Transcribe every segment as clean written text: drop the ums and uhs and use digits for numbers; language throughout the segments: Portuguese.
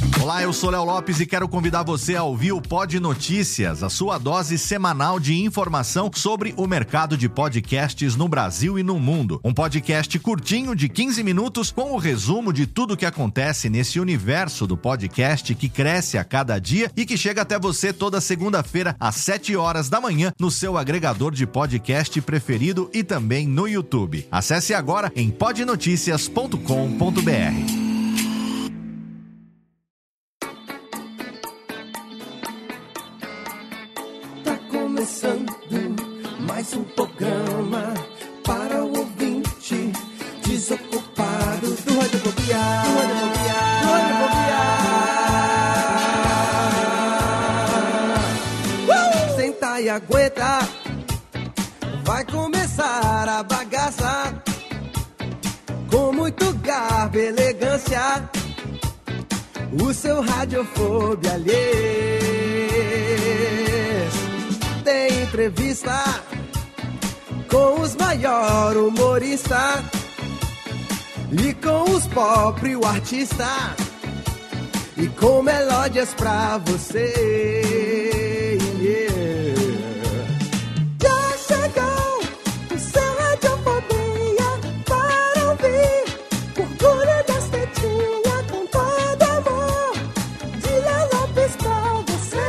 Olá, eu sou Léo Lopes e quero convidar você a ouvir o Pod Notícias, a sua dose semanal de informação sobre o mercado de podcasts no Brasil e no mundo. Um podcast curtinho de 15 minutos com o resumo de tudo que acontece nesse universo do podcast que cresce a cada dia e que chega até você toda segunda-feira às 7 horas da manhã no seu agregador de podcast preferido e também no YouTube. Acesse agora em podnoticias.com.br. Mais um programa para o ouvinte desocupado do Radiofobia. Senta e aguenta, vai começar a bagaça com muito garbo e elegância. O seu Radiofobia alheio. Tem entrevista com os maiores humoristas e com os pobres o artista e com melódias pra você. Já chegou o seu Radiofobia para ouvir orgulho das tetinhas com todo amor de Léo Lopes pra você.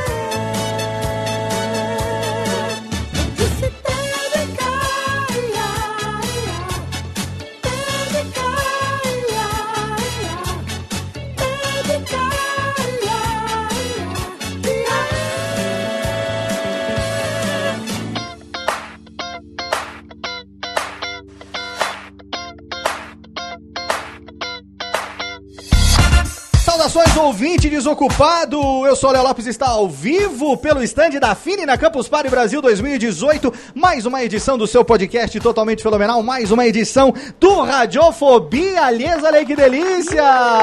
Saudações, ouvinte desocupado, eu sou o Léo Lopes, está ao vivo pelo stand da Fini na Campus Party Brasil 2018, mais uma edição do seu podcast totalmente fenomenal, mais uma edição do Radiofobia, aliás, olha aí que delícia!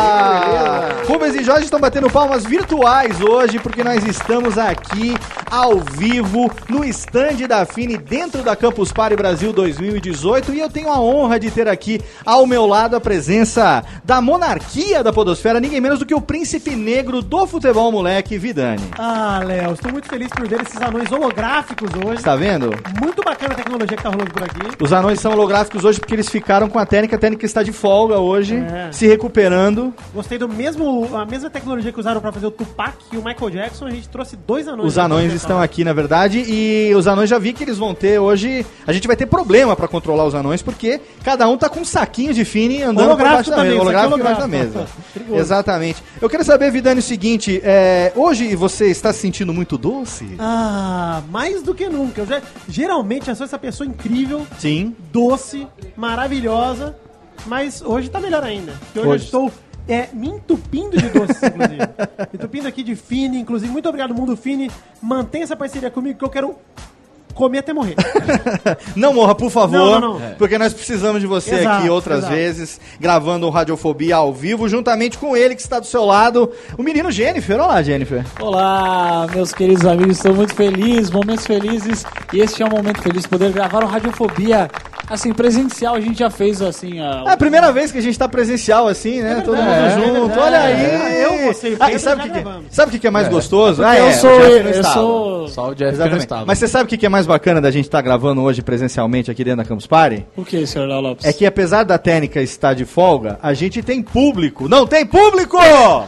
Rubens e Jorge estão batendo palmas virtuais hoje, porque nós estamos aqui ao vivo no stand da Fini dentro da Campus Party Brasil 2018 e eu tenho a honra de ter aqui ao meu lado a presença da monarquia da podosfera, ninguém menos do que o príncipe negro do futebol, moleque, Vidani. Ah, Léo, estou muito feliz por ver esses anões holográficos hoje. Tá vendo? Muito bacana a tecnologia que tá rolando por aqui. Os anões são holográficos hoje porque eles ficaram com a técnica está de folga hoje, se recuperando. Gostei a mesma tecnologia que usaram pra fazer o Tupac e o Michael Jackson, a gente trouxe dois anões. Os anões estão aqui, na verdade, e os anões já vi que eles vão ter hoje, a gente vai ter problema pra controlar os anões, porque cada um tá com um saquinho de Fini andando por baixo da mesa. Holográfico embaixo da mesa. Exatamente. Eu quero saber, Vidani, o seguinte, hoje você está se sentindo muito doce? Ah, mais do que nunca. Eu geralmente sou essa pessoa incrível, sim, doce, maravilhosa, mas hoje tá melhor ainda. Porque hoje eu estou me entupindo de doces, inclusive. Me entupindo aqui de Fini, inclusive. Muito obrigado, Mundo Fini. Mantenha essa parceria comigo que eu quero comer até morrer. Não morra, por favor, não. porque nós precisamos de você aqui outras vezes, gravando o Radiofobia ao vivo, juntamente com ele que está do seu lado, o menino Jennifer. Olá, Jennifer. Olá, meus queridos amigos, estou muito feliz, momentos felizes, e este é um momento feliz, poder gravar o Radiofobia, assim, presencial. A gente já fez, assim... É a primeira vez que a gente tá presencial, assim, né? Todo mundo junto, olha aí. Sabe o que é mais gostoso? Eu sou... Só o Jeff não estava. Mas você sabe o que é mais bacana da gente estar gravando hoje presencialmente aqui dentro da Campus Party? O que, senhor Léo Lopes? É que apesar da técnica estar de folga, a gente tem público. Não tem público!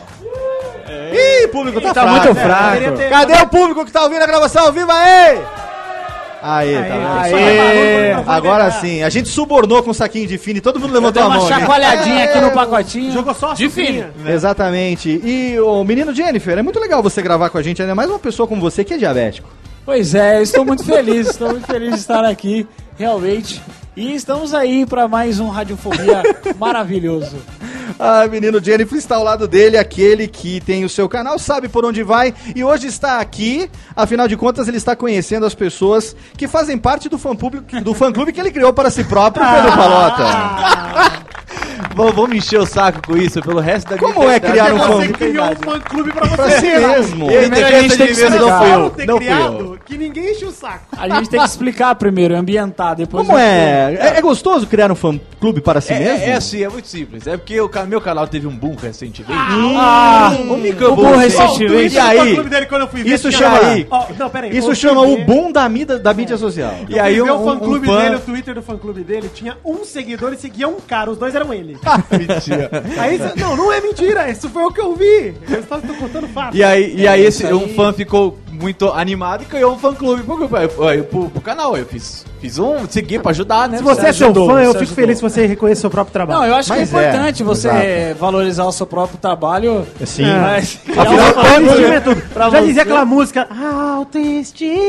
Ih, público tá fraco. Muito fraco. Cadê o público que tá ouvindo a gravação? Viva aí! Aí, tá vendo? Agora sim, a gente subornou com um saquinho de Fini, todo mundo levantou a mão. Uma chacoalhadinha aqui no pacotinho. Jogou só de Fini. Exatamente. E o menino Jennifer, é muito legal você gravar com a gente, ainda mais uma pessoa como você que é diabético. Pois é, eu estou muito feliz de estar aqui, realmente. E estamos aí para mais um Radiofobia maravilhoso. Ah, menino Jennifer está ao lado dele, aquele que tem o seu canal, sabe por onde vai e hoje está aqui, afinal de contas ele está conhecendo as pessoas que fazem parte do fã-clube que ele criou para si próprio, Pedro Palota. vou me encher o saco com isso pelo resto da minha Como é criar um Você fã? criou um fã-clube pra Pra você. si mesmo. Primeiro a gente tem que explicar. não fui eu. Não ter Não fui eu. criado, que ninguém enche o saco. A gente tem que explicar primeiro, ambientar, depois... Como é? É gostoso criar um fã-clube para si mesmo? É assim, é muito simples. É porque o meu canal teve um boom recentemente. o microboom recentemente. E aí? O fã-clube dele, quando eu fui ver, Isso tinha- chama- Ó, não, peraí. Isso eu chama fui o ver- boom da mídia social. E aí eu fui ver um o fã-clube fã- dele, o Twitter do fã-clube dele, tinha um seguidor e seguia um cara, os dois eram ele. Mentira. Aí, não é mentira, isso foi o que eu vi. Eu só tô contando fato. E aí um fã ficou muito animado e criou um fã-clube pro canal. Eu fiz segui pra ajudar, né? Se você é seu ajudou, fã, eu você fico ajudou. feliz se você reconhece seu próprio trabalho. Não, eu acho que é Mas importante você exato. valorizar o seu próprio trabalho. Sim. Mas- Autoestima é tudo. Pra Já você. dizia aquela música Autoestima.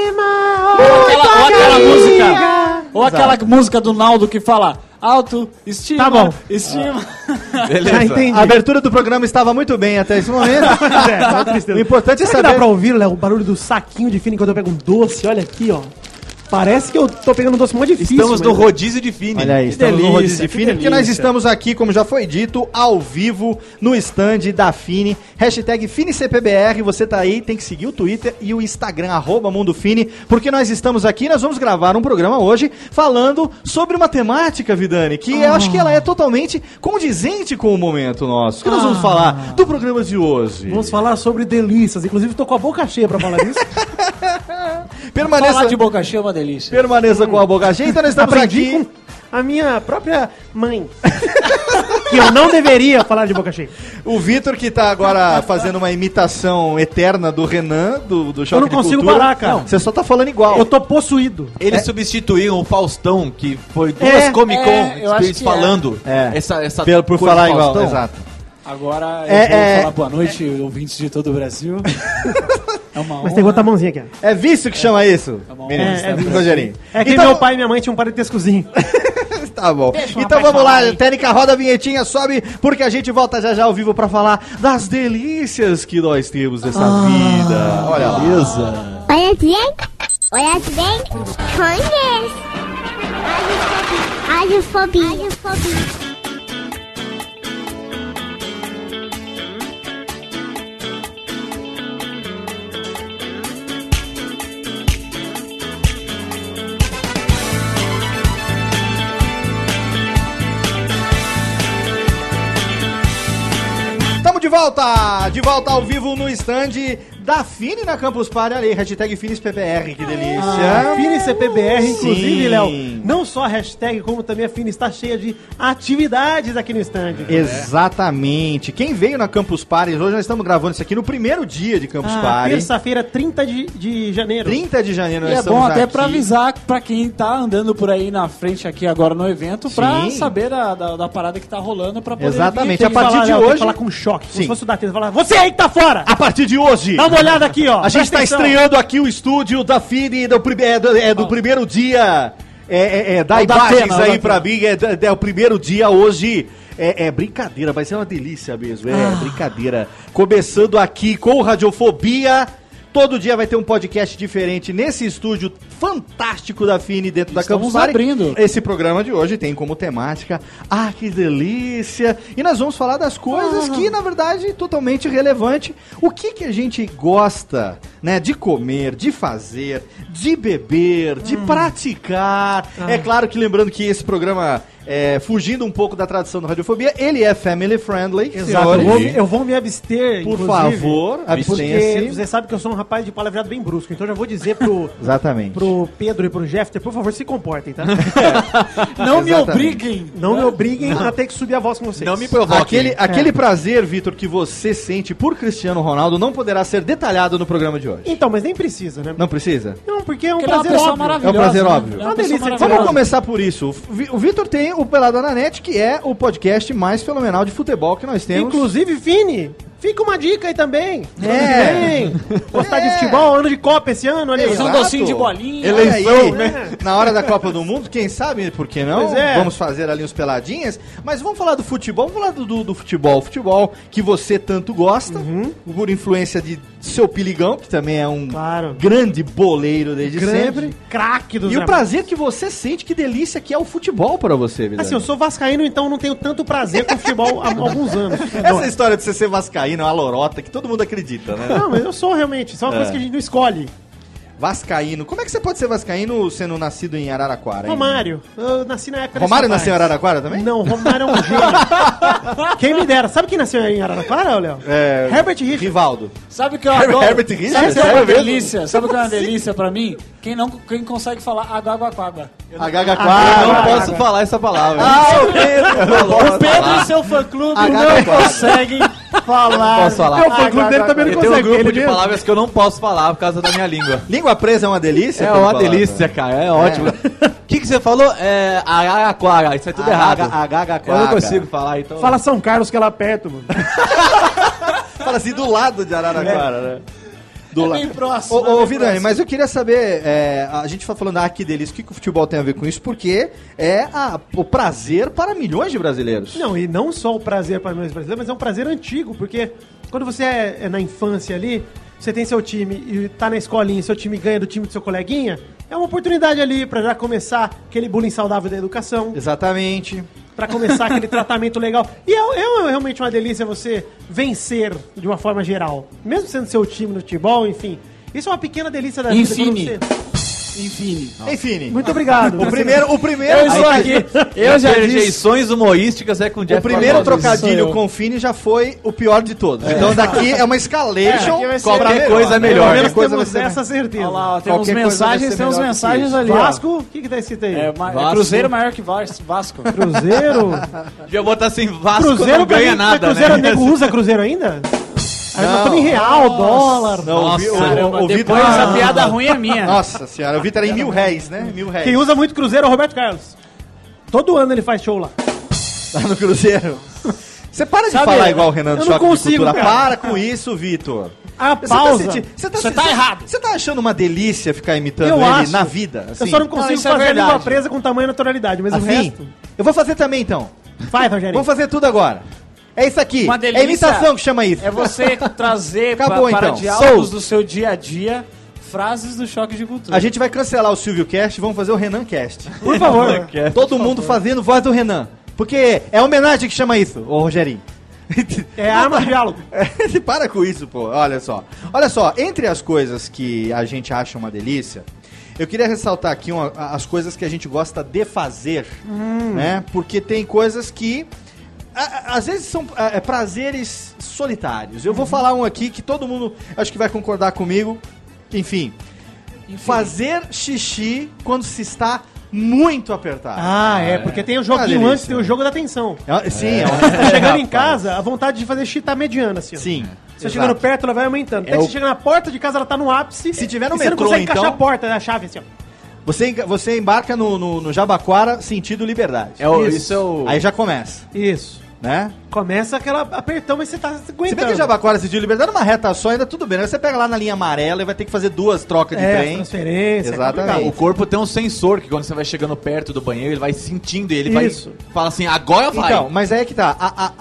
Ou aquela música. Ou aquela música do Naldo que fala autoestima. Tá bom. Estima. Já entendi. A abertura do programa estava muito bem até esse momento. O importante é Será que dá saber... pra ouvir, Léo, o barulho do saquinho de fine quando eu pego um doce? Olha aqui, ó. Parece que eu tô pegando um doce muito difícil. Estamos no mas- rodízio de Fini. Olha aí, Que estamos no delícia, rodízio de que Fini, porque nós delícia. estamos aqui, como já foi dito, ao vivo, no stand da Fini, hashtag FiniCPBR, você tá aí, tem que seguir o Twitter e o Instagram, @MundoFini, porque nós estamos aqui, nós vamos gravar um programa hoje, falando sobre uma temática, Vidani, que eu acho que ela é totalmente condizente com o momento nosso, que nós vamos falar do programa de hoje. Vamos falar sobre delícias. Inclusive, tô com a boca cheia pra falar disso. Permaneça, Falar de boca cheia é uma delícia. permaneça com a boca cheia, então nós estamos Aprendi aqui... com a minha própria mãe. Que eu não deveria falar de boca cheia. O Vitor, que tá agora fazendo uma imitação eterna do Renan, do Choque Eu não de consigo Cultura. parar, cara. Não, você só tá falando igual. Eu tô possuído. Eles substituíram o Faustão, que foi duas É, Comic Con eu acho Experience que falando. É. Essa Por coisa falar do igual, Faustão. exato. Agora eu É, vou falar boa noite, ouvintes de todo o Brasil. É uma Mas tem que botar a mãozinha aqui, ó. É vício que chama isso, bom. meninos, É vício. Rogerinho. É que Então- meu pai e minha mãe tinham um parentescozinho. Tá bom. Deixa o Então rapaz vamos lá, falar aí. Técnica, roda a vinhetinha, sobe, porque a gente volta já já ao vivo pra falar das delícias que nós temos nessa vida. Olha lá. Olha bem, olha bem, conhece. Radiofobia. Tamo de volta ao vivo no stand da Fini na Campus Party, ali, hashtag FinisPBR, que delícia. Fini CPBR, inclusive, Sim. Léo, não só a hashtag, como também a Fini está cheia de atividades aqui no stand. Exatamente. Quem veio na Campus Party, hoje nós estamos gravando isso aqui no primeiro dia de Campus Party. Terça-feira, 30 de janeiro. 30 de janeiro E nós é estamos bom até aqui. pra avisar pra quem tá andando por aí na frente aqui agora no evento, pra Sim. saber da parada que tá rolando pra poder Exatamente. Tem A que partir falar, de Léo, tem que hoje- falar com choque. Sim. Se fosse o Datena, falar, você aí que tá fora! A partir de hoje, Dá uma olhada aqui, ó. a gente está estreando aqui o estúdio da Fini do primeiro dia. Dá É o imagens Datena, aí é o pra mim, é o primeiro dia hoje. É brincadeira, vai ser uma delícia mesmo. É brincadeira. Começando aqui com o Radiofobia. Todo dia vai ter um podcast diferente nesse estúdio fantástico da Fini dentro da Estamos Campus Party. abrindo. Esse programa de hoje tem como temática que delícia! E nós vamos falar das coisas que, na verdade, totalmente relevante. O que a gente gosta, né, de comer, de fazer, de beber, de praticar. É claro que lembrando que esse programa, fugindo um pouco da tradição do Radiofobia, ele é family friendly. Exato, senhores. eu vou me abster, Por inclusive, favor, porque abstenha-se. você sabe que eu sou um rapaz de palavreado bem brusco, então já vou dizer pro, Exatamente. pro Pedro e pro Jeffter, por favor, se comportem, tá? Não me Exatamente. obriguem. Não me obriguem a ter que subir a voz com vocês. Não me provoquem. Aquele prazer, Vitor, que você sente por Cristiano Ronaldo não poderá ser detalhado no programa de hoje. Então, mas nem precisa, né? Não precisa? Não, porque é um Porque ele é uma prazer pessoa óbvio. maravilhosa. É um prazer né? óbvio. Ele é Uma uma pessoa delícia de maravilhosa. Vamos começar por isso. O Vitor tem o Pelada na Net, que é o podcast mais fenomenal de futebol que nós temos. Inclusive, Fini, Fica uma dica aí também. É. Gostar de futebol, ano de Copa esse ano, olha aí. Fazer um Exato. docinho de bolinha. Eleição, né? Na hora da Copa do Mundo, quem sabe, por que não? Pois é. Vamos fazer ali uns peladinhas. Mas vamos falar do futebol, vamos falar do futebol. Futebol que você tanto gosta, por influência de seu Piligão, que também é um Claro. grande boleiro desde sempre. Craque dos E o dramados. prazer que você sente, que delícia que é o futebol pra você, Vidani. Assim, eu sou vascaíno, então não tenho tanto prazer com futebol há alguns anos. Essa história de você ser vascaíno é uma lorota que todo mundo acredita, né? Não, mas eu sou realmente. Isso é uma coisa que a gente não escolhe. Vascaíno. Como é que você pode ser vascaíno sendo nascido em Araraquara? hein? Romário. Eu nasci na época Romário desse nasceu em rapaz. Araraquara também? Não, Romário é um gênio. Quem me dera. Sabe quem nasceu em Araraquara, Léo? Herbert Richards. Rivaldo. Sabe o que eu adoro? Herbert Richards? Sabe o que é Sério uma mesmo? delícia? Sabe o que é uma delícia pra mim? Quem consegue falar água. A Eu Gagaquara. não posso falar essa palavra. O Pedro. O Pedro e seu fã-clube não Água. conseguem falar. Posso falar? É, o fã-clube dele também não Eu tenho um consegue. grupo ele de mesmo. palavras que eu não posso falar por causa da minha língua. Língua presa é uma delícia? É Pedro uma Palavra? delícia, cara. É ótimo. O que você falou? É Araraquara. Isso é tudo errado. A Gagaquara. Eu não consigo falar, então. Fala São Carlos, que é lá perto, mano. Fala assim, do lado de Araraquara, né? Do bem próximo, Ô, bem Vidani, próximo. mas eu queria saber, a gente tá falando, que delícia, o que o futebol tem a ver com isso? Porque é o prazer para milhões de brasileiros. Não, e não só o prazer para nós brasileiros, mas é um prazer antigo, porque quando você é na infância ali, você tem seu time e tá na escolinha, seu time ganha do time do seu coleguinha, é uma oportunidade ali pra já começar aquele bullying saudável da educação, Exatamente. pra começar aquele tratamento legal. E é realmente uma delícia você vencer de uma forma geral, mesmo sendo seu time no futebol, enfim. Isso é uma pequena delícia da vida. quando Infine. você- Enfim. Muito obrigado. O primeiro Eu estou aqui. Eu já disse. Rejeições humorísticas é com o Jeff O primeiro Barbosa. trocadilho sou eu. com o Fini já foi o pior de todos. Então daqui é uma escalation. aqui vai ser pra qualquer coisa é né? melhor. Pelo menos Qualquer coisa temos vai ser essa certeza. Olha lá, ó, temos Qualquer coisa vai mensagens, ser temos melhor do que mensagens isso. ali, ó. Vasco, o que tá escrito aí? É Vasco. Cruzeiro maior que Vasco. Cruzeiro? Devia botar assim, Vasco Cruzeiro não pra ganha mim, nada, Cruzeiro, né? nego usa Cruzeiro ainda? Aí nós Não. estamos em real, dólar. Não, Nossa, Caramba, o depois Vitor- a piada ruim é minha. Nossa senhora, o Vitor era em R$1.000, né? R$1.000. Quem usa muito Cruzeiro é o Roberto Carlos. Todo ano ele faz show lá. Tá no Cruzeiro. Você para de Sabe, falar igual o Renan eu do não Choque consigo, de Cultura. cara. Para com isso, Vitor. A Você pausa. Você tá errado. Você tá achando uma delícia ficar imitando Eu ele acho. na vida? Assim? Eu só não consigo isso é fazer a língua verdade. presa com tamanho e naturalidade, mas o Assim? resto... Eu vou fazer também, então. Faz, Rogério. Vamos fazer tudo agora. É isso aqui. Uma É delícia. imitação que chama isso. É você trazer Acabou, para então. diálogos Sou. do seu dia a dia frases do Choque de Cultura. A gente vai cancelar o Silvio Cast e vamos fazer o Renan Cast. Por favor. Todo mundo fazendo voz do Renan. Porque é homenagem que chama isso, ô Rogerinho. É arma de diálogo. Para com isso, pô. Olha só. Olha só, entre as coisas que a gente acha uma delícia, eu queria ressaltar aqui as coisas que a gente gosta de fazer, né? Porque tem coisas que às vezes são prazeres solitários. Eu vou falar um aqui que todo mundo acho que vai concordar comigo. Enfim, fazer xixi quando se está muito apertado. Ah, é, porque tem o joguinho delícia. antes, tem o jogo da tensão. Sim, é Tá chegando em Rapaz. casa, a vontade de fazer xixi tá mediana, assim. ó. Sim. Você exato. chegando perto, ela vai aumentando. Até que você chega na porta de casa, ela tá no ápice. Se tiver no e você não metrô, consegue encaixar então- a porta, a chave, assim, ó. Você embarca no Jabaquara sentido liberdade. Isso é o... Aí já começa, Isso. né? Começa aquela apertão, mas você tá aguentando. Se bem que Jabaquara sentido liberdade numa reta só, ainda tudo bem. Né? Você pega lá na linha amarela e vai ter que fazer 2 trocas de trem. transferência. Exatamente. O corpo tem um sensor que quando você vai chegando perto do banheiro, ele vai sentindo e ele Isso. vai... Fala assim, agora vai. Então, mas aí é que tá.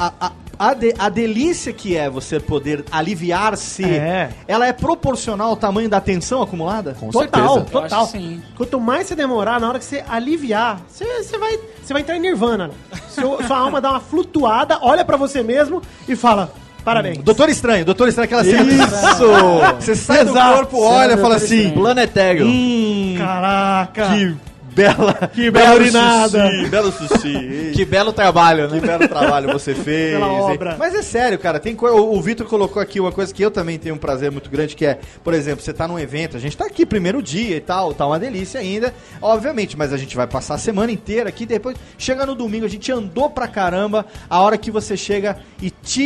A delícia que é você poder aliviar-se, É. ela é proporcional ao tamanho da tensão acumulada? Com Total, certeza. total. Eu acho que sim. Quanto mais você demorar, na hora que você aliviar, você vai entrar em nirvana. Né? Sua alma dá uma flutuada, olha pra você mesmo e fala, parabéns. Doutor Estranho, aquela cena. Isso! Você sai do Exato. corpo, olha e fala assim. Planetário. Caraca. Que bela urinada. sushi, belo sushi. Que belo trabalho, né? Que belo trabalho você fez. Pela hein? obra. Mas é sério, cara. Tem o Vitor colocou aqui uma coisa que eu também tenho um prazer muito grande, que é, por exemplo, você tá num evento, a gente tá aqui primeiro dia e tal, tá uma delícia ainda, obviamente, mas a gente vai passar a semana inteira aqui, depois chega no domingo, a gente andou pra caramba, a hora que você chega e tira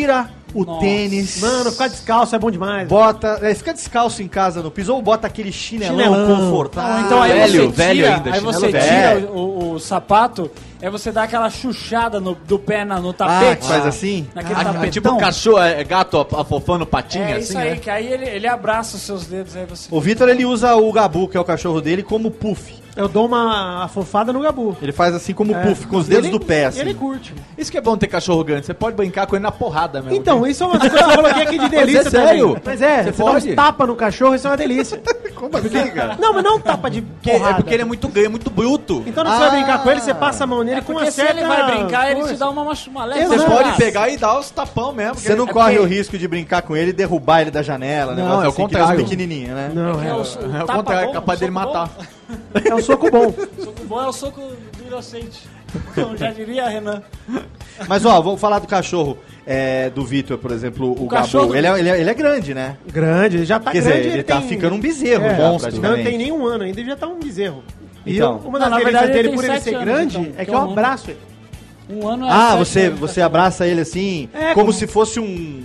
o Nossa. tênis. Mano, ficar descalço é bom demais. Fica descalço em casa no piso, ou bota aquele chinelão Chinelão. confortável. Então aí velho, você velho tira, ainda, aí você chinelo tira velho. o sapato, aí você dá aquela chuchada do pé no Ah, tapete. que faz assim? Naquele Ah, tapetão. tipo um cachorro, gato afofando patinha, É assim, isso aí, né? que aí ele abraça os seus dedos, aí você... O Vitor, ele usa o Gabu, que é o cachorro dele, como puff. Eu dou uma afofada no Gabu. Ele faz assim como É. puff, com os dedos Ele- do pé, assim. Ele curte. Isso que é bom ter cachorro grande, você pode brincar com ele na porrada mesmo. Então, isso é uma das coisas que eu coloquei aqui de delícia Mas é sério? também. Mas é, Você você dá pode? uns tapa no cachorro, isso é uma delícia. Como assim, cara? Não, mas não um tapa de porrada. É porque ele é muito ganho, muito bruto. Então não vai brincar com ele, você passa a mão nele É com porque uma se certa ele vai brincar, ele te força. dá uma leve Exato. Você Não, pode mas- pegar e dar os tapão mesmo. Você não É corre porque- o risco de brincar com ele e derrubar ele da janela, Não, negócio é o assim, contrário. que eles pequenininho, né? Não, É é. o É o tapa contrário, é bom, capaz dele soco matar. bom. É um soco bom. Soco bom é o soco do inocente. Então, já diria Renan. Mas, ó, vamos falar do cachorro do Vitor, por exemplo, o cachorro Gabu. do- Ele é grande, né? Grande, ele já tá Quer grande. dizer, ele tá ficando um bezerro, já, Não praticamente. tem nem um ano ainda, ele já tá um bezerro. E Então. uma Não, das na delícias verdade, dele, ele por tem ele 7 ser anos, grande, então, é que que é eu um ano. abraço ele. Um ano é Ah, 7 você anos, abraça ele assim, É, como como- se fosse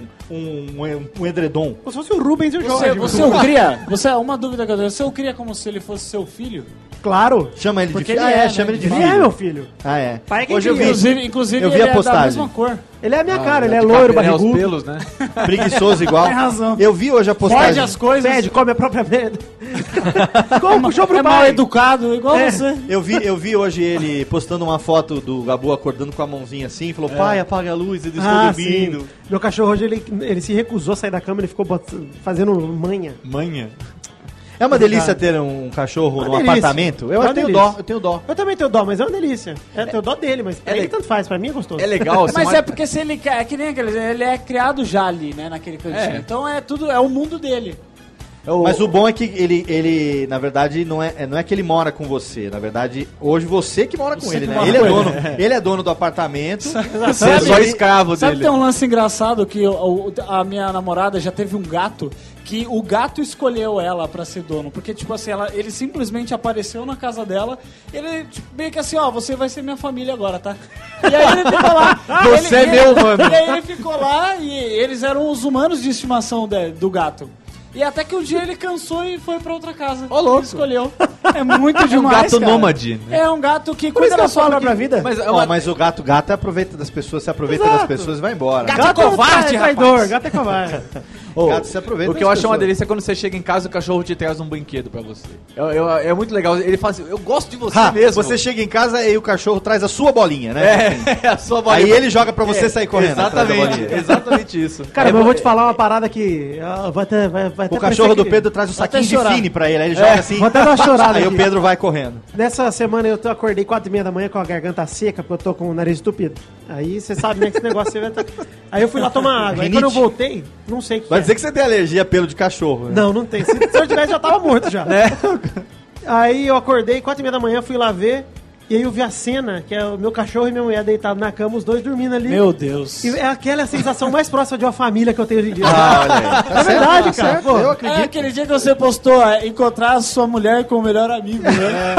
um edredom. Como se fosse o Rubens e o Jorge. Você o cria? Uma dúvida que eu tenho. Você o cria como se ele fosse seu filho? Claro. Chama ele de Porque filho. ele Ah, é, chama né? ele de Ele filho. é meu filho. Ah, é. Pai é quem Hoje eu vi, cria. Inclusive Eu vi ele a é da postagem. mesma cor. Ele é a minha cara, ele é De loiro, cabelo, os barrigudo. pelos, né? preguiçoso igual. Tem razão. Eu vi hoje a Pode postagem. as coisas. Pede, come a própria merda. Como puxou pro É mal pai. educado, igual É. você. Eu vi hoje ele postando uma foto do Gabu acordando com a mãozinha assim, e falou, pai, apaga a luz, eu estou dormindo. Sim. Meu cachorro hoje, ele se recusou a sair da cama, ele ficou fazendo manha. Manha. É uma delícia ter um cachorro Uma num delícia. apartamento? Eu Uma tenho delícia. dó, eu tenho dó. Eu também tenho dó, mas é uma delícia. Tenho dó dele, mas pra ele tanto faz, pra mim é gostoso. É legal. você Mas mora- é porque se ele quer, é que nem aquele, ele é criado já ali, né, naquele cantinho. É. Então é tudo, é o mundo dele. Mas o bom é que ele na verdade, não é que ele mora com você. Na verdade, hoje você que mora com Você ele, que né? mora Ele é com dono, ele é dono do apartamento. Você é só escravo Sabe dele. tem um lance engraçado que a minha namorada já teve um gato que o gato escolheu ela pra ser dono, porque tipo assim, ele simplesmente apareceu na casa dela, ele tipo, meio que assim, ó, você vai ser minha família agora, tá? E aí ele ficou lá. Você é meu, mano. E aí ele ficou lá e eles eram os humanos de estimação do gato. E até que um dia ele cansou e foi pra outra casa. Ô, louco. Ele escolheu. É muito demais, gato cara. nômade, né? É um gato que Por isso cuida que da eu sua falo própria pra vida. Mas é Ó, uma- mas o gato aproveita das pessoas, se aproveita Exato. das pessoas e vai embora. Gato é covarde, é traidor, rapaz. gato é covarde. O gato se aproveita O que das eu acho uma pessoas. delícia é quando você chega em casa e o cachorro te traz um brinquedo pra você. É muito legal. Ele fala assim, eu gosto de você mesmo. Você chega em casa e o cachorro traz a sua bolinha, né? É a sua bolinha. Aí ele joga pra você sair correndo. atrás da Exatamente, bolinha. exatamente isso. Cara, mas eu vou te falar uma parada que vai até O cachorro do Pedro traz um Até saquinho de chorar. fine pra ele, aí ele joga assim. Vou até dar uma chorada Aí aqui. o Pedro vai correndo. Nessa semana eu acordei 4h30 da manhã com a garganta seca, porque eu tô com o nariz estupido. Aí você sabe, né, que esse negócio vai tá... Aí eu fui lá tomar água. Aí Rinite? quando eu voltei, não sei o que Vai é. dizer que você tem alergia a pelo de cachorro, né? Não tem. Se eu tivesse, já tava morto já. Aí eu acordei, 4h30 da manhã, fui lá ver. E aí eu vi a cena, que é o meu cachorro e minha mulher deitados na cama, os dois dormindo ali. Meu Deus. E é aquela sensação mais próxima de uma família que eu tenho hoje em dia. Ah, olha aí. É verdade, cara. certo, Pô, eu É acredito. aquele dia que você postou encontrar a sua mulher com o melhor amigo, né?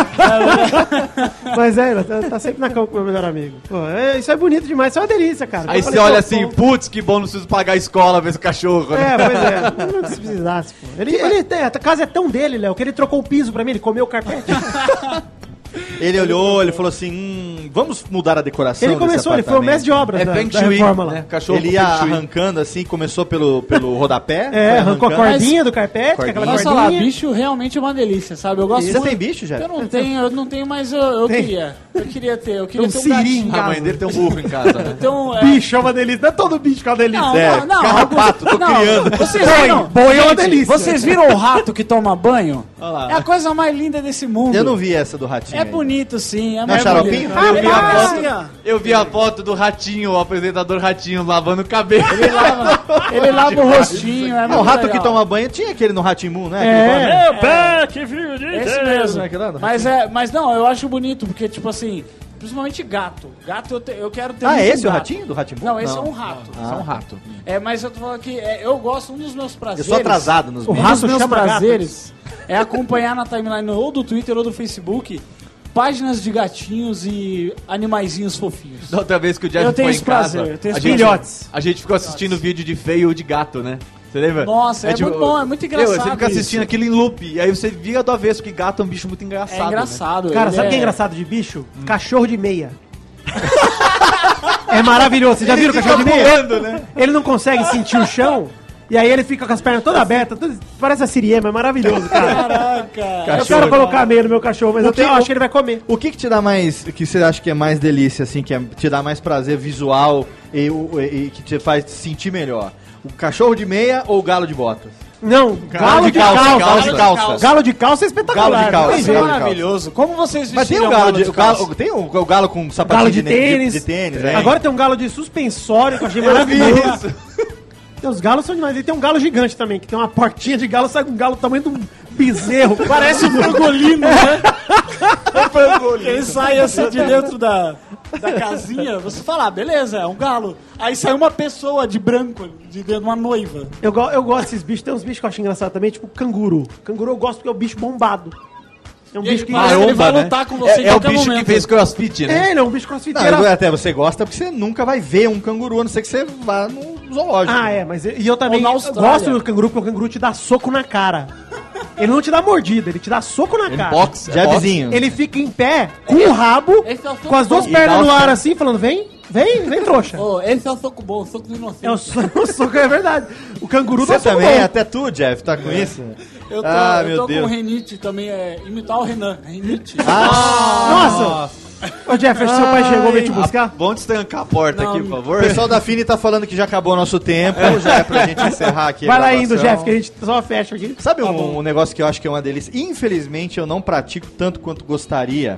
mas tá sempre na cama com o meu melhor amigo. Pô, isso é bonito demais, isso é uma delícia, cara. Aí Eu você falei, olha pô, assim, pô, putz, que bom, não preciso pagar a escola ver esse cachorro, né? Pois é. Não precisasse, pô. A casa é tão dele, Léo, que ele trocou o piso pra mim, ele comeu o carpete. Ele olhou, ele falou assim, vamos mudar a decoração Ele desse começou, ele foi o apartamento. mestre de obras É da Feng da Shui, reforma lá. né? Cachorro Ele com ia Feng Shui. arrancando assim, começou pelo rodapé. É, foi arrancou a arrancando. cordinha do carpete, Cordinha. aquela Mas sei cordinha. lá, bicho realmente é uma delícia, sabe? Eu gosto Você muito. tem bicho, já? Eu não tenho, mas eu Tem. queria. Eu queria ter. Eu queria Um ter um siri em gatinho. A mãe dele tem um burro em casa, né? Então, Bicho é uma delícia, não é todo bicho que é uma delícia. Não, É, não. carrapato, tô criando. Vocês Boi, viram? boi é uma Gente, delícia. Vocês viram o rato que toma banho? Olha lá. É a coisa mais linda desse mundo. Eu não vi essa do ratinho. É ainda. bonito, sim. É Não é muito xaropinho? bonito. Eu vi a Ah, foto, sim, ó. eu vi a foto do Ratinho, o apresentador Ratinho, lavando o cabelo. Ele lava o rostinho. É Não, o muito rato legal. que toma banho tinha aquele no Ratimbu, né? É. Aquele pé, que frio de Esse mesmo. Aquele lá. Mas não, eu acho bonito, porque, tipo assim, principalmente gato. Gato eu quero ter Ah, é muito esse o gato. ratinho do Ratimbu? Não, esse é um rato. Só um rato. É, mas eu tô falando que eu gosto, um dos meus Eu prazeres. sou atrasado nos O Um bichos. rato dos meus chama prazeres é acompanhar na timeline ou do Twitter ou do Facebook páginas de gatinhos e animaizinhos fofinhos. Da outra vez que o Jeff Eu tenho foi em esse prazer, casa, eu tenho a esse gente, filhotes. a gente ficou assistindo vídeo de feio de gato, né? Você lembra? Nossa, é muito bom, é muito engraçado Você fica assistindo isso. aquilo em loop, e aí você vira do avesso, que gato é um bicho muito engraçado. É engraçado. Cara, ele sabe o que é engraçado de bicho? Cachorro de meia. É maravilhoso. Vocês já viram o cachorro de meia? Pulando, né? Ele não consegue sentir o chão. E aí ele fica com as pernas todas abertas. Parece a Siriema, é maravilhoso, cara. Caraca. Eu quero colocar meia no meu cachorro, mas eu acho que ele vai comer. O que te dá mais, que você acha que é mais delícia, assim, que te dá mais prazer visual e que te faz sentir melhor? O cachorro de meia ou o galo de botas? Não, Galo de calça. Galo de calça é espetacular. Galo de calça. não tem jeito. Galo de Maravilhoso. Como vocês Mas tem vestiram o galo de calça? tem o galo com sapatinho Galo de tênis. de tênis, né? Agora tem um galo de suspensório que eu achei maravilhoso. Os galos são demais. E tem um galo gigante também, que tem uma portinha de galo, sai um galo do tamanho de um bezerro. Parece um pangolino, né? Ele sai assim de dentro da casinha, você fala, beleza, é um galo. Aí sai uma pessoa de branco, de dentro de uma noiva. Eu gosto desses bichos. Tem uns bichos que eu acho engraçado também, tipo canguru. Canguru eu gosto porque é um bicho bombado. É um bicho que... Parece que ele vai lutar com você em É o qualquer bicho momento. que fez crossfit, né? É, ele é um bicho crossfiteiro. Não, até você gosta porque você nunca vai ver um canguru, a não ser que você vá no zoológico. Ah, é, mas e eu também Ou na eu Austrália. gosto do canguru, porque o canguru te dá soco na cara. Ele não te dá mordida, ele te dá soco na cara. Box, Jabzinho. Ele fica em pé, com o rabo, Esse é o soco com as duas bom. pernas E no dá o ar soco. assim, falando, vem, trouxa. Oh, esse é o soco bom, o soco do inocente. É o soco, é verdade. O canguru Você dá soco também, bom. até tu, Jeff, tá com isso? Eu tô, Ah, eu meu tô Deus. com renite também, é imitar o Renan. Renite. Nossa! Ô Jeff, acho que seu pai chegou, veio te buscar? Vamos destrancar a porta Não, aqui, por favor. O pessoal da Fini tá falando que já acabou nosso tempo, já é pra gente encerrar aqui. a Vai lá gravação. indo, Jeff, que a gente só fecha aqui. Sabe um negócio que eu acho que é uma delícia? Infelizmente eu não pratico tanto quanto gostaria.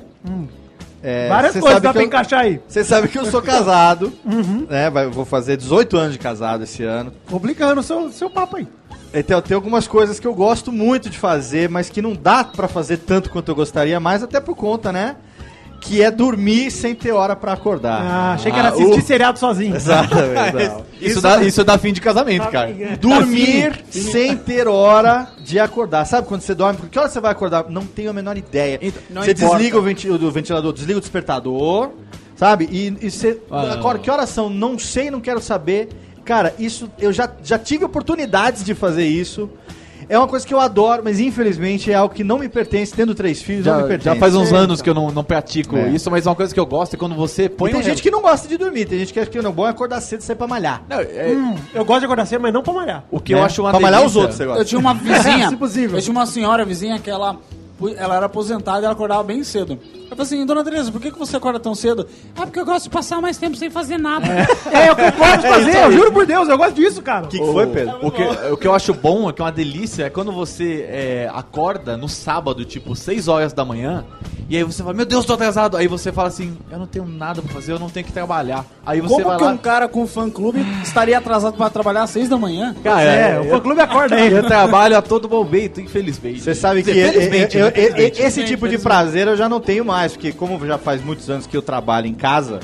Várias cê coisas sabe dá que pra eu- encaixar aí. Você sabe que eu sou casado, né? Vou fazer 18 anos de casado esse ano. Complicando o seu papo aí. Então, tem algumas coisas que eu gosto muito de fazer, mas que não dá pra fazer tanto quanto eu gostaria, mais até por conta, né? Que é dormir sem ter hora pra acordar. Ah, achei que era assistir seriado sozinho. Exatamente. não. Isso dá fim de casamento, cara. Dormir sem ter hora de acordar. Sabe quando você dorme? Que hora você vai acordar? Não tenho a menor ideia. Não Você importa. desliga o ventilador, desliga o despertador, sabe? E você acorda. Que horas são? Não sei, não quero saber. Cara, isso eu já tive oportunidades de fazer isso. É uma coisa que eu adoro, mas infelizmente é algo que não me pertence. Tendo 3 filhos, não me pertence. Já faz uns anos que eu não pratico É. isso, mas uma coisa que eu gosto é quando você põe E tem gente que não gosta de dormir. Tem gente que acha que não bom é acordar cedo e sair pra malhar. Não, Eu gosto de acordar cedo, mas não pra malhar. o que eu acho uma Pra malhar os delícia- outros, você gosta. Eu tinha uma vizinha, Se possível. eu tinha uma senhora vizinha que ela era aposentada e ela acordava bem cedo. Eu falei assim, dona Tereza, por que você acorda tão cedo? Ah, porque eu gosto de passar mais tempo sem fazer nada. É, eu concordo de fazer, eu juro por Deus, eu gosto disso, cara. O que foi, Pedro? O que eu acho bom, que é uma delícia, é quando você acorda no sábado, tipo 6 horas da manhã, e aí você fala, meu Deus, tô atrasado. Aí você fala assim, eu não tenho nada pra fazer, eu não tenho que trabalhar. Aí você Como vai que lá... um cara com fã-clube estaria atrasado pra trabalhar às 6 da manhã? Cara, O fã-clube acorda ele. eu trabalho a todo momento, infelizmente. Você sabe que Felizmente, né? Felizmente. esse tipo de prazer eu já não tenho mais, porque como já faz muitos anos que eu trabalho em casa,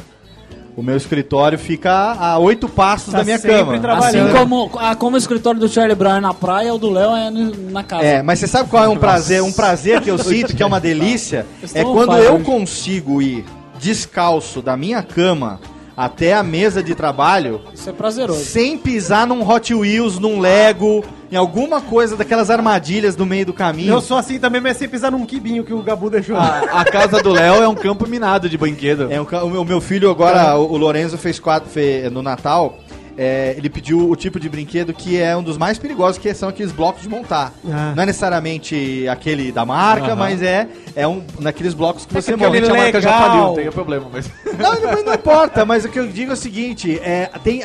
o meu escritório fica a 8 passos Tá da minha sempre cama. trabalhando. Assim como o escritório do Charlie Brown é na praia, o do Léo é na casa. É, mas você sabe qual é um prazer? Um prazer que eu sinto, que é uma delícia, é Estão quando fire eu hoje. consigo ir descalço da minha cama até a mesa de trabalho, Isso é prazeroso. sem pisar num Hot Wheels, num Lego, em alguma coisa daquelas armadilhas do meio do caminho. Eu sou assim também, mas sem pisar num quibinho que o Gabu deixou. A casa do Léo é um campo minado de brinquedo. O meu filho agora, o Lorenzo, fez no Natal. Ele pediu o tipo de brinquedo que é um dos mais perigosos, que são aqueles blocos de montar. Ah. Não é necessariamente aquele da marca, mas é um naqueles blocos que você aquele monta. A marca já legal. faliu, não tem problema, mas... Não importa, mas o que eu digo é o seguinte, tem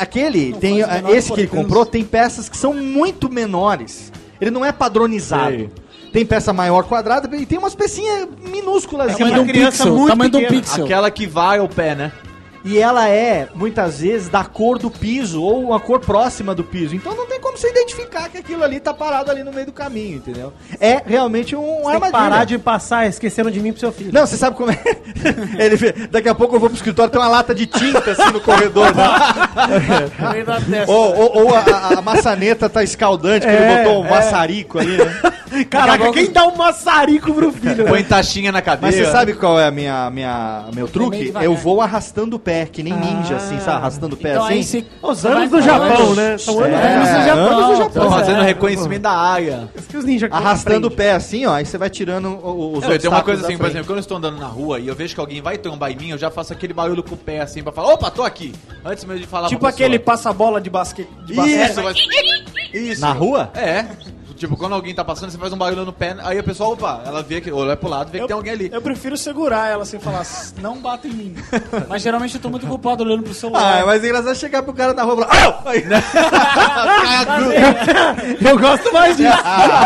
esse que ele comprou, tem peças que são muito menores. Ele não é padronizado. Sei. Tem peça maior quadrada e tem umas pecinhas minúsculas. É que uma criança muito tamanho de um pequena. pixel. Aquela que vai ao pé, né? e ela é, muitas vezes, da cor do piso ou uma cor próxima do piso. Então não tem como você identificar que aquilo ali tá parado ali no meio do caminho, entendeu? É realmente um Tem que armadilha. parar de passar esquecendo de mim pro seu filho. Não, você sabe como é? Daqui a pouco eu vou pro escritório, tem uma lata de tinta assim no corredor, né? No meio da testa. Ou a maçaneta tá escaldante, que ele botou um maçarico ali, né? Caraca, quem dá um maçarico pro filho? Põe taxinha na cadeira. Mas você sabe qual é meu truque? devagar. Eu vou arrastando o pé, que nem ninja, assim, sabe? Arrastando o pé Então aí assim. se... Os anos do Japão, né? São anos do Japão. anos do Tô Japão. fazendo reconhecimento da área. Isso que os ninjas Arrastando o aprendem. pé assim, ó, aí você vai tirando os Eu tenho uma coisa da assim, por frente. exemplo, quando eu estou andando na rua e eu vejo que alguém vai trombar em mim, eu já faço aquele barulho com o pé assim pra falar, opa, tô aqui. Antes mesmo de falar Tipo pra pessoa. aquele passa-bola de basquete. Isso, vai... Isso. Na rua? É. Tipo, quando alguém tá passando, você faz um barulho no pé, aí a pessoa, opa, ela vê que, olha pro lado, vê que tem alguém ali. Eu prefiro segurar ela sem falar, não bata em mim. Mas geralmente eu tô muito culpado olhando pro celular. Ah, mas é engraçado chegar pro cara na rua e falar, "Ah!" Aí- Eu gosto mais disso.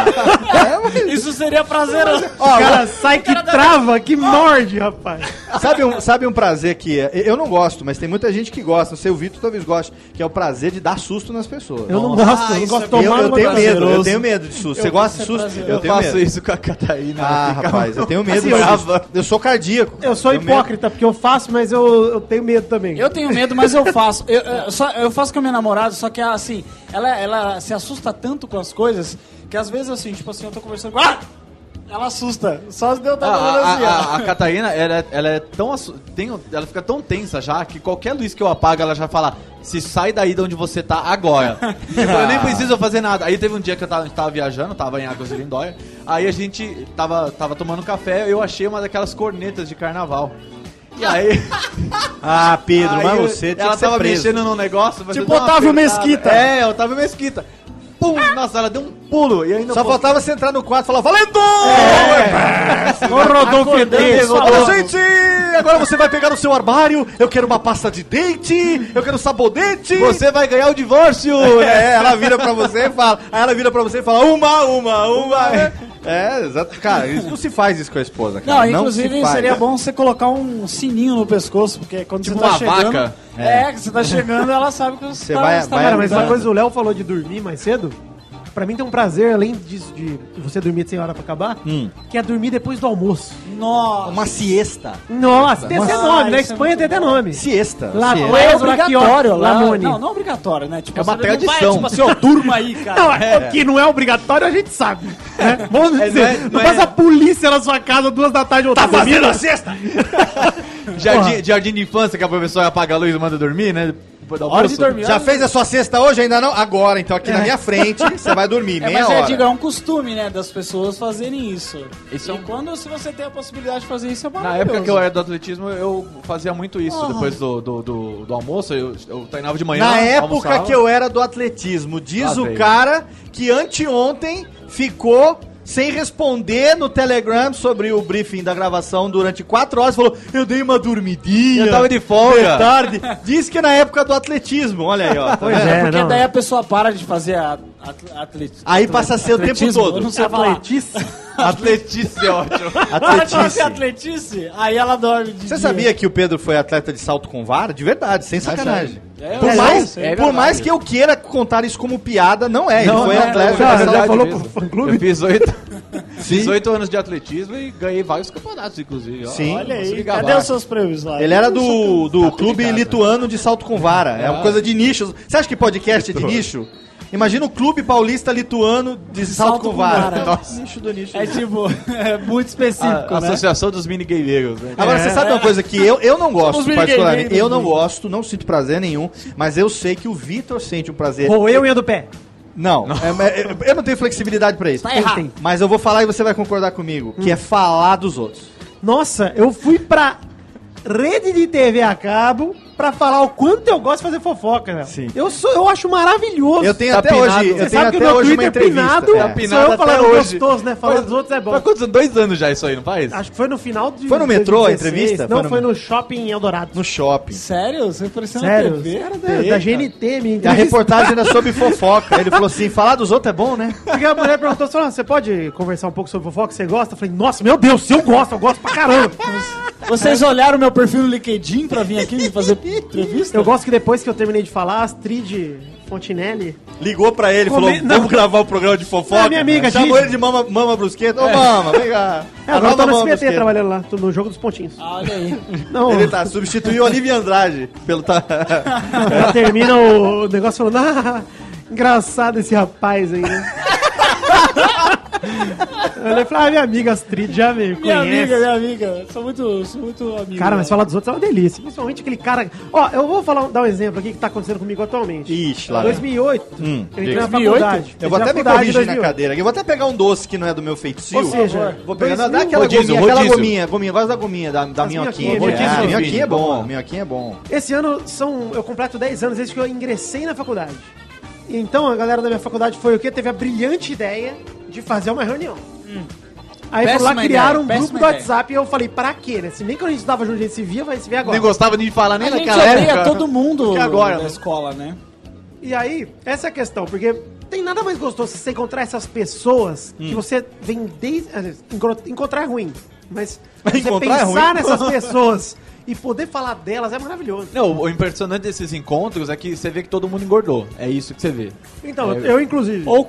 Isso seria prazeroso. Ó, Cara, sai que trava, que morde, rapaz. sabe um prazer que eu não gosto, mas tem muita gente que gosta, não sei, o Vitor talvez goste, que é o prazer de dar susto nas pessoas. Eu não gosto, eu não isso gosto de é Eu, tomar eu uma tenho medo, eu prazeroso. tenho medo de susto. Você gosta de susto? prazeroso. Eu tenho faço medo. isso com a Catarina. Ah, ela fica- rapaz, eu tenho medo. Assim, eu sou cardíaco. Eu sou Tenho hipócrita, porque eu faço, mas eu tenho medo também. Eu tenho medo, mas eu faço. Eu faço com a minha namorada, só que assim, ela se assusta tanto com as coisas que às vezes assim, tipo assim, eu tô conversando com ela. Ela assusta. Só se deu tá falando assim, ó. A Catarina, ela é tão ela fica tão tensa já que qualquer luz que eu apago, ela já fala: se sai daí de onde você tá agora. Tipo, eu nem preciso fazer nada. Aí teve um dia que a gente tava viajando, tava em Águas de Lindóia. Aí a gente tava tomando café, eu achei uma daquelas cornetas de carnaval. E aí. Ah, Pedro, aí mas você tinha ela que ser tava preso. mexendo num negócio. mas Tipo eu dei uma Otávio apertada. Mesquita. É, Otávio Mesquita. Pum! Nossa, ela deu um pulo. E ainda Só faltava você entrar no quarto e falar, valendo! Ô, Rodolfo Edes, Fala, gente, agora você vai pegar o seu armário, eu quero uma pasta de dente, eu quero sabonete. Você vai ganhar o divórcio! Ela vira pra você e fala, aí ela vira pra você e fala, uma. Exato. Cara, isso não se faz isso com a esposa, cara. Não, inclusive se faz. seria bom você colocar um sininho no pescoço, porque quando Tipo você tá uma chegando. vaca. Que você tá chegando, ela sabe que você vai- tá vai Cara, mas uma avisando. coisa, o Léo falou de dormir mais cedo. Pra mim tem um prazer, além disso, de você dormir sem hora pra acabar, que é dormir depois do almoço. Nossa. Uma siesta. Nossa, tem até Nossa, nome, na isso é Espanha tem muito até bom. nome. Siesta. Lá Siesta. Lá é Preso, obrigatório. Lá, Lamone. não é obrigatório, né? Tipo, É uma você não vai, tradição. tipo assim, ó, durma aí, cara. Não, é. O que não é obrigatório a gente sabe. Né? Vamos dizer, não não é- passa a polícia na sua casa 2 da tarde. Tá fazendo a siesta? Jardim de infância que a professora apaga a luz e manda dormir, né? Depois do Hora de almoço. dormir. Já fez a sua siesta hoje? Ainda não? Agora, então aqui na minha frente, você vai dormir, meia Mas hora. digo, é um costume, né, das pessoas fazerem isso. Isso E é um- quando, se você tem a possibilidade de fazer isso, é Na maravilhoso. época que eu era do atletismo, eu fazia muito isso. Depois do almoço, eu treinava de manhã. Na época almoçava. que eu era do atletismo, diz Lá o veio. cara que anteontem ficou sem responder no Telegram sobre o briefing da gravação durante 4 horas, falou, eu dei uma dormidinha. Eu tava de folga. tarde. Diz que na época do atletismo, olha aí, ó. Tá Pois vendo? é, Porque não. daí a pessoa para de fazer Aí passa a ser o tempo atletismo, todo. eu não sei falar. Atletice. Atletice é ótimo. Para de fazer Atletice. atletice, aí ela dorme de Você dia. sabia que o Pedro foi atleta de salto com vara? De verdade, sem sacanagem. É, Por eu mais, sei, é por verdade. mais que eu queira contar isso como piada, não é. Não, ele foi não, atleta. não, Já, é já verdade falou mesmo. pro fã-clube? Eu fiz 8 anos de atletismo e ganhei vários campeonatos, inclusive. Ó, Sim. Olha consegui aí, gabar. cadê os seus prêmios lá? Ele era do clube ligado, lituano de salto com vara. É uma coisa de nicho. Você acha que podcast é de nicho? Imagina o clube paulista lituano de salto com vara. Nossa. Nicho do nicho. É tipo, é muito específico, A né? Associação dos Mini Guerreiros, né? Agora, você sabe uma coisa que eu não gosto, Somos particularmente. ninguém, Eu não gosto, não sinto prazer nenhum, mas eu sei que o Vitor sente um prazer. Ou eu ia do pé. Não, eu não tenho flexibilidade pra isso. Tá errado. Mas eu vou falar e você vai concordar comigo, que é falar dos outros. Nossa, eu fui pra rede de TV a cabo pra falar o quanto eu gosto de fazer fofoca, né? Sim. Eu acho maravilhoso. Eu tenho Tá até pinado. hoje, Você eu tenho sabe que o até meu hoje uma Twitter é entrevista. pinado, É. sou Pinado eu até falando hoje. gostoso, né? Falando dos outros é bom. Faz quantos 2 anos já isso aí, não faz? Acho que foi no final de Foi no metrô a 2016. entrevista? Não, Foi foi no- no shopping Eldorado. No shopping. Sério? Você apareceu Sério? na TV? Era da GNT, minha E a entrevista. reportagem era sobre fofoca. Ele falou assim: falar dos outros é bom, né? Porque a mulher perguntou assim, "Ah, você pode conversar um pouco sobre fofoca? Você gosta?" Eu falei, nossa, meu Deus, se eu gosto pra caramba. Vocês olharam meu perfil no LinkedIn pra vir aqui fazer entrevista? Eu gosto que depois que eu terminei de falar, a Astrid Fontinelli... Ligou pra ele e falou, vamos gravar o programa de fofoca. É, minha amiga, chamou Gigi. ele de Mama Brusqueta. Ô, Mama, vem cá. Agora eu tô no Mama SBT Brusqueta. trabalhando lá, tô no jogo dos pontinhos. Ah, olha aí. Não, Ele tá, substituiu Olivia Andrade pelo... ela termina o negócio falando, engraçado esse rapaz aí, né? Eu falei, minha amiga Astrid já me conhece. Minha amiga. Sou muito amigo. Cara, mas falar dos outros é uma delícia. Principalmente aquele cara... Ó, eu vou dar um exemplo aqui que tá acontecendo comigo atualmente. Ixi, lá. 2008, eu entrei na 2008? faculdade. Eu vou até me corrigir na cadeira aqui. Eu vou até pegar um doce que não é do meu feitio. Ou seja, Vou pegar, dá 2000, aquela rodízio, gominha, aquela rodízio. gominha. Gosto da gominha, da minhoquinha. minhoquinhas, Minhoquinha é bom, Vamos lá. minhoquinha é bom. Esse ano eu completo 10 anos desde que eu ingressei na faculdade. E então a galera da minha faculdade foi o quê? Teve a brilhante ideia de fazer uma reunião. Aí foram lá, Péssima criaram ideia, um péssima grupo do ideia. WhatsApp e eu falei, pra quê, né? Se nem quando a gente estava junto a gente se via, vai se ver agora. Nem gostava nem de falar nem A gente naquela odeia época. todo mundo Que agora, da né? escola, né? E aí, essa é a questão, porque tem nada mais gostoso que você encontrar essas pessoas que você vem desde... Encontrar é ruim, mas você Encontrar é pensar ruim? nessas pessoas e poder falar delas é maravilhoso. Não, o impressionante desses encontros é que você vê que todo mundo engordou. É isso que você vê. Então, eu inclusive... Ou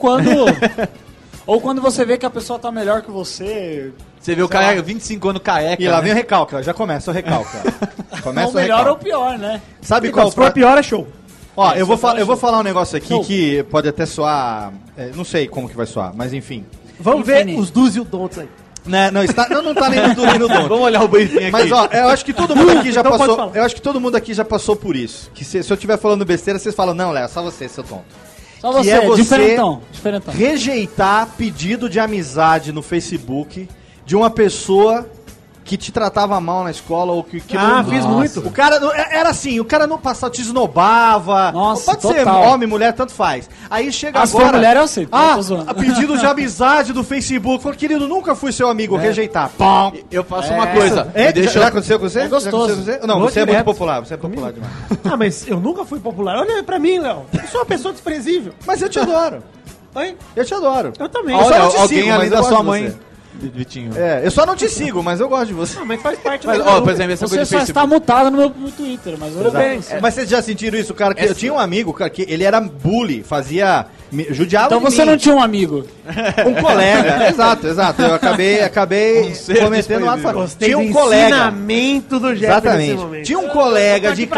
quando você vê que a pessoa tá melhor que você. Você vê o cara 25 anos careca. E lá né? vem o recalque, ó, já começa o recalque. ó. Começa Ou o melhor ou recalque. pior, né? Sabe Então, qual se for pior, é show. Ó, É, eu vou show. falar um negócio aqui Show. que pode até soar... não sei como que vai soar, mas enfim. Vamos Infinity. ver os do's e os don'ts aí. Né, não tá nem no dono. Vamos olhar o briefing aqui. Mas ó, eu acho que todo mundo aqui já Então pode passou. falar. Eu acho que todo mundo aqui já passou por isso. Que se eu estiver falando besteira, vocês falam, não, Léo, só você, seu tonto. Só Que você, é você diferentão. Rejeitar pedido de amizade no Facebook de uma pessoa que te tratava mal na escola ou que Fiz muito. O cara era assim, o cara no passado te esnobava. Nossa, pode ser total. homem, mulher, tanto faz. Aí chega Se agora. for mulher, eu sei. Ah, Tô zoando. a pedido de amizade do Facebook. Falou, querido, nunca fui seu amigo, rejeitar. Pão. Eu faço uma coisa. É, Me deixa... já aconteceu com você? É gostoso. Já aconteceu com você? Não, Vou você é direto. muito popular, você é popular demais. Ah, mas eu nunca fui popular. Olha pra mim, Léo. Eu sou uma pessoa desprezível. Mas eu te adoro. Oi? Eu te adoro. Eu também. Eu só Olha, não te alguém sigo, além mas eu da gosto sua de mãe. você. Vitinho. É, eu só não te sigo, mas eu gosto de você. Não, mas faz parte Mas, do ó, por exemplo, essa Você coisa de só Facebook. está mutado no meu Twitter, mas eu bem. Mas vocês já sentiram isso, cara? Que eu tinha um amigo, cara, que ele era bully, judiava Então de você mim. não tinha um amigo. Um colega. exato. Eu acabei ser cometendo um ato. desprezível. Gostei Tinha do um colega. ensinamento do Jeff nesse Exatamente. momento. Tinha um colega de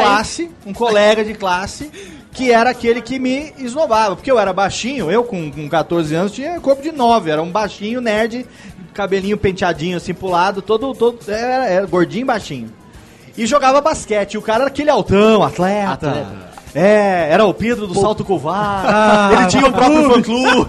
classe, que era aquele que me esnobava, porque eu era baixinho, eu com 14 anos tinha corpo de 9, era um baixinho nerd, cabelinho penteadinho assim pro lado, todo era gordinho, baixinho. E jogava basquete, e o cara era aquele altão, atleta. Era o Pedro do Salto Covarde. Ele tinha o próprio fã-clube.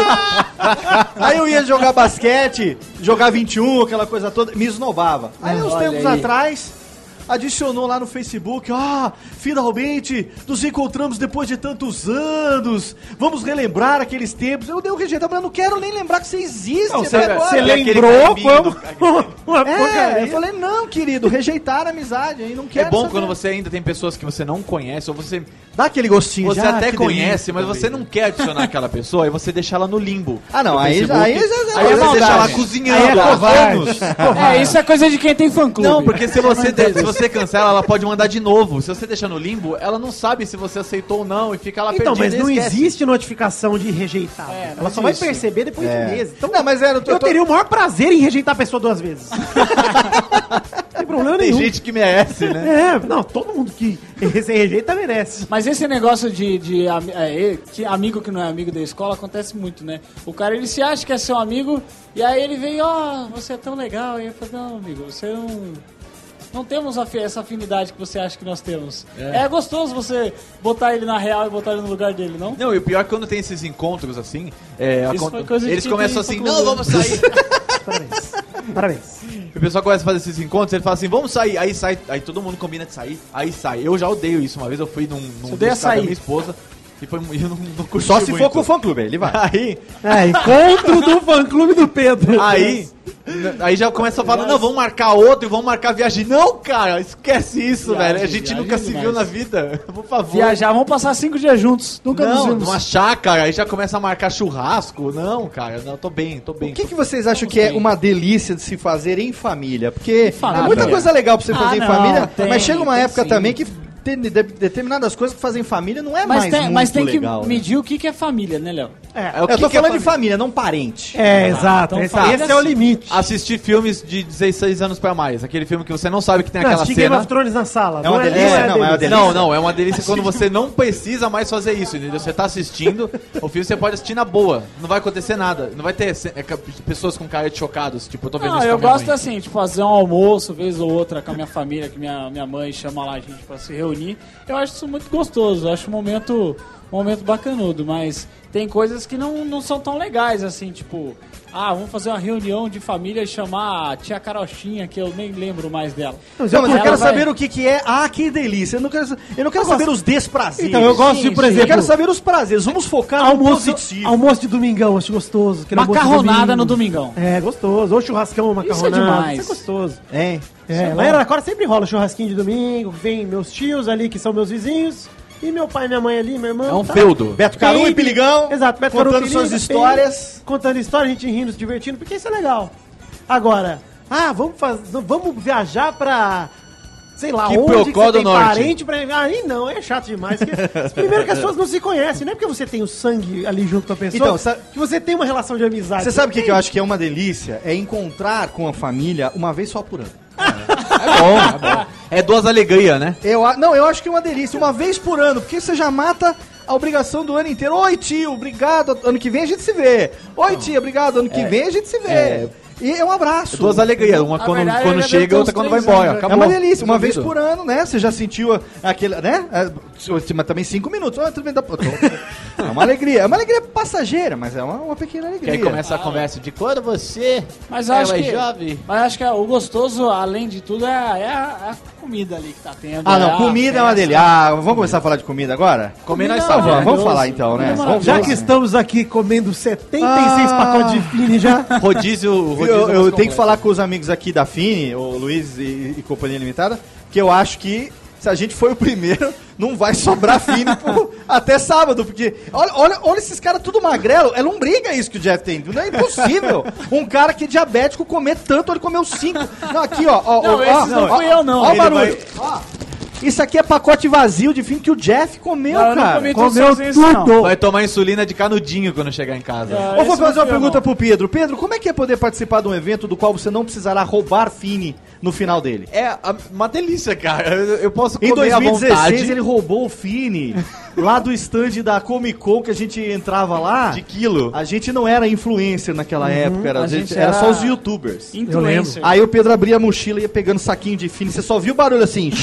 Aí eu ia jogar basquete, jogar 21, aquela coisa toda, me esnobava. Aí uns Olha tempos aí. atrás, adicionou lá no Facebook, finalmente nos encontramos depois de tantos anos, vamos relembrar aqueles tempos. Eu dei um rejeito, mas eu não quero nem lembrar que você existe. Não, até você agora. Você aquele lembrou, caminho foi uma porcaria. Eu falei, não, querido, rejeitar a amizade, aí não quero É bom saber. quando você ainda tem pessoas que você não conhece, ou você Dá aquele gostinho. Você de, até que conhece, delícia, mas você também. não quer adicionar aquela pessoa, aí você deixa ela no limbo. Ah, não, no aí Facebook. aí Aí você você deixa ela maldade. cozinhando Aí é há covarde. anos. É, isso é coisa de quem tem fã-clube. Não, porque se você cancela, ela pode mandar de novo. Se você deixar no limbo, ela não sabe se você aceitou ou não e fica lá Então, mas perdida não e esquece. existe notificação de rejeitar. É, não Ela só vai existe. perceber depois de meses. Então, Não, mas eu teria o maior prazer em rejeitar a pessoa 2 vezes. Não tem problema Tem nenhum. gente que merece, né? Não, todo mundo que se rejeita merece. Mas esse negócio que amigo que não é amigo da escola acontece muito, né? O cara, ele se acha que é seu amigo, e aí ele vem, você é tão legal. E eu falo, não, amigo, você não temos essa afinidade que você acha que nós temos. É gostoso você botar ele na real e botar ele no lugar dele, não? Não, e o pior é que quando tem esses encontros assim, Isso foi coisa de eles quem começam tem assim, fã-clube. não, vamos sair. Parabéns. O pessoal começa a fazer esses encontros, ele fala assim, vamos sair, aí sai, aí todo mundo combina de sair, aí sai. Eu já odeio isso, uma vez eu fui num odeia buscar da sair. minha esposa, e foi, eu não curti Só se muito. for com o fã-clube, ele vai. Aí, Encontro do fã-clube do Pedro. aí, Aí já começa a falar, não, vamos marcar outro e vamos marcar viagem. Não, cara, esquece isso, Viagem, velho. A gente nunca se viu demais. na vida. Por favor. Viajar, vamos passar 5 dias juntos. Nunca nos Não, vimos. numa chácara, aí já começa a marcar churrasco. Não, cara, não, tô bem. O que vocês acham que é uma delícia de se fazer em família? Porque família. é muita coisa legal pra você fazer em não, família, tem, mas chega uma tem época sim. também que tem determinadas coisas que fazer em família não é Mas mais tem, muito mas tem que legal. Né? medir o que é família, né, Léo? É, o Eu tô que é falando de família, não parente. Exato. então Esse, fala esse é o assim. limite. Assistir filmes de 16 anos pra mais. Aquele filme que você não sabe que tem Não, aquela assistir Game cena. of Thrones na sala. É uma delícia? é Não, é uma delícia. Não, é uma delícia quando você não precisa mais fazer isso, entendeu? Você tá assistindo, o filme você pode assistir na boa. Não vai acontecer nada. Não vai ter pessoas com cara de chocados. Tipo, eu tô vendo Não, isso com eu a minha gosto mãe. assim, tipo, fazer um almoço, vez ou outra, com a minha família, que minha mãe chama lá a gente pra se reunir. Eu acho isso muito gostoso, eu acho um momento bacanudo, mas tem coisas que não são tão legais, assim, tipo, vamos fazer uma reunião de família e chamar a tia Carochinha, que eu nem lembro mais dela. Não, mas eu Ela quero vai- saber o que é. Ah, que delícia. Eu não quero saber os desprazeres. Então, eu gosto de, Sim, por sim. Eu exemplo, quero saber os prazeres. Vamos focar no almoço, positivo. almoço de domingão, acho gostoso. aquele almoço de Macarronada domingo. no domingão. É, gostoso. Ou churrascão, ou Isso é macarronada. demais. Isso é gostoso. Hein? É, lá em Araraquara sempre rola churrasquinho de domingo, vem meus tios ali, que são meus vizinhos, e meu pai e minha mãe ali, meu irmão. É um tá? feudo. Beto Caru e Baby. Piligão. Exato, Beto contando Caru, suas Pilinga, histórias. Baby, contando história, a gente rindo, se divertindo, porque isso é legal. Agora, vamos viajar pra... Sei lá, Quiprocó onde que você do tem Norte. parente pra... Aí não, é chato demais. Primeiro que as pessoas não se conhecem, não é porque você tem o sangue ali junto com a pessoa, Então, sabe- que você tem uma relação de amizade. Você sabe o que eu acho que é uma delícia? É encontrar com a família uma vez só por ano. É bom. É 2 alegrias, né? Eu acho que é uma delícia, uma vez por ano, porque você já mata a obrigação do ano inteiro. Oi, tio, obrigado, ano que vem a gente se vê. Oi, tia, obrigado, ano que vem a gente se vê. E é um abraço. 2 alegrias. Uma Na quando, verdade, quando já chega, deve outra ter uns quando vai 3 embora. anos, já. É Acabou. uma delícia, uma vez Resolvido. por ano, né? Você já sentiu aquele, né? Mas também 5 minutos. Tudo bem, é uma alegria passageira, mas é uma pequena Que alegria. aí começa a conversa de quando você Mas eu acho é que, jovem. mas acho que o gostoso, além de tudo, é a comida ali que tá tendo. Ah, não, a comida é uma festa. delícia. Ah, vamos começar a falar de comida agora? Comer nós Não, sabemos. Vamos maravilhoso. falar então, né? Comida Vamos- Já maravilhosa. que estamos aqui comendo 76 Ah. pacotes de Fini já... Rodízio Eu mais tenho que completo. falar com os amigos aqui da Fini, o Luiz e Companhia Limitada, que eu acho que se a gente for o primeiro, não vai sobrar Fini até sábado, porque olha esses caras tudo magrelo, é lombriga isso que o Jeff tem, não é impossível um cara que é diabético comer tanto, ele comeu 5. Não, aqui ó, Não, esses não fui eu, não. Ó o Ele barulho. Ó, isso aqui é pacote vazio de Fini que o Jeff comeu, Não, eu não cara. comi tudo Comeu sozinho, isso não. tudo. Vai tomar insulina de canudinho quando chegar em casa. Eu vou Esse não fazer uma fui eu, pergunta não. pro Pedro. Pedro, como é que é poder participar de um evento do qual você não precisará roubar Fini no final dele? É uma delícia, cara. Eu posso Em comer à 2016 vontade. ele roubou o Fini lá do stand da Comic Con que a gente entrava lá. De quilo. A gente não era influencer naquela época, a a gente gente era era só os youtubers. Influencer. Aí o Pedro abria a mochila e ia pegando saquinho de Fini. Você só viu o barulho assim,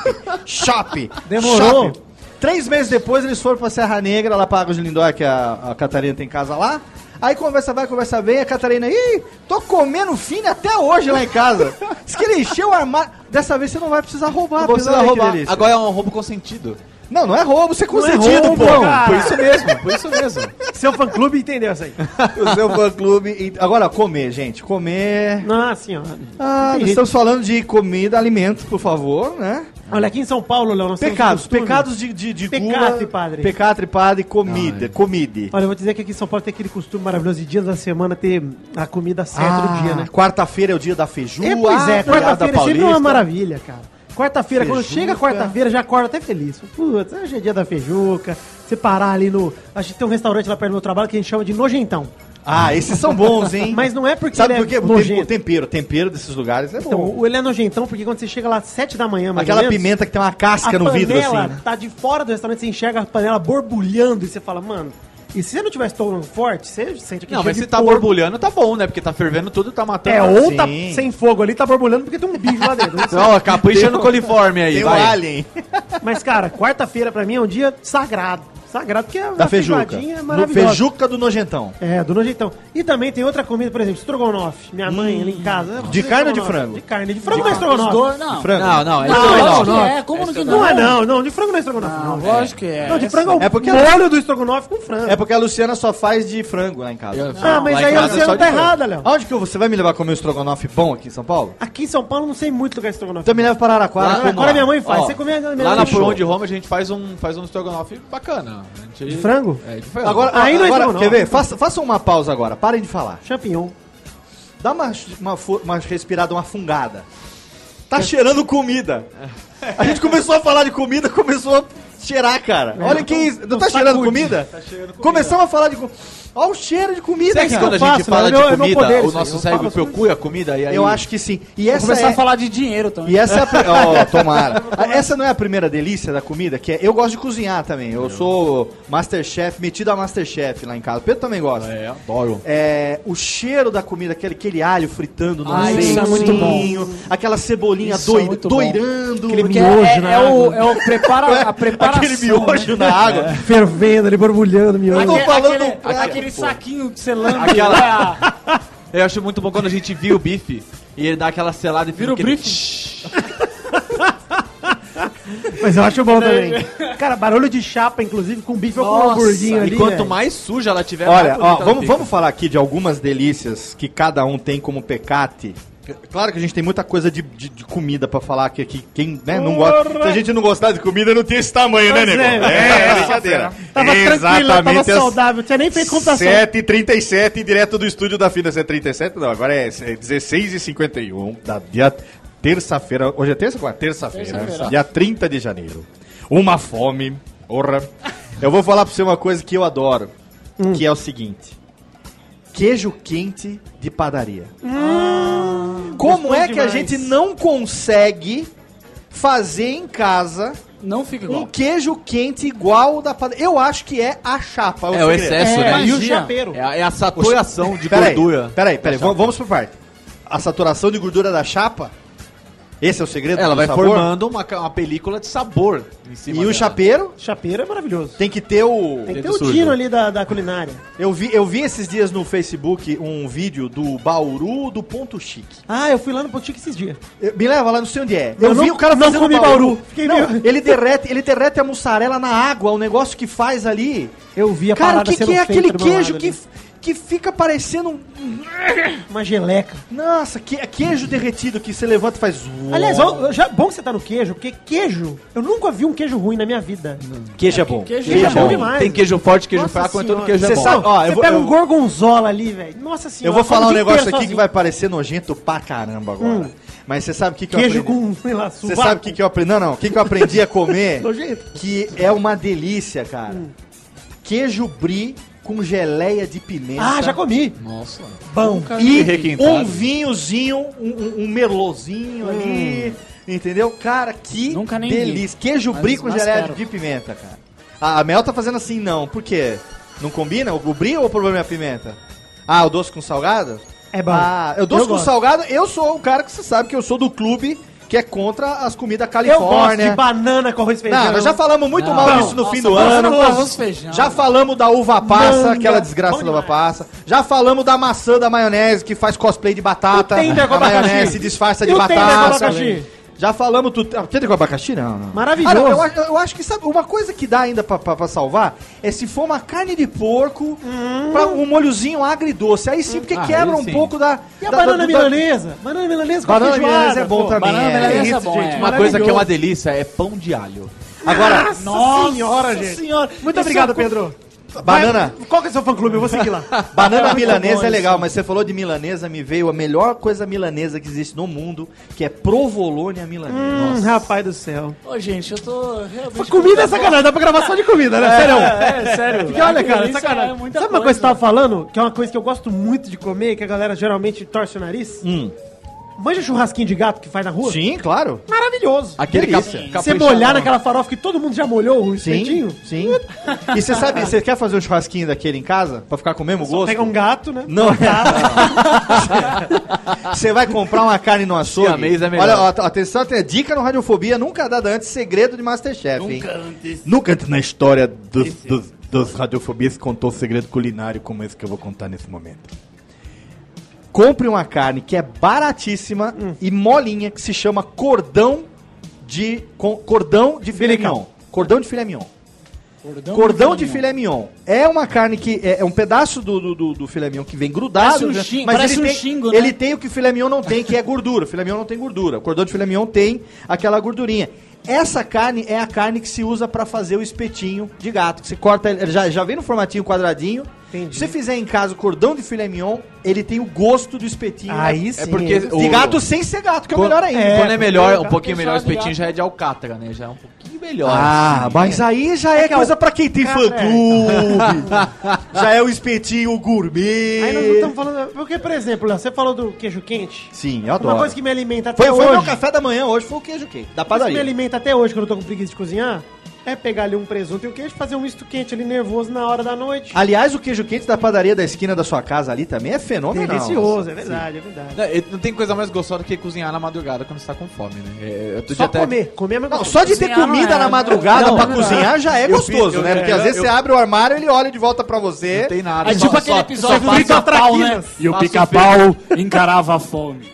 shop. Demorou. Shop. 3 meses depois eles foram pra Serra Negra, lá pra Águas de Lindóia, que a Catarina tem casa lá. Aí conversa vai, conversa vem, a Catarina, tô comendo Fini até hoje lá em casa. Diz que ele encheu o armário. Dessa vez você não vai precisar roubar, Não vou precisar Pedro, olha que roubar. delícia. Agora é um roubo consentido. Não é roubo, você é Não é consentido, roubo, pô. cara. Por isso mesmo, por isso mesmo. Seu fã-clube entendeu isso aí. O seu fã-clube. Agora, comer, gente. Comer. Nossa senhora. Ah, nós estamos falando de comida, alimentos, por favor, né? Olha, aqui em São Paulo, Léo, nós temos Pecados, costume. pecados de Pecado, gula. padre. Pecado, padre, comida, comida. Olha, eu vou dizer que aqui em São Paulo tem aquele costume maravilhoso de dias da semana ter a comida certa do dia, né? Quarta-feira é o dia da feijuca. Pois é, quarta-feira é sempre uma Paulista. maravilha, cara. Quarta-feira, quando Feijuca. chega quarta-feira, já acorda até feliz. Putz, hoje é dia da feijuca. Você parar ali no... A gente tem um restaurante lá perto do meu trabalho que a gente chama de Nojentão. Ah, esses são bons, hein? Mas não é porque Sabe ele por quê? é nojento. O tempero desses lugares é bom. Então, ele é nojentão porque quando você chega lá às 7 da manhã, mais Aquela ou menos, pimenta que tem uma a casca no vidro, panela assim. Né? tá de fora do restaurante, você enxerga a panela borbulhando e você fala, mano... E se você não tivesse tomando forte, você sente aquele Não, mas cheiro se de tá porco. borbulhando, tá bom, né? Porque tá fervendo tudo, tá matando. É, ou Sim. tá sem fogo ali, tá borbulhando porque tem um bicho lá dentro. Não sei. Ó, capricha no coliforme aí, Tem o vai. alien. Mas, cara, quarta-feira pra mim é um dia sagrado. Sagrado, porque Da a feijuca. feijoadinha é No maravilhosa. feijuca do nojentão. É, do nojentão. E também tem outra comida, por exemplo, estrogonofe. Minha mãe ali em casa. De carne ou de frango? De carne. De frango não é estrogonofe. Não, Frango. Não, é lógico que é. Como que Não é não, de frango não é estrogonofe. Não, lógico que é. Não, de frango é É o porque- molho do estrogonofe com frango. É porque a Luciana só faz de frango lá em casa. Ah, mas Lá em aí a casa é Luciana só de tá frango. errada, Léo. Aonde que você vai me levar a comer um estrogonofe bom aqui em São Paulo? Aqui em São Paulo não sei muito lugar de estrogonofe. Então me leva para Araraquara. como Agora lá. minha mãe faz. Ó, Você come Lá na Show. Pão de Roma a gente faz um estrogonofe bacana. de frango? É, de frango. Agora, Aí não é agora estrogonofe. quer ver? Façam uma pausa agora. Parem de falar. Champignon. Dá uma respirada, uma fungada. Tá cheirando comida. A gente começou a falar de comida, começou a cheirar, cara. Olha que isso. Não tá cheirando comida? Começamos a falar de comida. Olha o cheiro de comida, Será que cara. quando a eu gente faço, fala né? de É meu comida, poder o isso aí, nosso eu cérebro falo procura a comida? E aí... Eu acho que sim. E Vou essa começar é... a falar de dinheiro também. E essa é a tomara. Essa não é a primeira delícia da comida, que é, eu gosto de cozinhar também. Eu sou Masterchef, metido a Masterchef lá em casa. O Pedro também gosta. É, adoro. É, o cheiro da comida, aquele alho fritando no Isso é muito azeitinho, aquela cebolinha Isso é muito bom. doirando, Porque miojo na a preparação. aquele miojo né? na água. Fervendo ali, borbulhando, miojo. Eu tô falando aquele saquinho que você lambe. Aquela- Eu acho muito bom quando a gente vira o bife e ele dá aquela selada e Vira o aquele bife? Mas eu acho bom também. Cara, barulho de chapa, inclusive, com bife ou com um hamburguinho ali. E quanto velho. mais suja ela tiver, Olha, mais ó, bonita ela fica. vamos falar aqui de algumas delícias que cada um tem como pecate. Claro que a gente tem muita coisa de comida pra falar que aqui quem né, não gosta. Se a gente não gostar de comida, não tem esse tamanho, né, Pois nego? é, brincadeira. Tava tranquilo, tava saudável. Tinha nem feito computação. 7h37, direto do estúdio da Fina 7h37. Não, agora é 16h51 da dia terça-feira. Hoje é terça? Terça-feira. Terça-feira. Dia 30 de janeiro. Uma fome. Porra. Eu vou falar pra você uma coisa que eu adoro. Que é o seguinte. Queijo quente de padaria. Como é que a demais. gente não consegue fazer em casa Não fica um igual. queijo quente igual o da padaria? Eu acho que é a chapa. É o segredo. excesso, É, né? E o magia. chapeiro. É a saturação de Peraí, gordura. peraí, vamos por parte. A saturação de gordura da chapa, esse é o segredo Ela do vai sabor? formando uma película de sabor em cima E o dela. chapeiro Chapeiro é maravilhoso. tem que ter o... Tem que ter Dedo o sujo. tino ali da culinária. Eu vi esses dias no Facebook um vídeo do Bauru do Ponto Chique. Ah, eu fui lá no Potique esses dias. Me leva lá, não sei onde é. Eu vi não- o cara não fazendo comi Bauru. Fiquei Não, meio- ele derrete a mussarela na água, o negócio que faz ali. Eu vi a Cara, o parada que, sendo que é feita aquele do meu queijo lado que, ali. que fica parecendo um... Uma geleca. Nossa, queijo derretido que você levanta e faz... Aliás, bom que você tá no queijo, porque queijo... Eu nunca vi um queijo ruim na minha vida. Queijo é bom. Queijo é bom demais. Tem queijo forte, queijo Nossa fraco, então senhora. queijo é Você bom. sabe- ó, eu Você vou- pega eu- um gorgonzola ali, velho. Nossa senhora. Eu vou falar um come o dia negócio inteiro aqui que sozinho. vai parecer nojento pra caramba agora. Mas você sabe o que, que eu Queijo aprendi? com, sei lá, Você sabe o que, que eu aprendi? Não. O que, que eu aprendi a comer? Nojento. Que é uma delícia, cara. Queijo brie com geleia de pimenta. Ah, já comi. Nossa. Bom. E requentado. um vinhozinho, um merlozinho ali. Entendeu? Cara, que Nunca nem vi. delícia. Queijo Mas- brie com mas geleia quero. de pimenta, cara. A Mel tá fazendo assim, não. Por quê? Não combina? O brie ou o problema é a pimenta? Ah, o doce com salgado? É bom. Ah, o doce Eu com gosto. salgado, eu sou o cara que você sabe que eu sou do clube que é contra as comidas Eu gosto de Califórnia. banana com arroz e feijão. Não, nós já falamos muito Não, mal não. disso no Nossa, fim do banana ano. com arroz e feijão. Já falamos da uva passa, Manga. aquela desgraça Bom da uva demais. passa. Já falamos da maçã da maionese que faz cosplay de batata. O tender com A abacaxi. maionese se disfarça de E o tender com batata. abacaxi? Já falamos tudo. Tender com abacaxi? Não, não. Maravilhoso. não, eu acho que sabe, uma coisa que dá ainda pra salvar é se for uma carne de porco pra um molhozinho agridoce. Aí sim, porque Ah, quebra aí um sim. pouco da. E a da- banana da- milanesa? Banana milanesa com Banana feijoada, milanesa é bom pô. também. Banana é. milanesa isso, é bom, gente, é. Uma coisa que é maravilhoso. uma delícia é pão de alho. Agora, Nossa senhora, gente. senhora. Muito obrigado, Pedro. banana. Qual que é o seu fã-clube? Eu vou seguir lá. Banana muito milanesa bom é legal, isso. mas você falou de milanesa, me veio a melhor coisa milanesa que existe no mundo, que é provolone à milanesa. Rapaz do céu. Ô, gente, eu tô realmente... Comida é sacanagem, dá pra gravar só de comida, né? Sério. É, sério. Porque olha, cara, Isso sacanagem. é muita Sabe uma coisa que você coisa. tava falando? Que é uma coisa que eu gosto muito de comer, que a galera geralmente torce o nariz? Manja churrasquinho de gato que faz na rua? Sim, claro. Maravilhoso. Aquele Delícia. Você molhar naquela farofa que todo mundo já molhou o espetinho? Sim. E você sabe, você quer fazer um churrasquinho daquele em casa? Pra ficar com o mesmo gosto? Pega um gato, né? Não. Você vai comprar uma carne no açougue. Siamês é melhor. Olha, ó, atenção, tem dica no Radiofobia, nunca dada antes, segredo de Masterchef, hein? Nunca antes na história dos Radiofobias contou segredo culinário como esse que eu vou contar nesse momento. Compre uma carne que é baratíssima e molinha, que se chama cordão de filé mignon. Cordão de filé mignon. Cordão de filé mignon. É uma carne que é um pedaço do filé mignon que vem grudado. Parece um xingo, né? Ele tem o que o filé mignon não tem, que é gordura. O filé mignon não tem gordura. O cordão de filé mignon tem aquela gordurinha. Essa carne é a carne que se usa pra fazer o espetinho de gato. Que você corta, ele já vem no formatinho quadradinho. Entendi. Se você fizer em casa o cordão de filé mignon, ele tem o gosto do espetinho. Aí né? sim. É porque De gato sem ser gato, que é o melhor ainda. Quando é melhor, um pouquinho porque melhor o só de espetinho gato. já é de alcátara, né? Já é um pouquinho melhor. Ah, mas aí já é que é coisa o- pra quem tem fã-clube. Já é o espetinho gourmet. Aí nós não estamos falando... Porque, por exemplo, Léo, você falou do queijo quente. Sim, eu adoro. Uma coisa que me alimenta até Foi hoje... meu café da manhã hoje, foi o queijo quente, da Uma coisa que me padaria. alimenta até hoje, quando eu tô com preguiça de cozinhar, é pegar ali um presunto e um queijo, fazer um misto quente ali nervoso na hora da noite. Aliás, o queijo quente da padaria da esquina da sua casa ali também é fenomenal. Delicioso, é verdade, é verdade. Não tem coisa mais gostosa do que cozinhar na madrugada quando você tá com fome, né? Eu tô Só comer. Comer é mais Não, gostoso. só de ter Cozinhar não comida é, na madrugada não, pra não, cozinhar já é eu gostoso, fiz- né? eu- Porque às vezes você abre o armário, ele olha de volta pra você. Não tem nada. É tipo aquele episódio do frita pica-pau, né? traquinas. E o Faço pica-pau encarava a fome.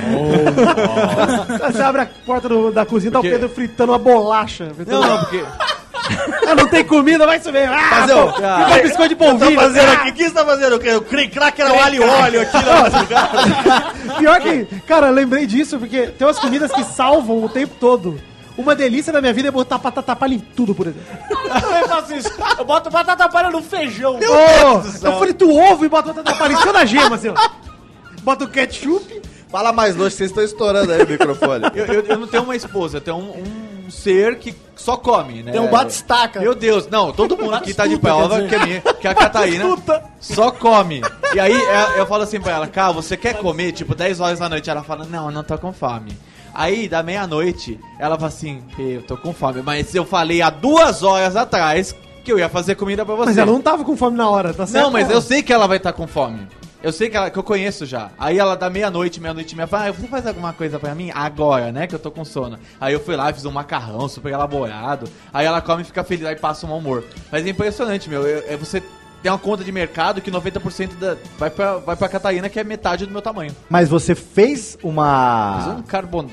Você abre a porta da cozinha, tá o Porque- Pedro fritando uma bolacha. Não, porque... Não tem comida, vai subir. Fazer o- Fica biscoito de Tá polvilho. fazendo aqui? O que você tá fazendo? O quê? O crack era o alho e óleo aqui na madrugada. Pior que, cara, eu lembrei disso, porque tem umas comidas que salvam o tempo todo. Uma delícia da minha vida é botar batata palha em tudo, por exemplo. Eu também faço isso. Eu boto batata palha no feijão. Eu frito ovo e boto batata palha em cima da gema, assim, ó. Boto ketchup. Fala mais longe, vocês estão estourando aí o microfone. Eu não tenho uma esposa, eu tenho um ser que só come, né? Tem um batistaca. Meu Deus, não, todo mundo aqui tá de prova quer dizer. que a Catarina só come. E aí eu falo assim pra ela, cara, você quer comer, tipo, 10 horas da noite? Ela fala, não, eu não tô com fome. Aí, da meia-noite, ela fala assim, eu tô com fome, mas eu falei há 2 horas atrás que eu ia fazer comida pra você. Mas ela não tava com fome na hora, tá certo? Não, mas eu sei que ela vai estar com fome. Eu sei que eu conheço já. Aí ela dá meia-noite e meia fala, você faz alguma coisa pra mim? Agora, né? Que eu tô com sono. Aí eu fui lá, fiz um macarrão super elaborado. Aí ela come e fica feliz, aí passa um amor. Mas é impressionante, meu. Você tem uma conta de mercado que 90% vai pra Catarina, que é metade do meu tamanho. Mas você fez Fiz uma... um carbonara.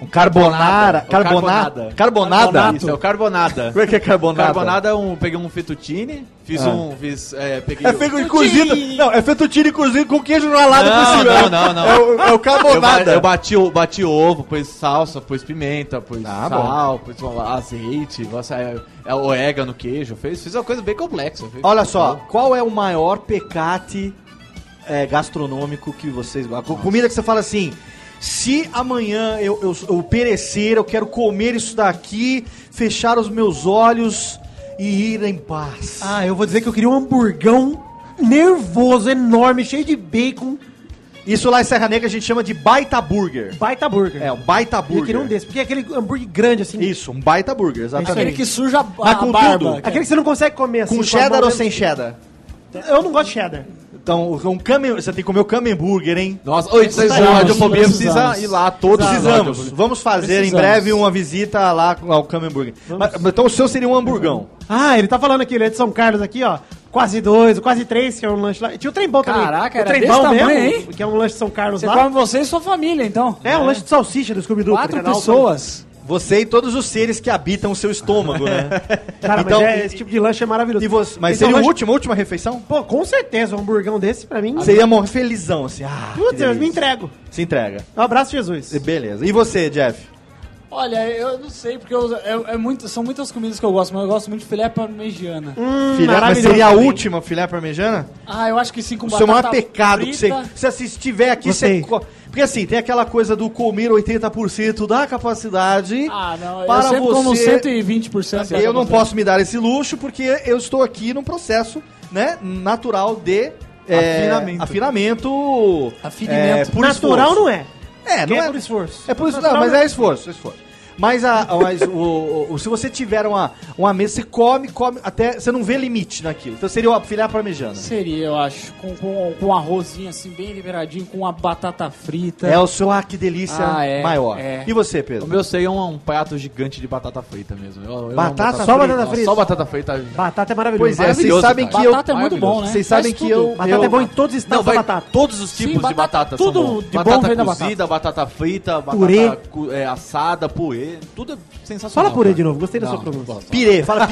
Carbonada? Isso, é o carbonada. Como é que é carbonada? Carbonada, peguei um fettuccine, peguei... É feito cozido. Não, é fettuccine cozido com queijo ralado por cima. Não. É o carbonada. Eu bati ovo, pus salsa, pus pimenta, pus Ah, sal, pus azeite, orégano, queijo. Fiz uma coisa bem complexa. Olha só, qual é o maior pecate gastronômico que vocês gostam? Comida que você fala assim, se amanhã eu perecer, eu quero comer isso daqui, fechar os meus olhos e ir em paz. Ah, eu vou dizer que eu queria um hamburgão nervoso, enorme, cheio de bacon. Isso lá em Serra Negra a gente chama de baita burger. Baita burger. É, um baita Eu queria burger. um desse, porque é aquele hambúrguer grande, assim. Isso, um baita burger, Aquele exatamente. que suja Mas com barba. tudo? Aquele que você não consegue comer assim. Com a cheddar mão ou dentro. sem cheddar? Eu não gosto de cheddar. Então, você tem que comer o camembert, hein? Nossa, oi, vocês Precisamos, a radiofobia precisa precisamos. ir lá, todos Precisamos. nós. Vamos fazer em Precisamos. breve uma visita lá ao camembert. Então o seu seria um hamburgão. Ah, ele tá falando aqui, ele é de São Carlos aqui, ó. Quase 2, quase 3, que é um lanche lá. Tinha o trem bom também. Caraca, o era trem desse bom tamanho, mesmo, hein? que é um lanche de São Carlos Você lá. come você e sua família, então. É, um lanche de salsicha do Scooby-Doo. 4 Renato. pessoas. Você e todos os seres que habitam o seu estômago, né? Cara, Então, mas esse tipo de lanche é maravilhoso. E você, mas Então, seria lanche- a última refeição? Pô, com certeza, um hamburgão desse pra mim. Você ia morrer felizão, assim. Ah, Putz, que eu me delícia. entrego. Se entrega. Um abraço, Jesus. Beleza. E você, Jeff? Olha, eu não sei, porque são muitas comidas que eu gosto, mas eu gosto muito de filé parmegiana. Filé, mas maravilhoso seria a também. última filé parmegiana? Ah, eu acho que sim, com O seu maior batata pecado que frita. você se estiver aqui, Gostei. você... Porque assim, tem aquela coisa do comer 80% da capacidade. Ah, não, Para eu sempre como você- 120%. da Eu não capacidade. posso me dar esse luxo porque eu estou aqui num processo, né, natural de Afinamento. afinamento Afinamento. por Natural esforço. não é. Não é por esforço. É por isso, não, mas é esforço. Mas, se você tiver uma mesa, você come até. Você não vê limite naquilo. Então seria o filé à parmegiana. Seria, eu acho. Com um arrozinho assim, bem liberadinho, com uma batata frita. É o seu que delícia maior. É. E você, Pedro? O meu sei é um prato gigante de batata frita mesmo. Eu Batata amo só batata Nossa, frita? Só batata frita. Batata é maravilhoso. Pois é, vocês Maravilhoso, sabem cara. que Batata é muito bom, né? Vocês sabem Faz que tudo. Batata é bom em todos os estados da batata. Todos os tipos de batata, batata tudo são bons. de bom Batata vem da cozida, batata frita, Purê. batata assada, purê. Tudo é sensacional. Fala purê cara. de novo, gostei da sua Não, pronúncia. gosto. Pirê, fala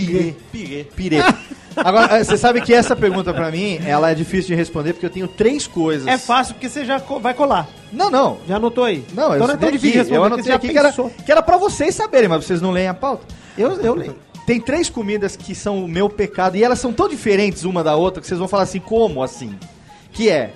pirê. Agora, você sabe que essa pergunta pra mim, ela é difícil de responder porque eu tenho 3 coisas. É fácil porque você já vai colar. Não. Já anotou aí? Não, então eu não é tão difícil de responder, eu porque anotei você já aqui pensou. que era pra vocês saberem, mas vocês não leem a pauta. Eu leio. Tem 3 comidas que são o meu pecado e elas são tão diferentes uma da outra que vocês vão falar assim, como assim? Que é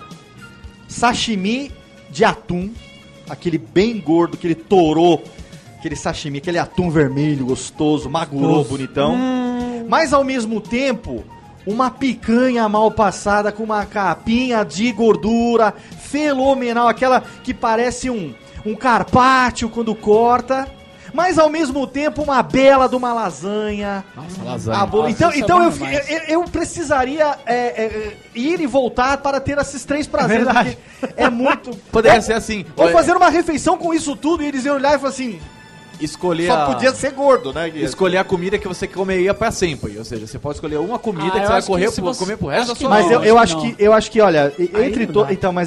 sashimi de atum, aquele bem gordo, aquele torô, aquele sashimi, aquele atum vermelho, gostoso, maguro, bonitão. Mas ao mesmo tempo, uma picanha mal passada com uma capinha de gordura fenomenal, aquela que parece um carpaccio quando corta. Mas ao mesmo tempo uma bela de uma lasanha. Nossa, lasanha. Então eu precisaria ir e voltar para ter esses 3 prazeres. verdade. É muito. Poderia ser assim. Ou fazer uma refeição com isso tudo e eles iam olhar e falar assim. Escolher Só podia ser gordo, né? escolher a comida que você comeria pra sempre. Ou seja, você pode escolher uma comida que eu você vai acho que correr se você- comer pro resto da acho sua que Mas vida. não. eu acho que, olha, Aí entre não todos. dá. Então, mas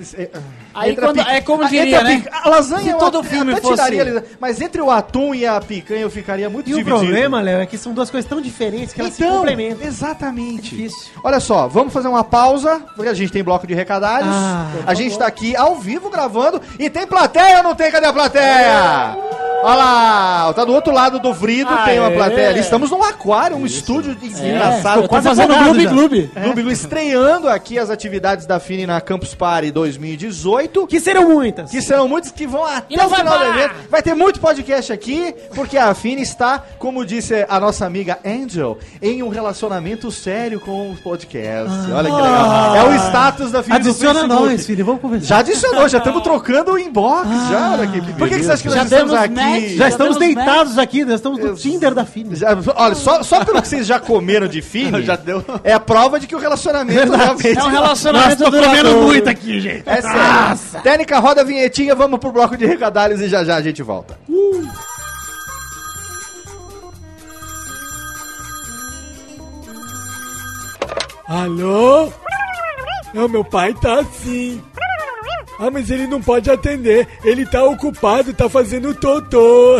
Aí entre a quando- pica- é como entre diria, a né? A lasanha Se eu todo até filme tiraria fosse- ali, mas entre o atum e a picanha eu ficaria muito E o dividido. problema, Léo, é que são duas coisas tão diferentes que elas se complementam. Exatamente. É difícil. Olha só, vamos fazer uma pausa, porque a gente tem bloco de recadalhos. Por a gente tá aqui ao vivo gravando e tem plateia ou não tem? Cadê a plateia? Olha lá, tá do outro lado do Vrido, tem uma plateia ali. Estamos num aquário, um estúdio engraçado. eu tô quase fazendo afogado Gloob já. Gloob. Gloob Gloob, estreando aqui as atividades da Fini na Campus Party 2018. Que serão muitas. Que serão muitos que vão até não o vai final do parar. evento. Vai ter muito podcast aqui, porque a Fini está, como disse a nossa amiga Angel, em um relacionamento sério com o podcast. Olha que legal. É o status da Fini Adiciona no Facebook. nós, filho, vamos conversar. Já adicionou, já estamos trocando o inbox. Já, olha aqui. Por que você acha que nós Já estamos demos aqui? match. Já estamos demos deitados aqui, nós estamos no Tinder da Fini. Olha, só pelo que vocês já comeram de Fini, Já deu. é a prova de que o relacionamento realmente... É um relacionamento Tô comendo duradouro. muito aqui, gente. É sério. Técnica, roda a vinhetinha, vamos pro bloco de recadalhos e já a gente volta. Alô? Não, meu pai tá assim. Ah, mas ele não pode atender. Ele tá ocupado, tá fazendo totô.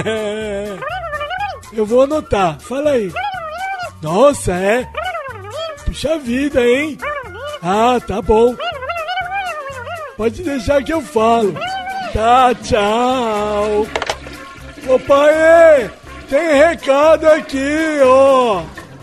Eu vou anotar. Fala aí. Nossa, é? Puxa vida, hein? Ah, tá bom. Pode deixar que eu falo. Tá, tchau. Ô pai, tem recado aqui, ó.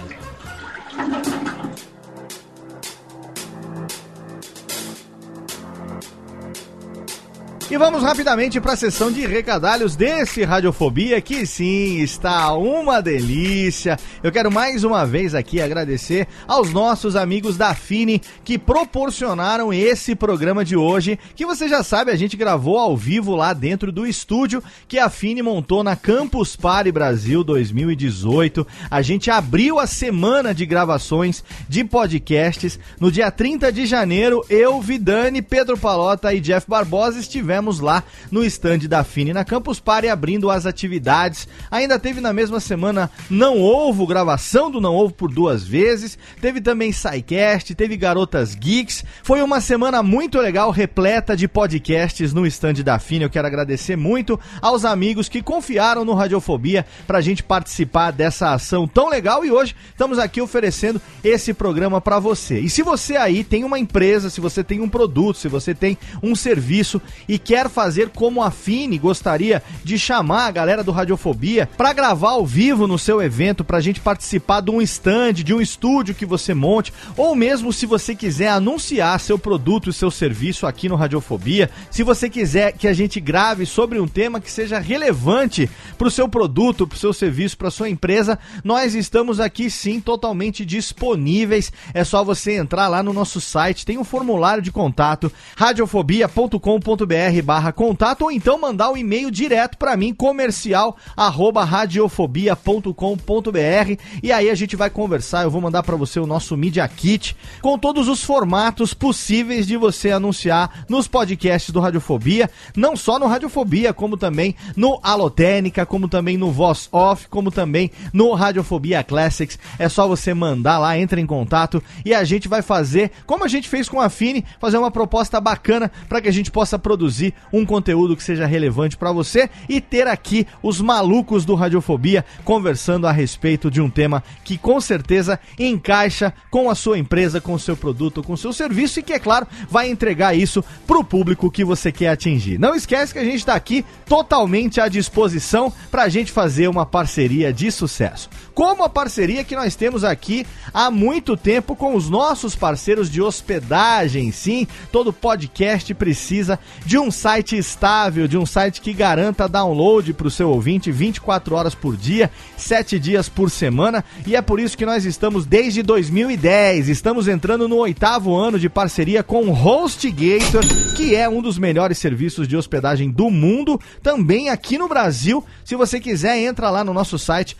E vamos rapidamente para a sessão de recadalhos desse Radiofobia, que sim, está uma delícia. Eu quero mais uma vez aqui agradecer aos nossos amigos da Fini que proporcionaram esse programa de hoje, que você já sabe, a gente gravou ao vivo lá dentro do estúdio que a Fini montou na Campus Party Brasil 2018. A gente abriu a semana de gravações de podcasts. No dia 30 de janeiro, eu, Vidani, Pedro Palota e Jeff Barbosa estivemos lá no stand da Fini na Campus Party abrindo as atividades. Ainda teve na mesma semana Não Ovo, gravação do Não Ovo por 2 vezes. Teve também SciCast, teve Garotas Geeks. Foi uma semana muito legal, repleta de podcasts no stand da Fini. Eu quero agradecer muito aos amigos que confiaram no Radiofobia pra gente participar dessa ação tão legal e hoje estamos aqui oferecendo esse programa pra você. E se você aí tem uma empresa, se você tem um produto, se você tem um serviço e quer fazer como a Fini gostaria de chamar a galera do Radiofobia pra gravar ao vivo no seu evento, pra gente participar de um stand, de um estúdio que você monte, ou mesmo se você quiser anunciar seu produto e seu serviço aqui no Radiofobia, se você quiser que a gente grave sobre um tema que seja relevante pro seu produto, pro seu serviço, pra sua empresa, nós estamos aqui sim totalmente disponíveis. É só você entrar lá no nosso site, tem um formulário de contato, radiofobia.com.br radiofobia.com.br/contato ou então mandar o e-mail direto para mim, comercial@radiofobia.com.br, e aí a gente vai conversar. Eu vou mandar para você o nosso Media Kit com todos os formatos possíveis de você anunciar nos podcasts do Radiofobia, não só no Radiofobia, como também no Alotênica, como também no Voz Off, como também no Radiofobia Classics. É só você mandar lá, entra em contato e a gente vai fazer, como a gente fez com a Fini, fazer uma proposta bacana para que a gente possa produzir um conteúdo que seja relevante para você e ter aqui os malucos do Radiofobia conversando a respeito de um tema que com certeza encaixa com a sua empresa, com o seu produto, com o seu serviço e que, é claro, vai entregar isso pro público que você quer atingir. Não esquece que a gente está aqui totalmente à disposição pra gente fazer uma parceria de sucesso. Como a parceria que nós temos aqui há muito tempo com os nossos parceiros de hospedagem. Sim, todo podcast precisa de um site estável, de um site que garanta download pro seu ouvinte 24 horas por dia, 7 dias por semana, e é por isso que nós estamos desde 2010, estamos entrando no 8º ano de parceria com o HostGator, que é um dos melhores serviços de hospedagem do mundo, também aqui no Brasil. Se você quiser, entra lá no nosso site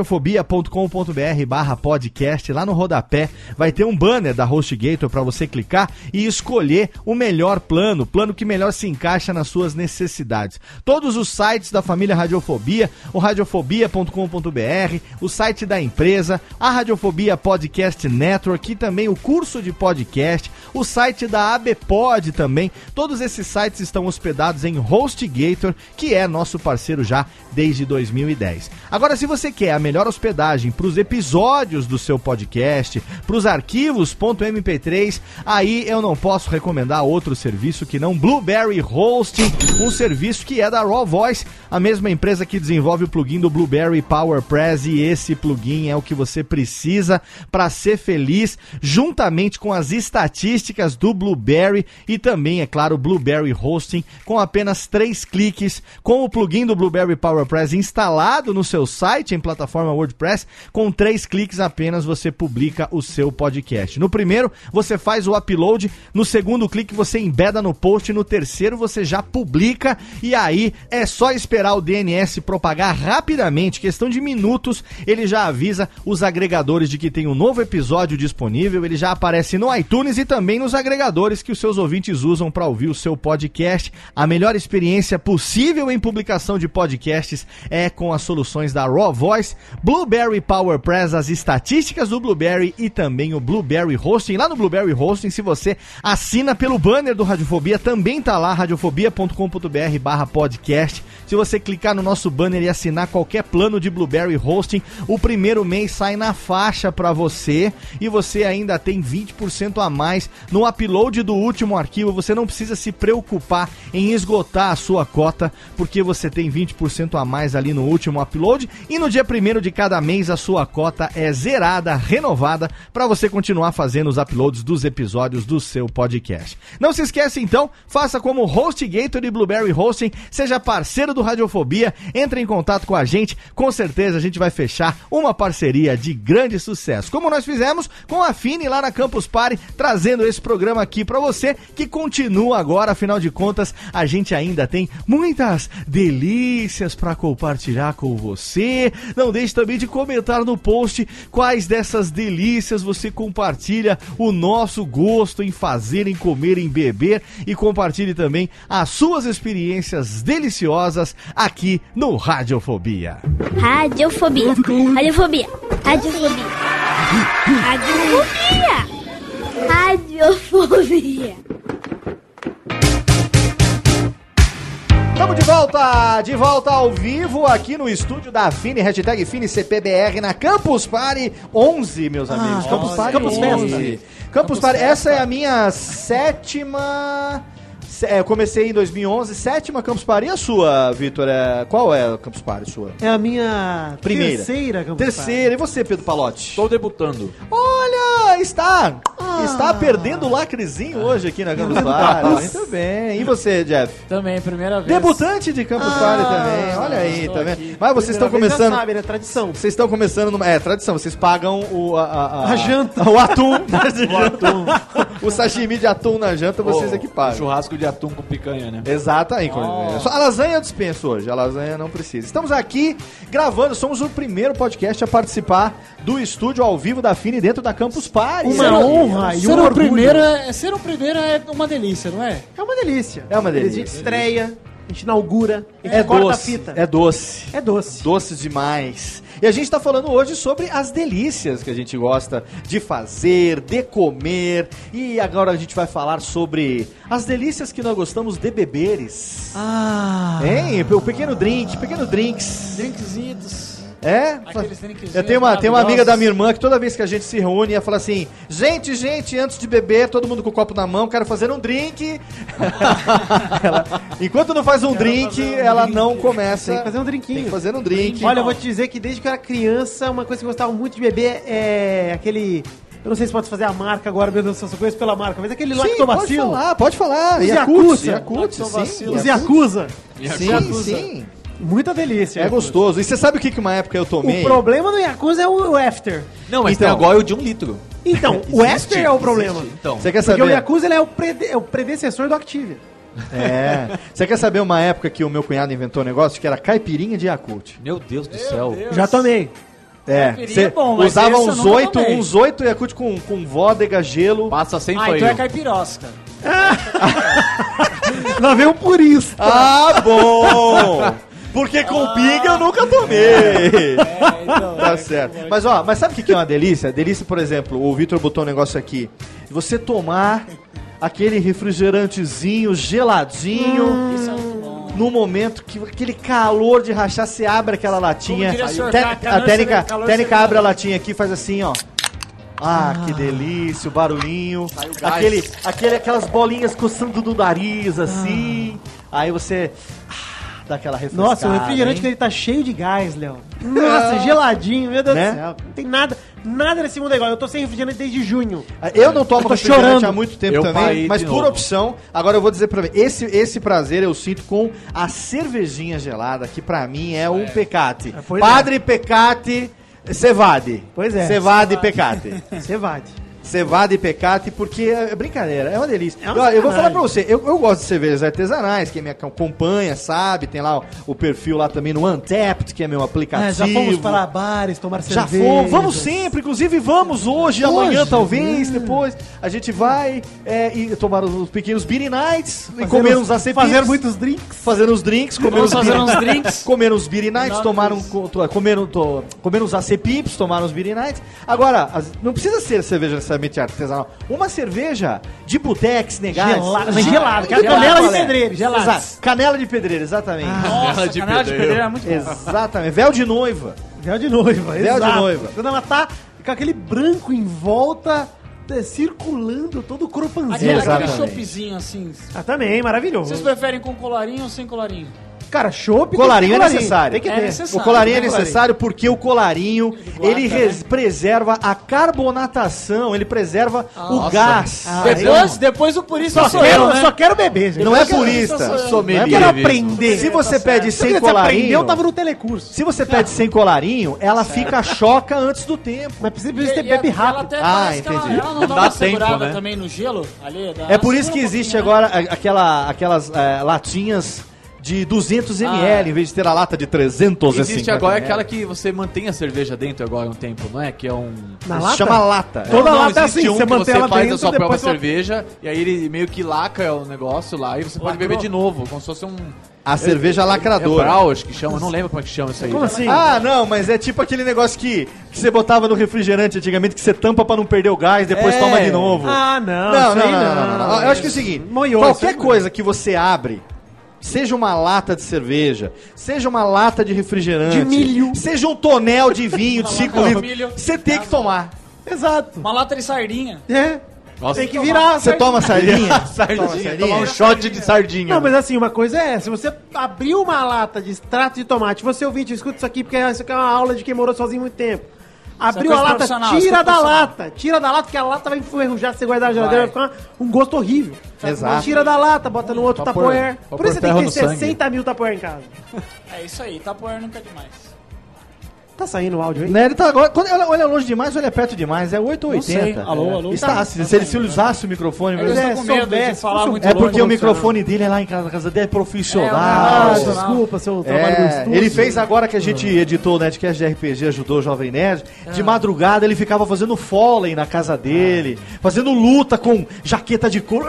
radiofobia.com.br/podcast, lá no rodapé vai ter um banner da HostGator para você clicar e escolher o melhor plano, o plano que melhor se encaixa nas suas necessidades. Todos os sites da família Radiofobia, o radiofobia.com.br, o site da empresa, a Radiofobia Podcast Network e também o curso de podcast, o site da ABPod também, todos esses sites estão hospedados em HostGator, que é nosso parceiro já desde 2010. Agora, se você quer a melhor hospedagem para os episódios do seu podcast, para os arquivos .mp3, aí eu não posso recomendar outro serviço que não Blueberry Hosting, um serviço que é da Raw Voice, a mesma empresa que desenvolve o plugin do Blueberry PowerPress, e esse plugin é o que você precisa para ser feliz, juntamente com as estatísticas do Blueberry e também, é claro, Blueberry Hosting, com apenas 3 cliques, com o plugin do Blueberry PowerPress instalado no seu site em plataforma WordPress, com 3 cliques apenas você publica o seu podcast. No primeiro, você faz o upload, no segundo clique você embeda no post, no terceiro você já publica, e aí é só esperar o DNS propagar rapidamente, questão de minutos, ele já avisa os agregadores de que tem um novo episódio disponível, ele já aparece no iTunes e também nos agregadores que os seus ouvintes usam para ouvir o seu podcast. A melhor experiência possível em publicação de podcasts é com as soluções da Raw Voice, Blueberry PowerPress, as estatísticas do Blueberry e também o Blueberry Hosting. Lá no Blueberry Hosting, se você assina pelo banner do Radiofobia, também tá lá, radiofobia.com.br/podcast. Se você clicar no nosso banner e assinar qualquer plano de Blueberry Hosting, o primeiro mês sai na faixa para você e você ainda tem 20% a mais no upload do último arquivo. Você não precisa se preocupar em esgotar a sua cota, porque você tem 20% a mais ali no último upload, e no dia 1º de cada mês a sua cota é zerada, renovada, para você continuar fazendo os uploads dos episódios do seu podcast. Não se esqueça então, faça como HostGator e Blueberry Hosting, seja parceiro do Radiofobia, entre em contato com a gente, com certeza a gente vai fechar uma parceria de grande sucesso, como nós fizemos com a Fini lá na Campus Party, trazendo esse programa aqui para você, que continua agora, afinal de contas, a gente ainda tem muitas delícias para compartilhar com você. Não deixe também de comentar no post quais dessas delícias você compartilha o nosso gosto em fazer, em comer, em beber, e compartilhe também as suas experiências deliciosas aqui no Radiofobia. Radiofobia. Radiofobia. Radiofobia. Radiofobia. Radiofobia. Estamos de volta ao vivo aqui no estúdio da Fini, hashtag FiniCPBR na Campus Party 11, meus amigos. Campus Party Campus 11. Campus Party, essa é a minha 7ª... Eu comecei em 2011, 7ª Campus Party. E a sua, Vitor? Qual é a Campus Party sua? É a minha primeira. terceira Campus Terceira. E você, Pedro Palotti? Estou debutando. Olha, está está perdendo o lacrezinho hoje aqui na Campus Party. Muito bem. E você, Jeff? Também, primeira vez. Debutante de Campus Party também. Olha aí, estou tá vendo? aqui. Mas vocês estão Primeira vez começando... já sabe, né? Tradição. Vocês estão começando numa... É, tradição. Vocês pagam A janta. O atum. O sashimi de atum na janta, vocês é que pagam. Churrasco de atum com picanha, né? Exato, aí. Só a lasanha eu dispenso hoje, a lasanha não precisa. Estamos aqui gravando, somos o primeiro podcast a participar do estúdio ao vivo da Fini dentro da Campus Party. Uma honra e Ser um o orgulho. primeiro é uma delícia, não é? É uma delícia. É uma A delícia. gente estreia, a gente inaugura, a gente É corta doce, a fita. é doce. É doce. Doces demais. E a gente tá falando hoje sobre as delícias que a gente gosta de fazer, de comer. E agora a gente vai falar sobre as delícias que nós gostamos de beberes. Ah. Hein? O pequeno drinks. Drinkzitos. É? Aqueles drinkzinhos Eu tenho uma amiga maravilhosos. da minha irmã que toda vez que a gente se reúne, ela fala assim: gente, antes de beber, todo mundo com o copo na mão, quero fazer um drink. Enquanto não faz um drink, ela não começa. Tem que fazer um drinquinho. Tem que fazer um drink. Olha, eu vou te dizer que desde que eu era criança, uma coisa que eu gostava muito de beber é aquele... Eu não sei se pode fazer a marca agora, meu Deus, eu só conheço pela marca, mas aquele Sim, lactobacilo. pode falar. Os Yakult, Yakult, sim. Os Yakuza. Sim. Muita delícia. É Yakuza. gostoso. E você sabe o que uma época eu tomei? O problema do Yakuza é o after. Não, mas Então. tem agora o de 1 litro. Então, o after é o problema. Então, Você quer Porque saber? o Yakuza ele é o predecessor do Activia. É. Você quer saber uma época que o meu cunhado inventou um negócio que era caipirinha de Yakult? meu Deus do céu. Já tomei. É. Caipirinha Você é bom, mas usava esse eu uns nunca tomei. 8 Yakult com vodka, gelo. Passa sem Ah, fanho. então é caipirosca. Lá vem um purista. Ah, bom! Porque com pinga eu nunca tomei. Então, Tá certo. Mas ó, mas sabe o que é uma delícia? Delícia, por exemplo, o Vitor botou um negócio aqui. Você tomar aquele refrigerantezinho geladinho. Isso é muito bom. No momento que aquele calor de rachar, você abre aquela latinha. Como diria o senhor, A calor técnica cerveja. abre a latinha aqui e faz assim, ó. Ah, que delícia, o barulhinho. Aquelas bolinhas coçando no nariz, assim. Aí você dá aquela refrescada. Nossa, o refrigerante hein? que ele tá cheio de gás, Léo. Nossa, geladinho, meu Deus Né? do céu. Não tem nada nesse mundo igual. Eu tô sem refrigerante desde junho. Eu não tomo Eu tô refrigerante chorando. há muito tempo Eu também, parei mas de por novo. opção. Agora eu vou dizer pra mim, esse prazer eu sinto com a cervejinha gelada, que pra mim é um pecate. Pois Padre Pecate Cevade. Pois é. Cevade Pecate. Você vai. Cevada e pecate, porque é brincadeira, é uma delícia. É uma Ó, eu vou sacanagem. falar pra você, eu gosto de cervejas artesanais, quem me acompanha sabe, tem lá o perfil lá também no Untapped, que é meu aplicativo. já fomos para bares tomar Já cerveja. fomos, vamos sempre, inclusive vamos hoje, amanhã talvez, depois a gente vai e tomar os pequenos beer nights, e comer uns ACPs. Fazer muitos drinks. Fazer uns drinks, comer Vamos uns fazer beer- uns drinks. comer uns beer nights, Nossa. comer uns ACPips, tomar uns beer nights. Agora, não precisa ser cerveja necessariamente artesanal. Uma cerveja de botex, negais. Gelada, mas gelada, que é a canela de pedreiro. Gelados. Exato. Canela de pedreiro, exatamente. Nossa, de canela de pedreiro. pedreiro é muito bom. Exatamente. Véu de noiva. Véu de noiva, Véu de exato. noiva. Quando ela tá com aquele branco em volta, circulando todo o cropanzinho. Aquele Exatamente. choppzinho assim. Ah, também, maravilhoso. Vocês preferem com colarinho ou sem colarinho? Cara, chopp... Colarinho é necessário. Tem que É ter. necessário. O colarinho é Tem necessário porque o colarinho, ele preserva a carbonatação, ele preserva o gás. Depois o purista Só sou quero, eu, né? só quero beber, gente. Não é Eu quero- purista. Eu Sommelier. quero aprender. Se você pede Se eu sem quisesse aprender, eu colarinho, tava no telecurso. se você pede sem colarinho, ela fica choca antes do tempo. Mas precisa ter E ela bebe rápido. até Ah, parece que entendi. ela não dá Dá uma tempo, segurada né? também no gelo ali. É por isso que existe agora aquelas latinhas de 200 ml, em vez de ter a lata de 350 Existe agora ml. aquela que você mantém a cerveja dentro agora um tempo, não é? Que é um... Na Se lata? chama lata. Toda Não, lata é existe assim, um você que mantém ela faz dentro, a sua própria depois você- cerveja e aí ele meio que lacra o negócio lá e você pode beber de novo, como se fosse um... A cerveja É lacradora. Brau, acho que chama, eu não lembro como é que chama isso aí. Como assim? Ah, não, mas é tipo aquele negócio que você botava no refrigerante antigamente, que você tampa pra não perder o gás, depois É. toma de novo. Ah, não. Não, isso não, aí não. Eu acho que é o seguinte, Moiô, qualquer isso aí coisa que você abre, seja uma lata de cerveja, seja uma lata de refrigerante, De milho. seja um tonel de vinho de 5 lata de litros, milho. você tem que tomar. Exato. Uma lata de sardinha. É. Nossa, Tem que virar. Você toma sardinha? sardinha, tomar um shot de sardinha. Não, mas assim, uma coisa é, se você abriu uma lata de extrato de tomate, você ouvinte, escuta isso aqui, porque isso aqui é uma aula de quem morou sozinho muito tempo. Abriu coisa a lata, profissional, tira isso é da profissional. lata. Tira da lata, porque a lata vai enferrujar se você guardar na geladeira, vai ficar um gosto horrível. Exato. Tira da lata, bota no outro Pra Tupperware. pôr- Por isso você pra tem pôr que ter ferro no 60 mil Tupperware em casa. É isso aí, Tupperware nunca é demais. Tá saindo o áudio aí? Né, ele tá agora, quando olha longe demais, olha perto demais, é 8 ou Não sei. 80. Alô, alô. Está, se ele usasse o microfone, Eles mas estão com medo de soubesse, falar fosse muito é porque longe. o microfone dele é lá em casa, a casa dele é profissional. Ah, profissional. desculpa, seu trabalho no estúdio. Ele fez agora que a gente editou o Netcast de RPG, ajudou o Jovem Nerd. De madrugada ele ficava fazendo foley na casa dele, fazendo luta com jaqueta de couro.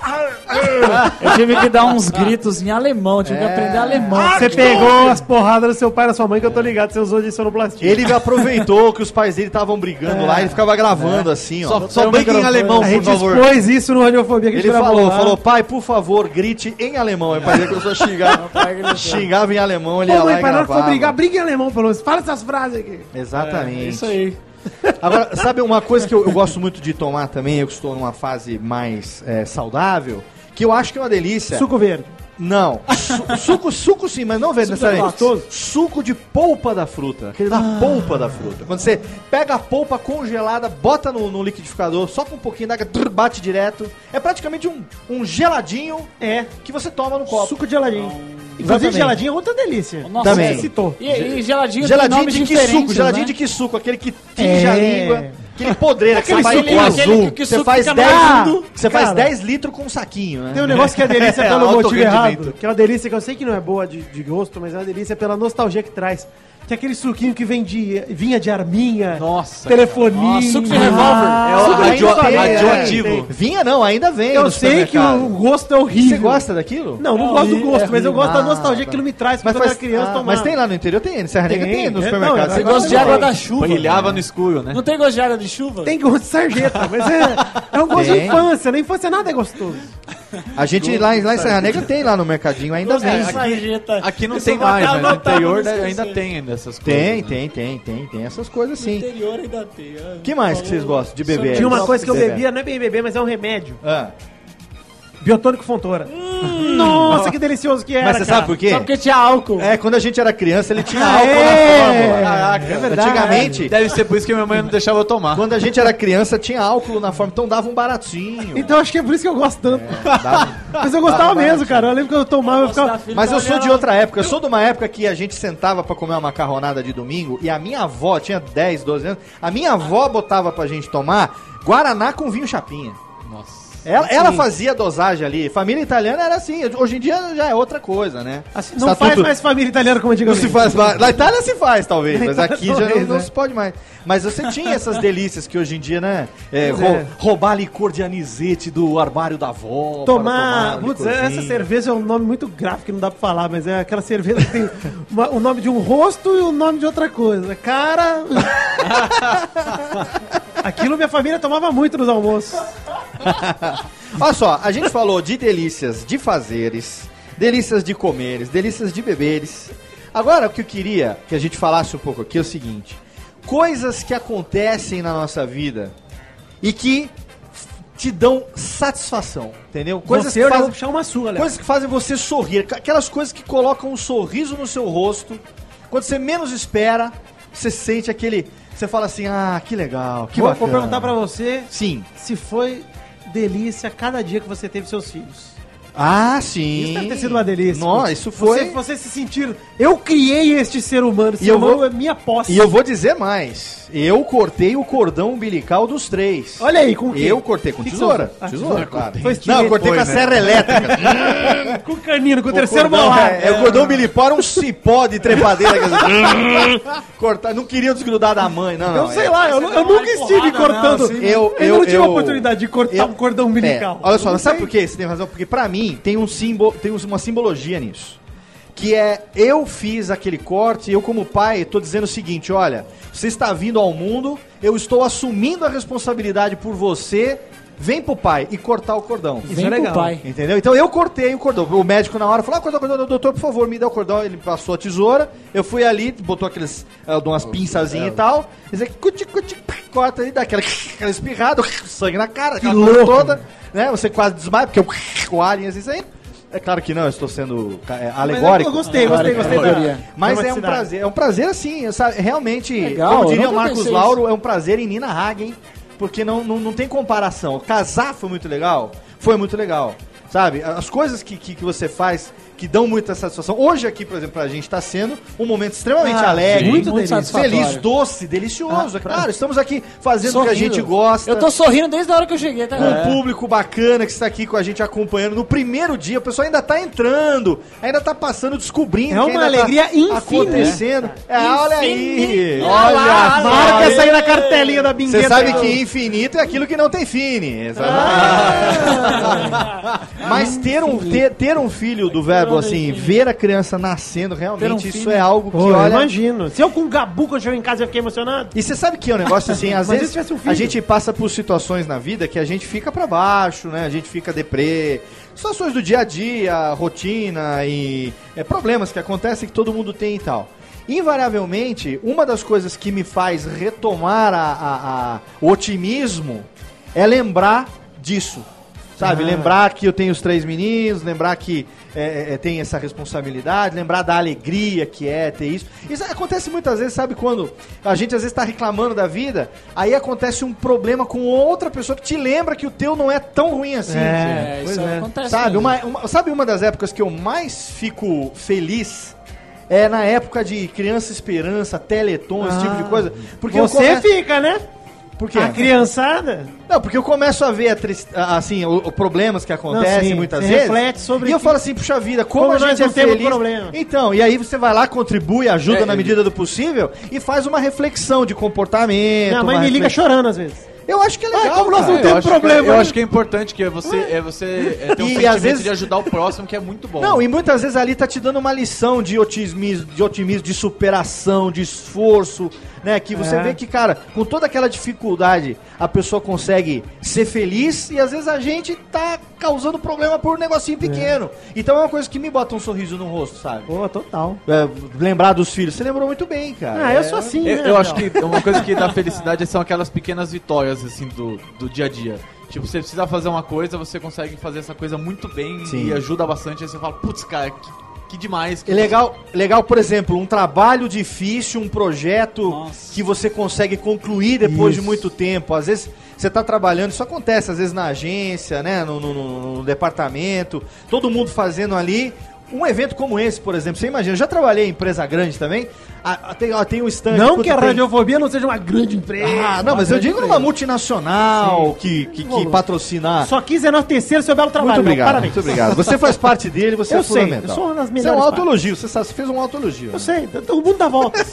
Eu tive que dar uns gritos em alemão, tive que aprender alemão. Você pegou as porradas do seu pai e da sua mãe, que eu tô ligado, você usou de sonoplastia. Ele aproveitou que os pais dele estavam brigando lá, ele ficava gravando assim, ó. Só banque em alemão, A por gente favor. expôs isso no Radiofobia que a Ele gente gravou falou, lá. pai, por favor, grite em alemão. Aí o pai dele começou a xingar, xingava em alemão, ele Pô, ia lá mãe, e pai, na hora que for gravava. brigar, briga em alemão, pelo menos. Fala essas frases aqui. Exatamente. Isso aí. Agora, sabe uma coisa que eu gosto muito de tomar também, eu que estou numa fase mais saudável, que eu acho que é uma delícia. Suco verde. Não, suco sim, mas não verde necessariamente. gostoso. Suco de polpa da fruta, aquele da polpa da fruta. Quando você pega a polpa congelada, bota no liquidificador, só com um pouquinho d'água, bate direto. É praticamente um geladinho que você toma no copo. Suco de geladinho. Inclusive, Exatamente. geladinho é outra delícia. Nossa, Também. Você citou. E geladinho tem Geladinho nomes de que diferentes, suco? Geladinho né? de que suco? Aquele que tinge a língua, aquele podreira que você Aquele faz suco com azul. azul. Que Você suco faz fica 10 amargo. você faz Cara, 10 litros com um saquinho, né? Tem um negócio que é delícia pelo Alto motivo rendimento. errado. Que é uma delícia que eu sei que não é boa de gosto, mas é uma delícia pela nostalgia que traz. Que é aquele suquinho que vinha de arminha, Nossa, telefoninho. Nossa, suco de revólver. É o Suco ainda tem, radioativo. Vinha não, ainda vem. Eu no sei que supermercado. o gosto é horrível. Você gosta daquilo? Não, não gosto do gosto, mas eu gosto da Ah, nostalgia tá. que aquilo me traz Mas, quando eu era criança tomar. mas tem lá no interior, tem. Serra Negra Tem, tem no é, supermercado. não, Você agora gosta de água da chuva. Brilhava no escuro, né? Não tem gosto de água de chuva? Tem gosto de sarjeta, mas é um gosto de Tem. infância. Na infância nada é gostoso. A gente lá em Serra Negra tem lá no mercadinho, ainda Gosto de vem. sarjeta. Aqui não Isso tem eu vou mais, até mas no anotar pra interior não ainda esquecer. tem ainda essas coisas. Tem essas coisas No sim. interior ainda tem. O que mais que vocês gostam de beber? Tinha uma coisa que eu Beber. bebia, não é bem beber, mas é um remédio. Ah. Biotônico Fontoura. Nossa, que delicioso que era, Mas você sabe por quê? Só porque tinha álcool. É, quando a gente era criança, ele tinha Ah, álcool é? na fórmula. Caraca, é verdade. Antigamente, Deve ser por isso que minha mãe não deixava eu tomar. quando a gente era criança, tinha álcool na fórmula, então dava um baratinho. Então acho que é por isso que eu gosto tanto. Dava- Mas eu gostava mesmo, cara. Eu lembro que eu tomava, eu ficava... Mas eu sou de outra época, eu sou de uma época que a gente sentava pra comer uma macarronada de domingo e a minha avó, tinha 10, 12 anos, a minha avó botava pra gente tomar Guaraná com vinho chapinha. Nossa. Ela fazia a dosagem ali. Família italiana era assim. Hoje em dia já é outra coisa, né? Assim, não faz mais família italiana como Não antigamente. se faz mais. Na Itália se faz, talvez, mas aqui já Talvez, não né? se pode mais. Mas você tinha essas delícias que hoje em dia, né? Roubar licor de anisete do armário da avó. Tomar, para putz, licorzinho. essa cerveja é um nome muito gráfico que não dá pra falar, mas é aquela cerveja que tem o nome de um rosto e o nome de outra coisa. Cara. Aquilo minha família tomava muito nos almoços. Olha só, a gente falou de delícias de fazeres, delícias de comeres, delícias de beberes. Agora, o que eu queria que a gente falasse um pouco aqui é o seguinte: coisas que acontecem na nossa vida e que te dão satisfação, entendeu? Coisas Você, que eu já vou fazem, puxar uma sua, Léo. coisas que fazem você sorrir, aquelas coisas que colocam um sorriso no seu rosto. Quando você menos espera, você sente aquele... Você fala assim, ah, que legal, que Vou bacana. perguntar pra você Sim. se foi delícia cada dia que você teve seus filhos. Ah, sim. Isso deve ter sido uma delícia. Nossa, isso foi... Você se sentir... Eu criei este ser humano. Esse E ser eu humano vou- é minha posse. E eu vou dizer mais. Eu cortei o cordão umbilical dos 3. Olha aí, com o quê? Eu cortei com Que que tesoura. você- Ah, Tesoura, claro. Foi Não, eu cortei Foi, com a né? serra elétrica. Com o canino, com o terceiro cordão, molar. o cordão umbilical era um cipó de trepadeira. quer dizer, cortar, não queria desgrudar da mãe, não. Eu não, sei é. lá, eu nunca estive cortando. assim, eu não tive a oportunidade de cortar um cordão umbilical. Olha só, Eu mas sabe não por quê? Você tem razão. Porque pra mim tem um símbolo, tem uma simbologia nisso. Que é, eu fiz aquele corte e eu como pai tô dizendo o seguinte, olha, você está vindo ao mundo, eu estou assumindo a responsabilidade por você, vem pro pai e cortar o cordão. Isso Vem é pro legal. pai. Entendeu? Então eu cortei o cordão. O médico na hora falou, cordão, doutor, por favor, me dá o cordão. Ele passou a tesoura, eu fui ali, botou aqueles, umas pinçazinhas e tal, corta ali, dá aquela espirrada, sangue na cara, aquela coisa toda, né? Você quase desmaia, porque o alien assim, isso aí. É claro que não, eu estou sendo alegórico. Mas eu gostei da Mas é um dramaticidade. prazer assim, sabe, realmente, Legal, como eu diria o nunca Marcos pensei Lauro, é um prazer em Nina Hagen, porque não tem comparação. Casar foi muito legal, sabe? As coisas que você faz que dão muita satisfação. Hoje aqui, por exemplo, pra gente tá sendo um momento extremamente alegre, muito satisfatório. feliz, doce, delicioso. É claro, estamos aqui fazendo o que a gente gosta. Eu tô sorrindo desde a hora que eu cheguei, tá? Um público bacana que está aqui com a gente acompanhando. No primeiro dia, o pessoal ainda tá entrando, ainda tá passando, descobrindo. É que uma ainda alegria tá infinita. acontecendo. Olha aí. Olha, marca essa aí na cartelinha da bingueta. Você sabe que infinito é aquilo que não tem fine. Mas ter um filho do verbo assim, ver a criança nascendo, realmente isso é algo que, eu olha... imagino. Se eu com o Gabu, quando eu chego em casa, eu fiquei emocionado. E você sabe que é um negócio assim, às Mas vezes se tivesse um filho? a gente passa por situações na vida que a gente fica pra baixo, né? A gente fica deprê. Situações do dia a dia, rotina e problemas que acontecem que todo mundo tem e tal. Invariavelmente, uma das coisas que me faz retomar o otimismo é lembrar disso. Sabe, lembrar que eu tenho os 3 meninos, lembrar que tem essa responsabilidade, lembrar da alegria que é ter isso. Isso acontece muitas vezes, sabe, quando a gente às vezes tá reclamando da vida, aí acontece um problema com outra pessoa que te lembra que o teu não é tão ruim assim. Isso acontece. Sabe, mesmo. sabe uma das épocas que eu mais fico feliz? É na época de Criança Esperança, Teleton, esse tipo de coisa. Porque você fica, né? Por quê? A criançada? Não, porque eu começo a ver assim, os problemas que acontecem muitas vezes. Reflete sobre e eu falo assim, puxa vida, como a nós gente é não temos feliz. problema. Então, e aí você vai lá, contribui, ajuda na medida do possível e faz uma reflexão de comportamento. Minha mãe me liga chorando às vezes. Eu acho que é legal. Como nós não temos problema. Eu acho que é importante que você ter um sentimento de ajudar o próximo, que é muito bom. Não, e muitas vezes ali tá te dando uma lição de otimismo, de superação, de esforço, né? Que você vê que, cara, com toda aquela dificuldade, a pessoa consegue ser feliz e às vezes a gente tá causando problema por um negocinho pequeno. Então é uma coisa que me bota um sorriso no rosto, sabe? Pô, total. Lembrar dos filhos. Você lembrou muito bem, cara. Eu sou assim, né? Eu acho que uma coisa que dá felicidade são aquelas pequenas vitórias, assim, do dia a dia. Tipo, você precisa fazer uma coisa, você consegue fazer essa coisa muito bem e ajuda bastante. Aí você fala, putz, cara, que demais. É legal, por exemplo, um trabalho difícil, um projeto que você consegue concluir depois de muito tempo. Às vezes você tá trabalhando, isso acontece às vezes na agência, né, no departamento, todo mundo fazendo ali. Um evento como esse, por exemplo, você imagina, eu já trabalhei em empresa grande também, tem um stand... Não que a Radiofobia não seja uma grande empresa. Não, mas eu digo numa multinacional que patrocina... Só quis enaltecer o seu belo trabalho. Muito obrigado, Parabéns. muito obrigado. Você faz parte dele, você é fundamental. Eu sou uma das Você é melhores um autoelogio, você fez um autoelogio. Eu sei, todo mundo dá voltas.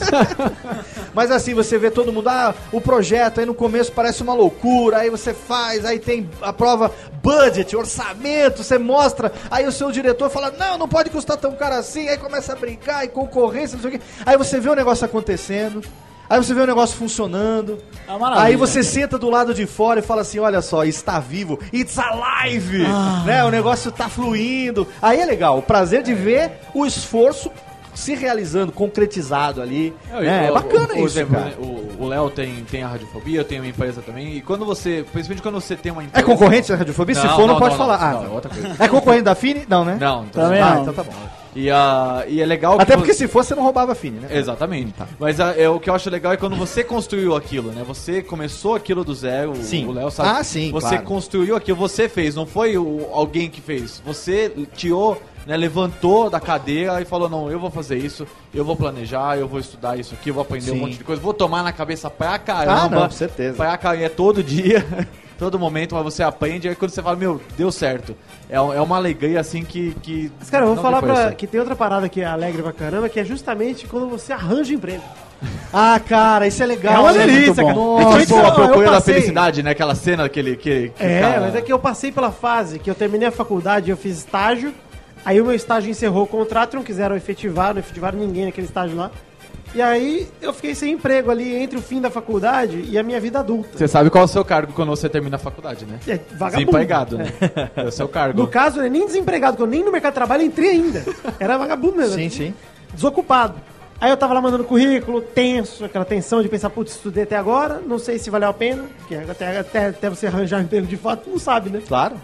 Mas assim, você vê todo mundo, o projeto aí no começo parece uma loucura, aí você faz, aí tem a prova budget, orçamento, você mostra, aí o seu diretor fala, não pode custar tão caro assim, aí começa a brincar e concorrência, não sei o quê. Aí você vê o negócio acontecendo, aí você vê o negócio funcionando, aí você senta do lado de fora e fala assim, olha só, está vivo, it's alive, né? O negócio tá fluindo, aí é legal, o prazer de ver o esforço se realizando, concretizado ali. É bacana isso, exemplo, cara. O Léo tem a Radiofobia, eu tenho uma empresa também, e quando você, principalmente quando você tem uma empresa... É concorrente da Radiofobia? Se for, não pode falar. Não, é outra coisa. É concorrente da Fini? Não, né? Não, também não. Então tá bom. E é legal... Até porque se fosse, você não roubava a Fini, né? Exatamente. Mas o que eu acho legal é quando você construiu aquilo, né? Você começou aquilo do zero, Sim. o Léo sabe. Sim, Você claro. construiu aquilo, você fez, não foi alguém que fez. Você tirou, né, levantou da cadeira e falou, não, eu vou fazer isso, eu vou planejar, eu vou estudar isso aqui, eu vou aprender um monte de coisa, vou tomar na cabeça pra caramba. Não, com certeza. Pra caramba, todo dia, todo momento, mas você aprende, aí quando você fala, meu, deu certo. É uma alegria, assim, que Mas, cara, eu vou não falar tem preço. que tem outra parada que é alegre pra caramba, que é justamente quando você arranja emprego. Cara, isso é legal. É uma né? delícia, Muito bom. cara. Nossa, Tipo, a procura da passei- felicidade, né? Aquela cena que cara... Mas é que eu passei pela fase que eu terminei a faculdade, eu fiz estágio, aí o meu estágio encerrou o contrato, não quiseram efetivar, não efetivaram ninguém naquele estágio lá. E aí eu fiquei sem emprego ali entre o fim da faculdade e a minha vida adulta. Você sabe qual é o seu cargo quando você termina a faculdade, né? É vagabundo. Desempregado, né? É o seu cargo. No caso, não é nem desempregado, porque eu nem no mercado de trabalho entrei ainda. Era vagabundo mesmo. Sim. Desocupado. Aí eu tava lá mandando currículo, tenso, aquela tensão de pensar, putz, estudei até agora, não sei se valeu a pena, porque até você arranjar um emprego de fato, não sabe, né? Claro.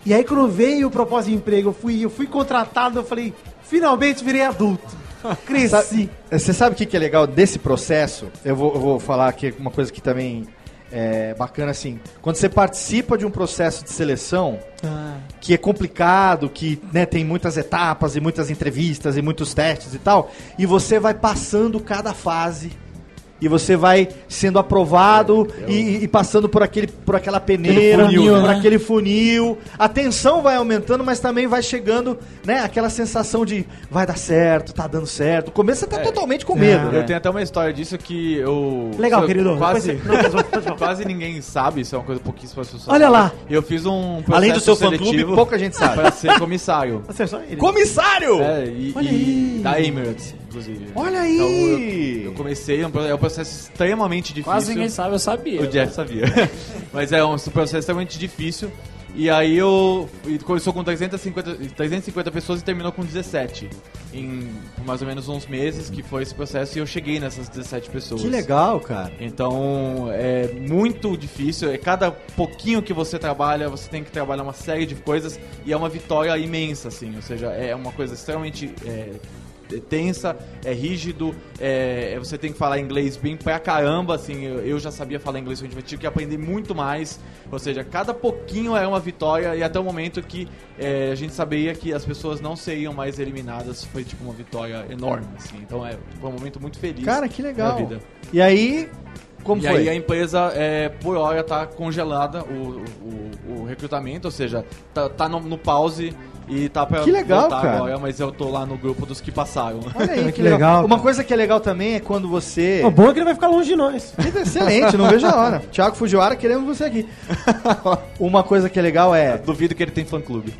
E aí quando veio o propósito de emprego, eu fui contratado, eu falei, finalmente virei adulto. Cresci. Você sabe o que é legal desse processo? Eu vou falar aqui uma coisa que também é bacana, assim. Quando você participa de um processo de seleção, que é complicado, que, né, tem muitas etapas e muitas entrevistas e muitos testes e tal, e você vai passando cada fase. E você vai sendo aprovado e passando por aquela peneira, por aquele funil. A tensão vai aumentando, mas também vai chegando, né, aquela sensação de vai dar certo, tá dando certo. No começo você tá totalmente com medo. Eu tenho até uma história disso que eu... Legal, querido. Quase ninguém sabe, isso é uma coisa pouquíssimas pessoas. Olha lá. Eu fiz um processo Além do seu seletivo fã-clube, pouca gente sabe. Pra ser comissário. Você é só ele. Comissário! Olha aí. Da Emirates, inclusive. Olha aí! Então, eu comecei, é um processo extremamente difícil. Quase ninguém sabe, eu sabia. O Jeff sabia. Mas é um processo extremamente difícil. E aí começou com 350 pessoas e terminou com 17. Em mais ou menos uns meses que foi esse processo e eu cheguei nessas 17 pessoas. Que legal, cara. Então é muito difícil. Cada pouquinho que você trabalha, você tem que trabalhar uma série de coisas e é uma vitória imensa, assim. Ou seja, é uma coisa extremamente... tensa, é rígido, você tem que falar inglês bem pra caramba, assim, eu já sabia falar inglês, eu tive que aprender muito mais, ou seja, cada pouquinho é uma vitória e até o momento que a gente sabia que as pessoas não seriam mais eliminadas, foi tipo uma vitória enorme, assim, então foi um momento muito feliz. Cara, que legal. Da vida. E aí, como e foi? aí a empresa, por hora, tá congelada o recrutamento, ou seja, tá no pause. E tá pra que legal, voltar cara. agora, mas eu tô lá no grupo dos que passaram. Olha aí, que legal. Uma coisa que é legal também é quando você... O bom é que ele vai ficar longe de nós. Excelente, não vejo a hora. Thiago Fujiwara, queremos você aqui. Uma coisa que é legal é... Duvido que ele tem fã-clube.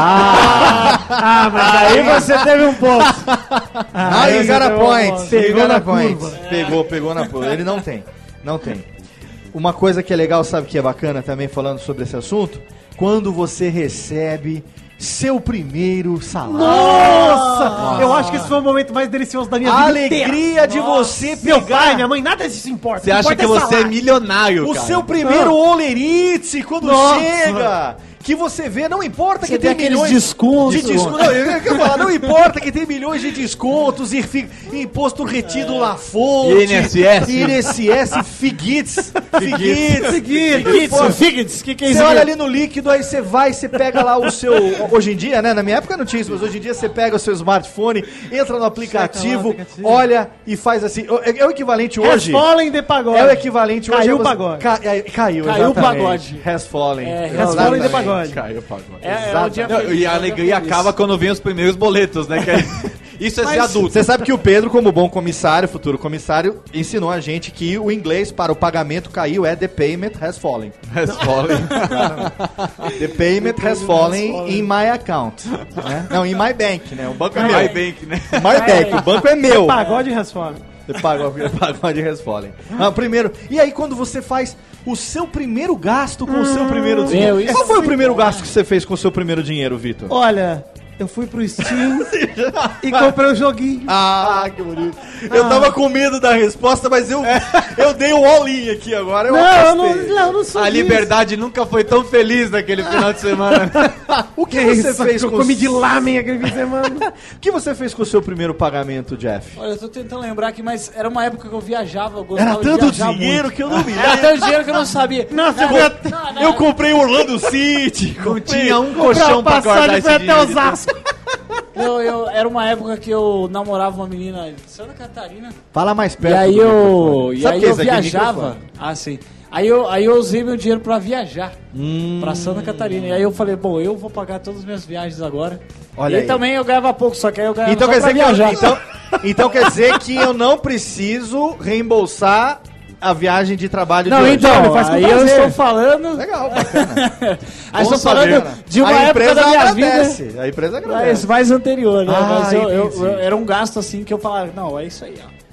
Mas aí você teve um ponto. Aí you got a point. Pegou na curva. Pegou na curva. Ele não tem. Uma coisa que é legal, sabe que é bacana também, falando sobre esse assunto? Quando você recebe seu primeiro salário. Nossa! Eu acho que esse foi o momento mais delicioso da minha A vida inteira. alegria de você Meu pai, pegar minha mãe, nada disso importa. Você acha que você é milionário, o cara. seu primeiro Olerite quando Nossa. chega. Que você vê, não importa Você que tem tem aqueles milhões descontos. de descontos. Não, eu quero falar, não importa que tem milhões de descontos e imposto retido na fonte. INSS, Figuits. Figuits, que é isso? Você olha ali no líquido, aí você vai, você pega lá o seu... Hoje em dia, né? Na minha época não tinha isso, mas hoje em dia você pega o seu smartphone, entra no aplicativo, olha e faz assim. É o equivalente hoje... Has fallen de pagode. É o equivalente hoje... Caiu a o pagode. Caiu, Caiu o exatamente. pagode. Has fallen. Has fallen de pagode. Caiu o pagode. É o dia feliz, E a é o alegria dia feliz. acaba quando vem os primeiros boletos, né? Isso é ser adulto. Você sabe que o Pedro, como bom comissário, futuro comissário, ensinou a gente que o inglês para o pagamento caiu é the payment has fallen. The payment has fallen in my account. Né? Não, in my bank, né? O banco é meu. My bank, né? My bank, o banco é meu. Pagode has fallen. Pagode has fallen. Primeiro, e aí quando você faz o seu primeiro gasto com o seu primeiro dinheiro? isso Qual foi o é primeiro bom, gasto que você fez com o seu primeiro dinheiro, Vitor? Olha, eu fui pro Steam e comprei um joguinho. Que bonito. Eu tava com medo da resposta, mas eu dei um all-in aqui agora. Eu não sou A disso. liberdade nunca foi tão feliz naquele final de semana. O que você fez Eu com comi de lamen aquele fim de semana. O que você fez com o seu primeiro pagamento, Jeff? Olha, eu tô tentando lembrar aqui, mas era uma época que eu viajava, eu gostava Era de tanto viajar dinheiro muito. que eu não me Era lembro. tanto dinheiro que eu não sabia. Nossa, Eu comprei Orlando City. Não tinha um colchão pra guardar esse até dinheiro. Osasco. Era uma época que eu namorava uma menina de Santa Catarina. Fala mais E perto. aí do eu, microfone. e Sabe aí que eu esse aqui é viajava. microfone? Ah, sim. Aí eu usei meu dinheiro pra viajar pra Santa Catarina. E aí eu falei, bom, eu vou pagar todas as minhas viagens agora. Olha e aí aí. também eu ganhava pouco, só que aí eu ganhava Então só quer pra dizer que viajar. então quer dizer que eu não preciso reembolsar a viagem de trabalho Não, de hoje. então, ele faz com aí eu prazer. estou falando... Legal, bacana. Aí Bom estou falando saber. de uma A época empresa da minha agradece. vida... A empresa Mas agradece. mais anterior, né? Ah, Mas entendi. era um gasto assim que eu falava, não, é isso aí, ó.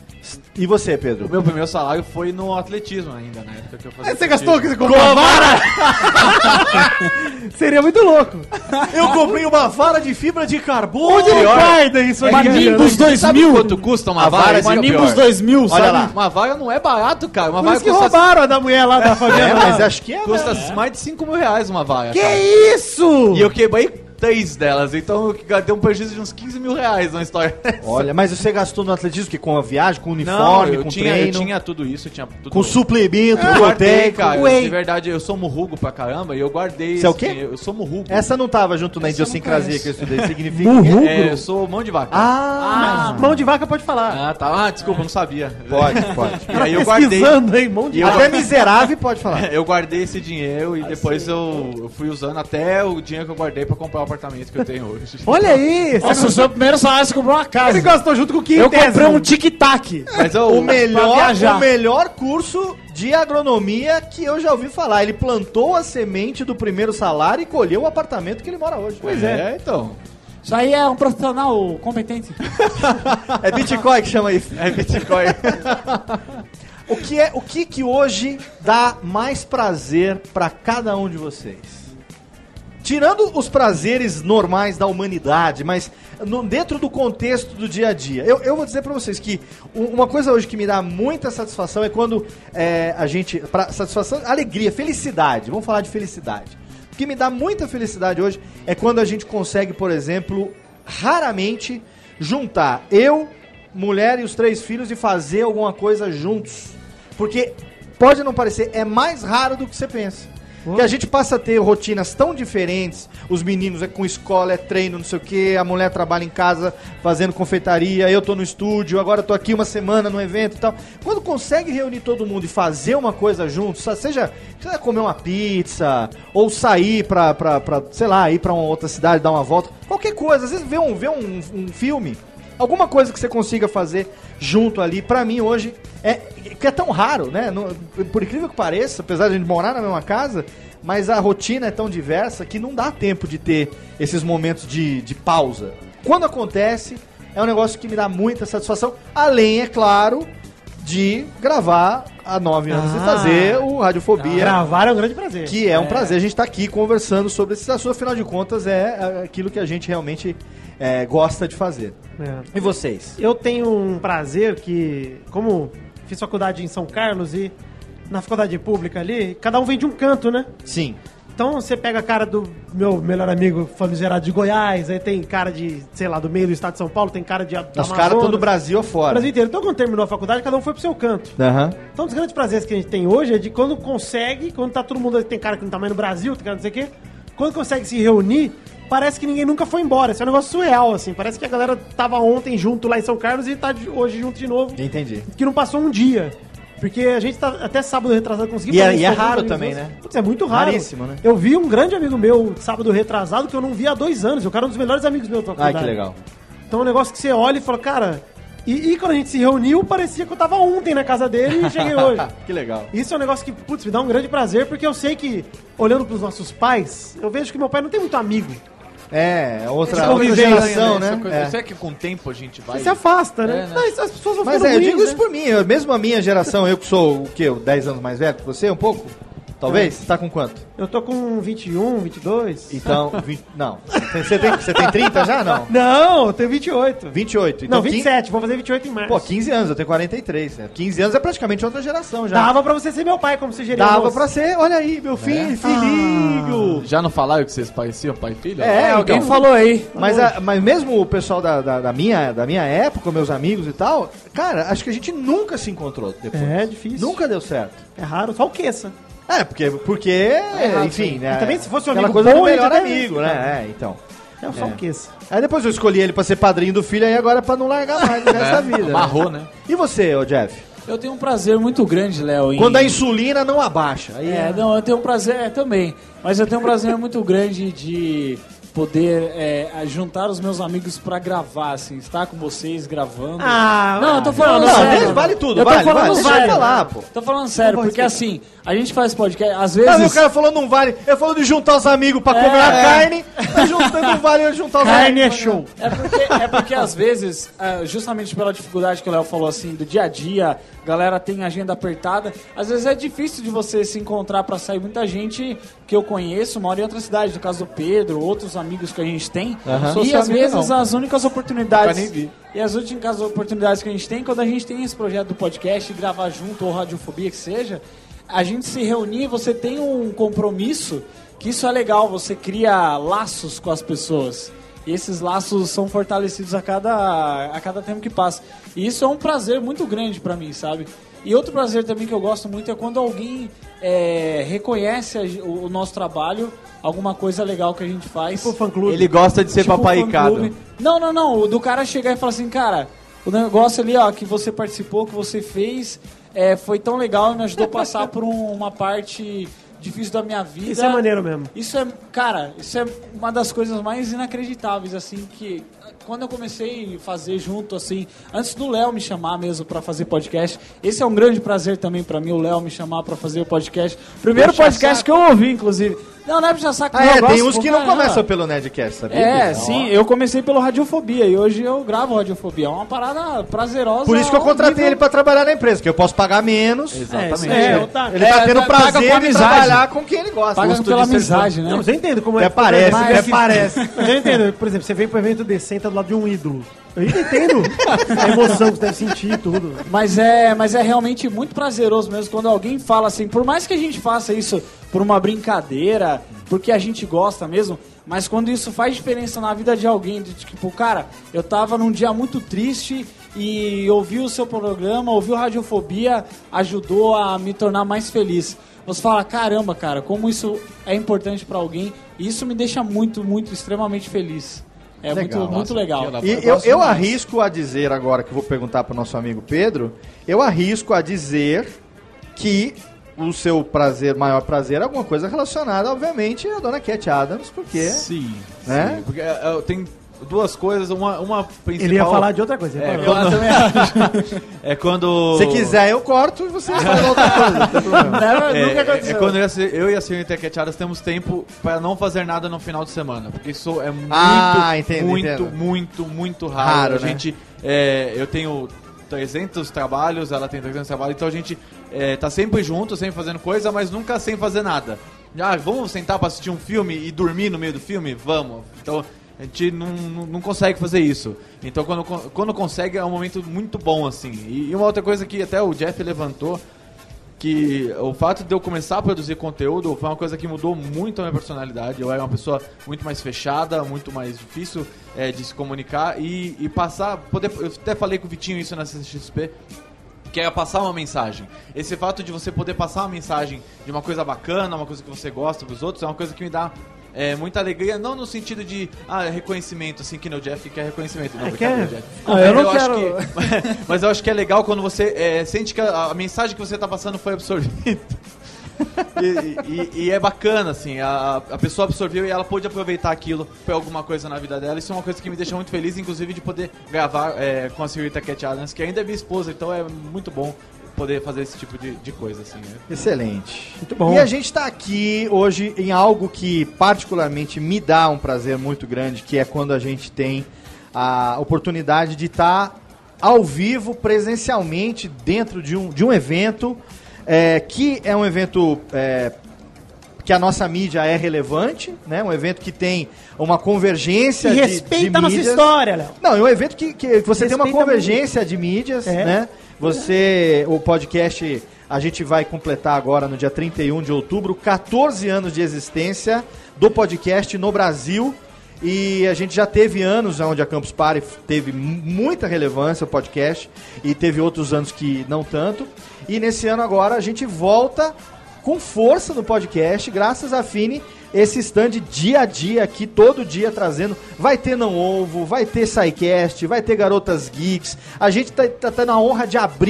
E você, Pedro? O meu primeiro salário foi no atletismo ainda, na época que eu fazia Você atletismo. gastou que você comprou uma vara? Seria muito louco. Eu comprei uma vara de fibra de carbono. Onde ele guarda isso aí? Uma Nimbus Sabe 2000. quanto custa uma A vara vara? de Uma Esse é o Nimbus pior. 2000, Olha sabe? lá. Uma vara não é barato, cara. Uma Por vara isso que custa... roubaram a da mulher lá da Fabiana. Mas acho que é, Custa né? mais de 5 mil reais uma vara. Que cara. isso? E eu quebrei 3 delas, então eu dei um prejuízo de uns 15 mil reais na história. Olha, mas você gastou no atletismo que com a viagem, com Não, uniforme, eu com tinha, treino, eu tinha tudo isso, eu tinha tudo. com suplemento, Eu guardei, proteico. cara. whey. De verdade, eu sou murrugo pra caramba e eu guardei. Você é o esse quê? dinheiro. Eu sou murrugo. Essa não tava junto na Essa eu não idiosincrasia conheço. que eu estudei. Significa Murrugo? É, eu sou mão de vaca. Mão de vaca pode falar. Ah, tá. Ah, desculpa, eu não sabia. Pode. E aí eu guardei. Pesquisando aí, mão de E eu- Até miserável pode falar. Eu guardei esse dinheiro e depois eu fui usando até o dinheiro que eu guardei pra comprar o apartamento que eu tenho hoje. Olha aí. Nossa, o seu primeiro salário você comprou uma casa. Ele gastou junto com o Eu comprei quintésimo. um tic-tac. Mas eu, O viajar. melhor curso de agronomia que eu já ouvi falar. Ele plantou a semente do primeiro salário e colheu o apartamento que ele mora hoje. Pois é, então. Isso aí é um profissional competente. É Bitcoin que chama isso. É Bitcoin. O que hoje dá mais prazer pra cada um de vocês? Tirando os prazeres normais da humanidade, mas dentro do contexto do dia a dia. Eu vou dizer pra vocês que uma coisa hoje que me dá muita satisfação é quando a gente... Satisfação, alegria, felicidade. Vamos falar de felicidade. O que me dá muita felicidade hoje é quando a gente consegue, por exemplo, raramente juntar eu, mulher e os 3 filhos e fazer alguma coisa juntos. Porque pode não parecer, é mais raro do que você pensa. Que a gente passa a ter rotinas tão diferentes. Os meninos é com escola, é treino, não sei o que. A mulher trabalha em casa fazendo confeitaria. Eu tô no estúdio, agora tô aqui uma semana no evento e tal. Quando consegue reunir todo mundo e fazer uma coisa junto, seja comer uma pizza, ou sair pra sei lá, ir pra uma outra cidade, dar uma volta. Qualquer coisa, às vezes ver um filme. Alguma coisa que você consiga fazer junto ali, pra mim hoje, que é tão raro, né? Por incrível que pareça, apesar de a gente morar na mesma casa, mas a rotina é tão diversa que não dá tempo de ter esses momentos de pausa. Quando acontece, é um negócio que me dá muita satisfação, além, é claro, de gravar há 9 anos e fazer o Radiofobia. Gravar é um grande prazer. Que é um prazer a gente estar aqui conversando sobre esses assuntos, afinal de contas é aquilo que a gente realmente gosta de fazer. É. E vocês? Eu tenho um prazer que, como fiz faculdade em São Carlos e na faculdade pública ali, cada um vem de um canto, né? Sim. Então você pega a cara do meu melhor amigo famigerado de Goiás, aí tem cara de, sei lá, do meio do estado de São Paulo, tem cara de Os caras estão do Brasil afora. Brasil inteiro. Então quando terminou a faculdade, cada um foi pro seu canto. Aham. Então, um dos grandes prazeres que a gente tem hoje é de quando consegue, quando tá todo mundo, tem cara que não tá mais no Brasil, tem cara não sei o quê, quando consegue se reunir, parece que ninguém nunca foi embora. Isso é um negócio surreal, assim. Parece que a galera tava ontem junto lá em São Carlos e tá hoje junto de novo. Entendi. Que não passou um dia. Porque a gente tá até sábado retrasado conseguiu E fazer é isso com raro alguns também, amigos. né? Putz, é muito raro. Raríssimo, né? Eu vi um grande amigo meu sábado retrasado que eu não vi há 2 anos. O cara é um dos melhores amigos meus da Ai, faculdade. que legal. Então é um negócio que você olha e fala, cara... E quando a gente se reuniu, parecia que eu tava ontem na casa dele e cheguei hoje. Que legal. Isso é um negócio que, putz, me dá um grande prazer, porque eu sei que, olhando pros nossos pais, eu vejo que meu pai não tem muito amigo. Outra convivência, geração, né? Será que com o tempo a gente vai... Você se afasta, né? É, né? Mas as pessoas vão Mas ficando eu digo ruins, isso né? por mim. Mesmo a minha geração, eu que sou, 10 anos mais velho que você, um pouco? Talvez? Você tá com quanto? Eu tô com 21, 22. Então, não. Você tem 30 já? Não. Não, eu tenho 28. 28. Então, Não, 27. Vou fazer 28 em março. Pô, 15 anos, eu tenho 43, né? 15 anos é praticamente outra geração já. Dava pra você ser meu pai, como você geria Dava almoço. pra ser, olha aí, meu filhinho. Já não falaram que vocês pareciam pai e filho? Alguém então. falou aí. Mas mesmo o pessoal da minha época, meus amigos e tal, cara, acho que a gente nunca se encontrou depois. É difícil. Nunca deu certo. É raro, só o Queça. Porque enfim, né? Mas também se fosse um aquela amigo coisa bom, do a gente melhor até- amigo, né? Então. É só o Queça. Aí depois eu escolhi ele pra ser padrinho do filho, aí agora é pra não largar mais o resto da vida. né? Amarrou, né? E você, ô Jeff? Eu tenho um prazer muito grande, Léo, em... Quando a insulina não abaixa. Aí Não, eu tenho um prazer também. Mas eu tenho um prazer muito grande de poder juntar os meus amigos pra gravar, assim, estar com vocês gravando. Não, eu tô falando não, sério. vale tudo, eu tô vale, falando vale. Deixa sério. eu falar, pô. Tô falando sério, porque assim, a gente faz podcast, às Não, vezes... o cara falou não vale. Eu falo de juntar os amigos pra comer a carne. Não vale juntar os Carne é amigos, show. É porque às vezes, justamente pela dificuldade que o Léo falou assim, do dia a dia, galera tem agenda apertada, às vezes é difícil de você se encontrar pra sair. Muita gente que eu conheço mora em outra cidade, no caso do Pedro, outros amigos que a gente tem, e às vezes as únicas oportunidades... E as únicas oportunidades que a gente tem, quando a gente tem esse projeto do podcast, gravar junto, ou radiofobia que seja, a gente se reunir, você tem um compromisso, que isso é legal, você cria laços com as pessoas. E esses laços são fortalecidos a cada tempo que passa. E isso é um prazer muito grande pra mim, sabe? E outro prazer também que eu gosto muito é quando alguém reconhece o nosso trabalho, alguma coisa legal que a gente faz. Tipo fã-clube. Ele gosta de ser Tipo paparicado. fã-clube. Não. O do cara chegar e falar assim, cara, o negócio ali, ó, que você participou, que você fez, foi tão legal e me ajudou a passar por uma parte difícil da minha vida. Isso é maneiro mesmo. Isso é uma das coisas mais inacreditáveis, assim, que quando eu comecei a fazer junto, assim, antes do Léo me chamar mesmo pra fazer podcast, esse é um grande prazer também pra mim, o Léo me chamar pra fazer o podcast. Primeiro podcast que eu ouvi, inclusive. Não é puxar saco, não, eu tem gosto, uns que não começam pelo Nerdcast, sabia? Sim, eu comecei pelo Radiofobia e hoje eu gravo Radiofobia. É uma parada prazerosa. Por isso que eu contratei ele pra trabalhar na empresa, que eu posso pagar menos. Exatamente. Ele tá tendo paga prazer com de amizade. trabalhar com quem ele gosta. Paga Custo pela de serviço. amizade, né? Não, mas eu entendo como Até parece, mas- até parece. Mas eu entendo, por exemplo, você vem pro evento desse, senta do lado de um ídolo. Eu entendo a emoção que você deve sentir e tudo. Mas é realmente muito prazeroso mesmo quando alguém fala assim, por mais que a gente faça isso por uma brincadeira, porque a gente gosta mesmo, mas quando isso faz diferença na vida de alguém, de tipo, cara, eu tava num dia muito triste e ouvi o seu programa, ouvi o Radiofobia, ajudou a me tornar mais feliz. Você fala, caramba, cara, como isso é importante pra alguém, e isso me deixa muito, muito, extremamente feliz. É Legal, muito legal. E eu arrisco a dizer agora, que eu vou perguntar pro nosso amigo Pedro, eu arrisco a dizer que o seu maior prazer é alguma coisa relacionada, obviamente, à dona Cat Adams, porque... Sim, Né? sim. Porque tem duas coisas, uma principal... Ele ia falar de outra coisa. É, Ele falou. É quando... Se quiser, eu corto e você fala outra coisa, não tem problema. Nunca aconteceu. quando eu e a senhorita Cat temos tempo para não fazer nada no final de semana, porque isso é entendo. muito raro. Raro, A né? gente, eu tenho 300 trabalhos, ela tem 300 trabalhos, então a gente tá sempre junto, sempre fazendo coisa, mas nunca sem fazer nada. Vamos sentar para assistir um filme e dormir no meio do filme? Vamos. Então a gente não consegue fazer isso. Então quando consegue é um momento muito bom, assim. E uma outra coisa que até o Jeff levantou, que o fato de eu começar a produzir conteúdo foi uma coisa que mudou muito a minha personalidade. Eu era uma pessoa muito mais fechada, muito mais difícil de se comunicar e passar... Eu até falei com o Vitinho isso na CCXP, que é passar uma mensagem. Esse fato de você poder passar uma mensagem de uma coisa bacana, uma coisa que você gosta pros outros, é uma coisa que me dá muita alegria, não no sentido de reconhecimento, assim, que no Jeff quer reconhecimento. Não, brincadeira, Jeff. Eu não acho quero. mas eu acho que é legal quando você sente que a mensagem que você tá passando foi absorvida. E é bacana, assim, a pessoa absorveu e ela pôde aproveitar aquilo pra alguma coisa na vida dela. Isso é uma coisa que me deixa muito feliz, inclusive de poder gravar com a senhorita Cat Adams, que ainda é minha esposa, então é muito bom poder fazer esse tipo de coisa, assim, né? Excelente. Muito bom. E a gente tá aqui hoje em algo que particularmente me dá um prazer muito grande, que é quando a gente tem a oportunidade de estar ao vivo, presencialmente, dentro de um evento, que é um evento que a nossa mídia é relevante, né? Um evento que tem uma convergência E de respeita a nossa mídias. história, Léo. Não, é um evento que você tem uma Respeita convergência de mídias, né? O podcast, a gente vai completar agora no dia 31 de outubro, 14 anos de existência do podcast no Brasil. E a gente já teve anos onde a Campus Party teve muita relevância, o podcast, e teve outros anos que não tanto. E nesse ano agora a gente volta com força no podcast, graças a Fini, esse stand dia a dia aqui, todo dia trazendo. Vai ter Não Ovo, vai ter SciCast, vai ter Garotas Geeks. A gente tá na honra de abrir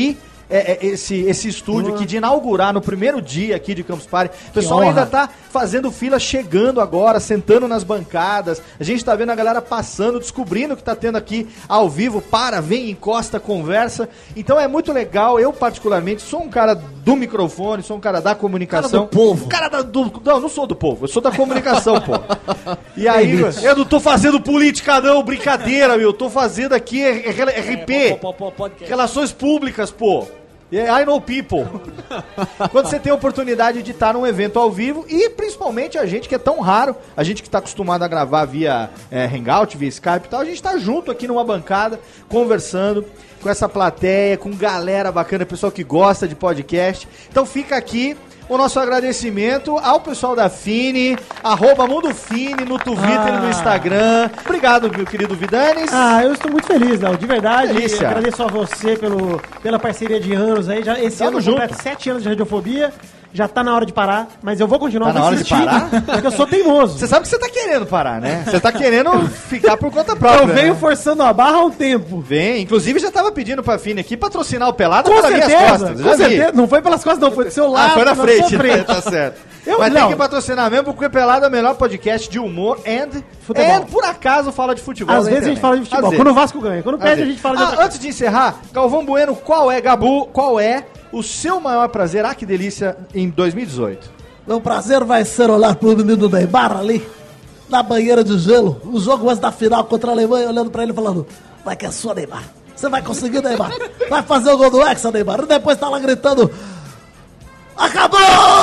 esse estúdio aqui, de inaugurar no primeiro dia aqui de Campus Party. O pessoal honra. ainda tá fazendo fila, chegando agora, sentando nas bancadas. A gente tá vendo a galera passando, descobrindo o que tá tendo aqui ao vivo. Vem, encosta, conversa. Então é muito legal. Eu, particularmente, sou um cara do microfone, sou um cara da comunicação. Cara do povo. Não sou do povo, eu sou da comunicação, pô. E aí, eu não tô fazendo política, não, brincadeira, meu. Eu tô fazendo aqui RP, Relações Públicas, pô. I know people. Quando você tem a oportunidade de estar num evento ao vivo, e principalmente a gente que é tão raro, a gente que tá acostumado a gravar via Hangout, via Skype e tal, a gente tá junto aqui numa bancada, conversando com essa plateia, com galera bacana, pessoal que gosta de podcast. Então fica aqui o nosso agradecimento ao pessoal da Fini, @MundoFini no Twitter e no Instagram. Obrigado, meu querido Vidanes. Eu estou muito feliz, Léo, de verdade. Delícia. Agradeço a você pela parceria de anos aí. Esse ano junto. completo 7 anos de Radiofobia. Já tá na hora de parar, mas eu vou continuar Tá na hora de parar? porque eu sou teimoso. Você sabe que você tá querendo parar, né? Você tá querendo ficar por conta própria. Eu venho né? forçando a barra há um tempo. Vem, inclusive já tava pedindo pra Fini aqui patrocinar o Pelada Com pelas minhas certeza, costas. com já vi. certeza. Não foi pelas costas, não, foi do seu lado. Foi na sua frente, né? Tá certo. Mas não. tem que patrocinar mesmo, porque o Pelada é o melhor podcast de humor Futebol. e por acaso fala de futebol. Às na vezes a gente internet. fala de futebol. Às Quando o vezes. Vasco ganha. Quando Às perde, a vezes. gente fala de outra coisa. Antes de encerrar, Galvão Bueno, qual é o seu maior prazer, que delícia, em 2018? Meu prazer vai ser olhar pro menino Neymar ali, na banheira de gelo, o jogo antes da final contra a Alemanha, olhando pra ele e falando: vai que é sua, Neymar. Você vai conseguir, Neymar. Vai fazer o gol do Hexa, Neymar. E depois tá lá gritando: acabou!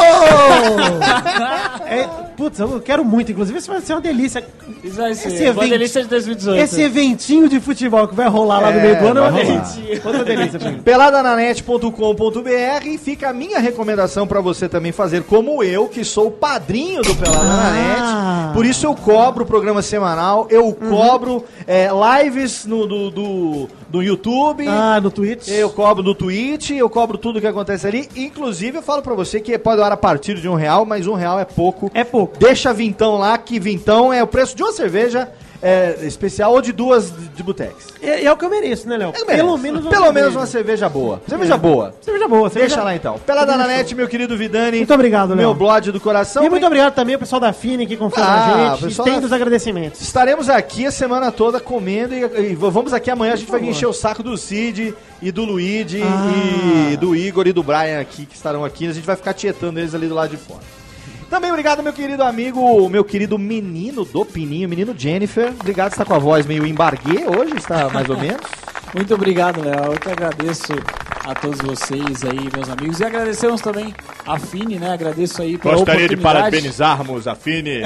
Putz, eu quero muito. Inclusive, isso vai ser uma delícia. Isso vai ser Esse uma evento- delícia de 2018. Esse eventinho de futebol que vai rolar lá no meio do ano é uma vai rolar. delícia. Outra delícia pra mim. Peladananet.com.br. Fica a minha recomendação pra você também fazer como eu, que sou o padrinho do Pelada na Net. Por isso eu cobro o programa semanal, eu cobro lives do YouTube. No Twitch. Eu cobro no Twitch, eu cobro tudo que acontece ali. Inclusive, eu falo pra você que pode doar a partir de R$1, mas R$1 é pouco. É pouco. Deixa vintão lá, que vintão é o preço de uma cerveja especial ou de duas de botex. É o que eu mereço, né, Léo? Pelo menos uma cerveja boa. Cerveja boa. Cerveja boa. Deixa lá então. Pelada na Net, meu querido Vidani. Muito obrigado, Léo. Meu blog do coração. E muito obrigado também ao pessoal da Fini que confia na gente. pessoal E tem da- dos agradecimentos. Estaremos aqui a semana toda comendo e vamos aqui amanhã. A gente vai encher o saco do Cid e do Luigi e do Igor e do Brian aqui, que estarão aqui. A gente vai ficar tietando eles ali do lado de fora. Também obrigado, meu querido amigo, meu querido menino do Pininho, menino Jennifer. Obrigado, está com a voz meio embarguê hoje, está mais ou menos. Muito obrigado, Léo. Eu que agradeço a todos vocês aí, meus amigos. E agradecemos também a Fini, né? Agradeço aí pela Gostaria de oportunidade. parabenizarmos a Fini.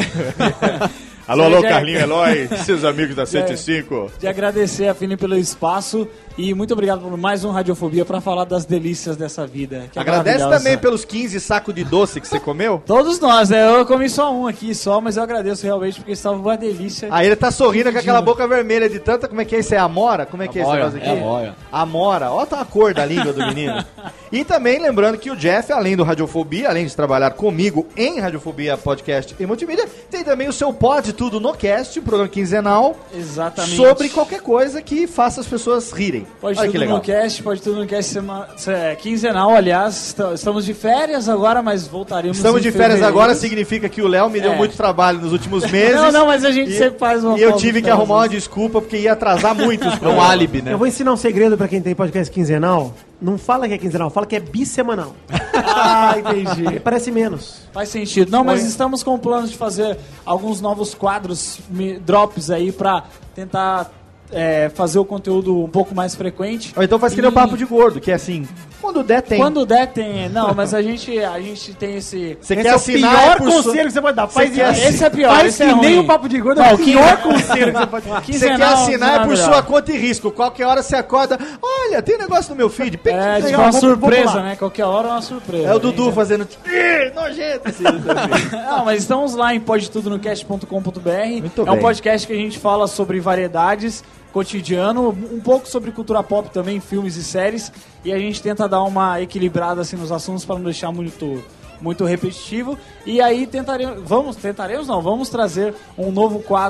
Alô, Carlinho Eloy, seus amigos da 105. De agradecer a Fini pelo espaço e muito obrigado por mais um Radiofobia para falar das delícias dessa vida. Que é Agradece maravilhosa. também pelos 15 sacos de doce que você comeu. Todos nós, né? Eu comi só um aqui, mas eu agradeço realmente porque estava uma delícia. Aí ele tá sorrindo com aquela boca vermelha de tanta... Como é que é isso? É amora? Como é que é esse negócio aqui? Amora. Amora. Olha a cor da língua do menino. E também lembrando que o Jeff, além do Radiofobia, além de trabalhar comigo em Radiofobia Podcast e Multimídia, tem também o seu Pode Tudo no Cast, um programa quinzenal. Exatamente. Sobre qualquer coisa que faça as pessoas rirem. Pode Olha tudo que legal. no cast, quinzenal, aliás. Estamos de férias agora, mas voltaremos Estamos em de férias fevereiro. agora, significa que o Léo me deu muito trabalho nos últimos meses. Não, mas a gente sempre faz uma E eu pausa tive de que férias, arrumar uma né? desculpa, porque ia atrasar muito os É um programas. álibi, né? Eu vou ensinar um segredo pra quem tem podcast quinzenal. Não fala que é quinzenal, fala que é bissemanal. Ah, entendi. Parece menos. Faz sentido. Não, mas estamos com planos de fazer alguns novos quadros, drops aí pra tentar fazer o conteúdo um pouco mais frequente. Ou então faz que nem o papo de gordo, que é assim, quando der tem. Quando der, tem. Não, mas a gente tem esse... Você Esse quer é o assinar pior por conselho que você pode dar. Faz quer- isso. Esse é pior, Faz esse que é nem ruim. o papo de gordo, Não, é o pior conselho que você pode dar. Você Quinzenal, quer assinar não, por melhor. sua conta e risco. Qualquer hora você acorda, olha, tem negócio no meu feed. Pim, É, tipo legal, uma vou surpresa, pular. né? Qualquer hora é uma surpresa. É o Dudu Gente, fazendo... "Ih, nojento esse vídeo." Não, mas estamos lá em podetudonocast.com.br. Muito É um bem. podcast que a gente fala sobre variedades, cotidiano, um pouco sobre cultura pop também, filmes e séries. E a gente tenta dar uma equilibrada assim nos assuntos para não deixar muito repetitivo. E aí vamos trazer um novo quadro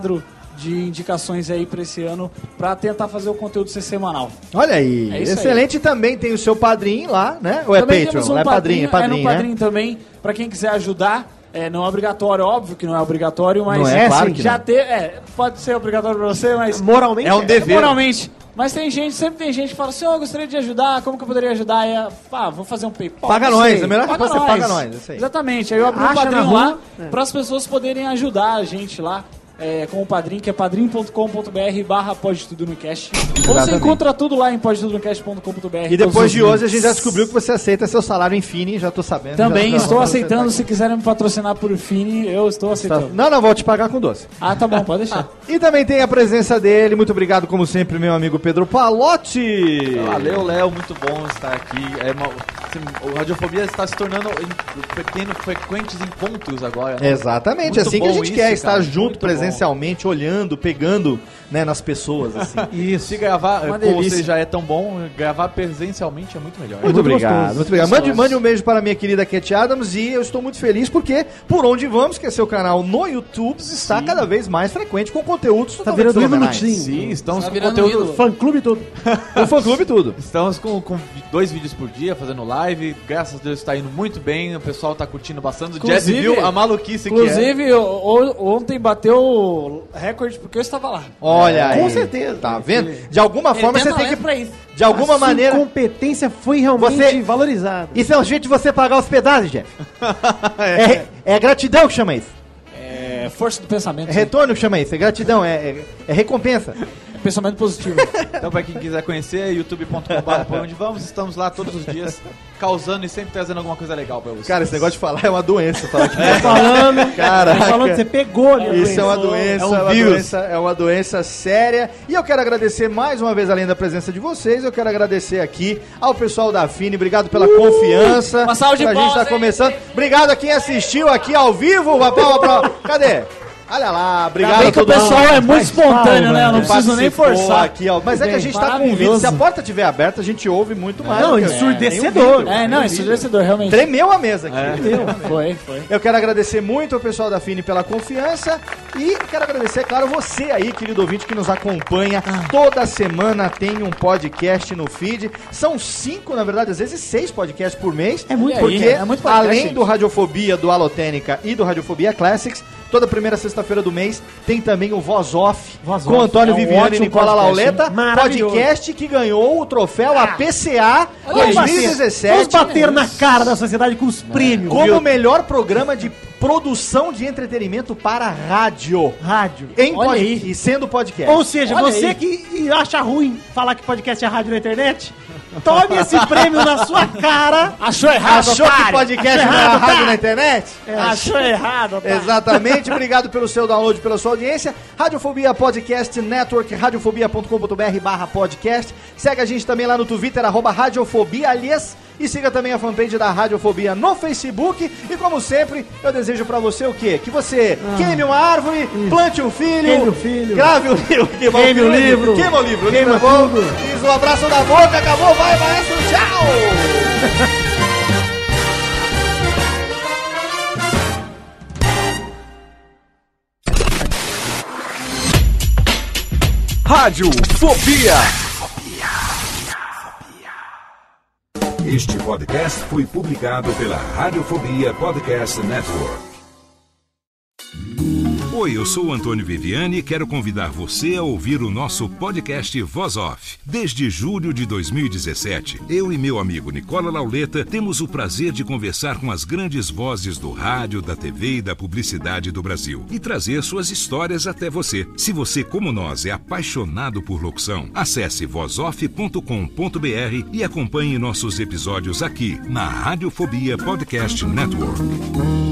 de indicações aí pra esse ano, pra tentar fazer o conteúdo ser semanal. Olha aí, É isso excelente. aí. Também tem o seu padrinho lá, né? Ou é Também Patreon? temos um Não é padrinho, é no né? padrinho também, pra quem quiser ajudar. Não é obrigatório, óbvio que não é obrigatório, mas Não é, claro que já não. pode ser obrigatório pra você, mas Moralmente É um dever. moralmente. Mas sempre tem gente que fala assim, eu gostaria de ajudar, como que eu poderia ajudar? Vou fazer um PayPal. Paga não nós, sei. é melhor que você paga nós, isso aí. Exatamente, aí eu abri um Acha na padrinho rua, lá, para as pessoas poderem ajudar a gente lá. Com o padrinho, que é padrim.com.br/Pode Tudo no Cast. Ou você Exatamente. encontra tudo lá em podetudonocast.com.br. E depois de hoje a gente já descobriu que você aceita seu salário em Fini, já tô sabendo. Também já estou vamos aceitando, aceitar se quiserem me patrocinar por Fini, eu estou aqui. aceitando. Não, vou te pagar com doce. Ah, tá bom, pode deixar. E também tem a presença dele, muito obrigado como sempre, meu amigo Pedro Palotti. Valeu, Léo, muito bom estar aqui. O Radiofobia está se tornando frequentes encontros agora. Né? Exatamente, Muito assim que a bom gente isso, quer, estar cara, junto muito presencialmente, olhando, pegando, né, nas pessoas, assim. Isso. Se gravar Uma com delícia. você já é tão bom, gravar presencialmente é muito melhor. Muito obrigado, gostoso. muito obrigado. Mande um beijo para a minha querida Cat Adams e eu estou muito feliz porque Por Onde Vamos, que é seu canal no YouTube, está cada vez mais frequente com conteúdos Tá totalmente virando ídolo fenomenais. teen. Sim, estamos Tá com virando conteúdo. ídolo. Fã-clube todo. O fã-clube tudo. Estamos com 2 vídeos por dia fazendo live. Graças a Deus está indo muito bem. O pessoal está curtindo bastante. O Jeff Inclusive- viu a maluquice que é. Inclusive, ontem bateu o recorde porque eu estava lá. Olha aí. Com certeza. Tá vendo? De alguma forma Ele você tem tem que... talento pra isso. De alguma A sua maneira... competência foi realmente Você- valorizada. Isso é um jeito de você pagar hospedagem, Jeff. É gratidão que chama isso. É força do pensamento. É retorno que chama isso. É gratidão, é recompensa. Pensamento positivo. Então, para quem quiser conhecer, youtube.com/, por onde vamos, estamos lá todos os dias, causando e sempre trazendo alguma coisa legal pra vocês. Cara, esse negócio de falar é uma doença. Falar que Falando, Caraca. falando que você pegou ali. Isso é uma doença, É um vírus. É uma doença séria. E eu quero agradecer mais uma vez, além da presença de vocês, eu quero agradecer aqui ao pessoal da Fini. Obrigado pela confiança. Uma salva de pra gente palmas tá aí. começando. Obrigado a quem assistiu aqui ao vivo. Uma palma pra... Cadê? Olha lá, obrigado Bem a que o todo mundo. pessoal é muito Faz espontâneo, palma, né? Eu não né? preciso nem Participou forçar. aqui, ó. Mas é que a gente tá com Maravilhoso. vídeo. Se a porta estiver aberta, a gente ouve muito mais. Não, do que- ensurdecedor. tem um vídeo. Não, isso é ensurdecedor, realmente. Tremeu a mesa aqui. Foi. Eu quero agradecer muito ao pessoal da Fini pela confiança e quero agradecer, claro, você aí, querido ouvinte, que nos acompanha. Toda semana tem um podcast no feed. São 5, na verdade, às vezes 6 podcasts por mês. É muito porque é muito podcast, além gente. do Radiofobia, do Alotênica e do Radiofobia Classics, toda primeira sexta-feira do mês tem também o Voz Off, Voz com Off. Antônio É um Viviane e ótimo Nicola podcast, Lauleta. hein? Maravilhoso. Podcast que ganhou o troféu APCA Vamos 2017. bater na cara da sociedade com os prêmios. Como o melhor programa de produção de entretenimento para rádio. Rádio. Em Olha pod- aí. E sendo podcast. Ou seja, Olha você aí. que acha ruim falar que podcast é rádio na internet, tome esse prêmio na sua cara. Achou errado, Achou que otário. podcast Achou não era errado, rádio tá? na internet? Achou errado, otário. Exatamente. Obrigado pelo seu download, pela sua audiência. Radiofobia Podcast Network, radiofobia.com.br/podcast. Segue a gente também lá no Twitter, @radiofobia, aliás. E siga também a fanpage da Radiofobia no Facebook. E como sempre, eu desejo pra você o quê? Que você queime uma árvore, plante um filho, Queime o filho. grave o livro, Queime o livro. queima o livro. Queima Tá bom? tudo. Isso, um abraço da boca, acabou, vai, maestro, tchau! Rádio Fobia. Este podcast foi publicado pela Radiofobia Podcast Network. Oi, eu sou o Antônio Viviani e quero convidar você a ouvir o nosso podcast Voz Off. Desde julho de 2017, eu e meu amigo Nicola Lauleta temos o prazer de conversar com as grandes vozes do rádio, da TV e da publicidade do Brasil e trazer suas histórias até você. Se você, como nós, é apaixonado por locução, acesse vozoff.com.br e acompanhe nossos episódios aqui na Radiofobia Podcast Network.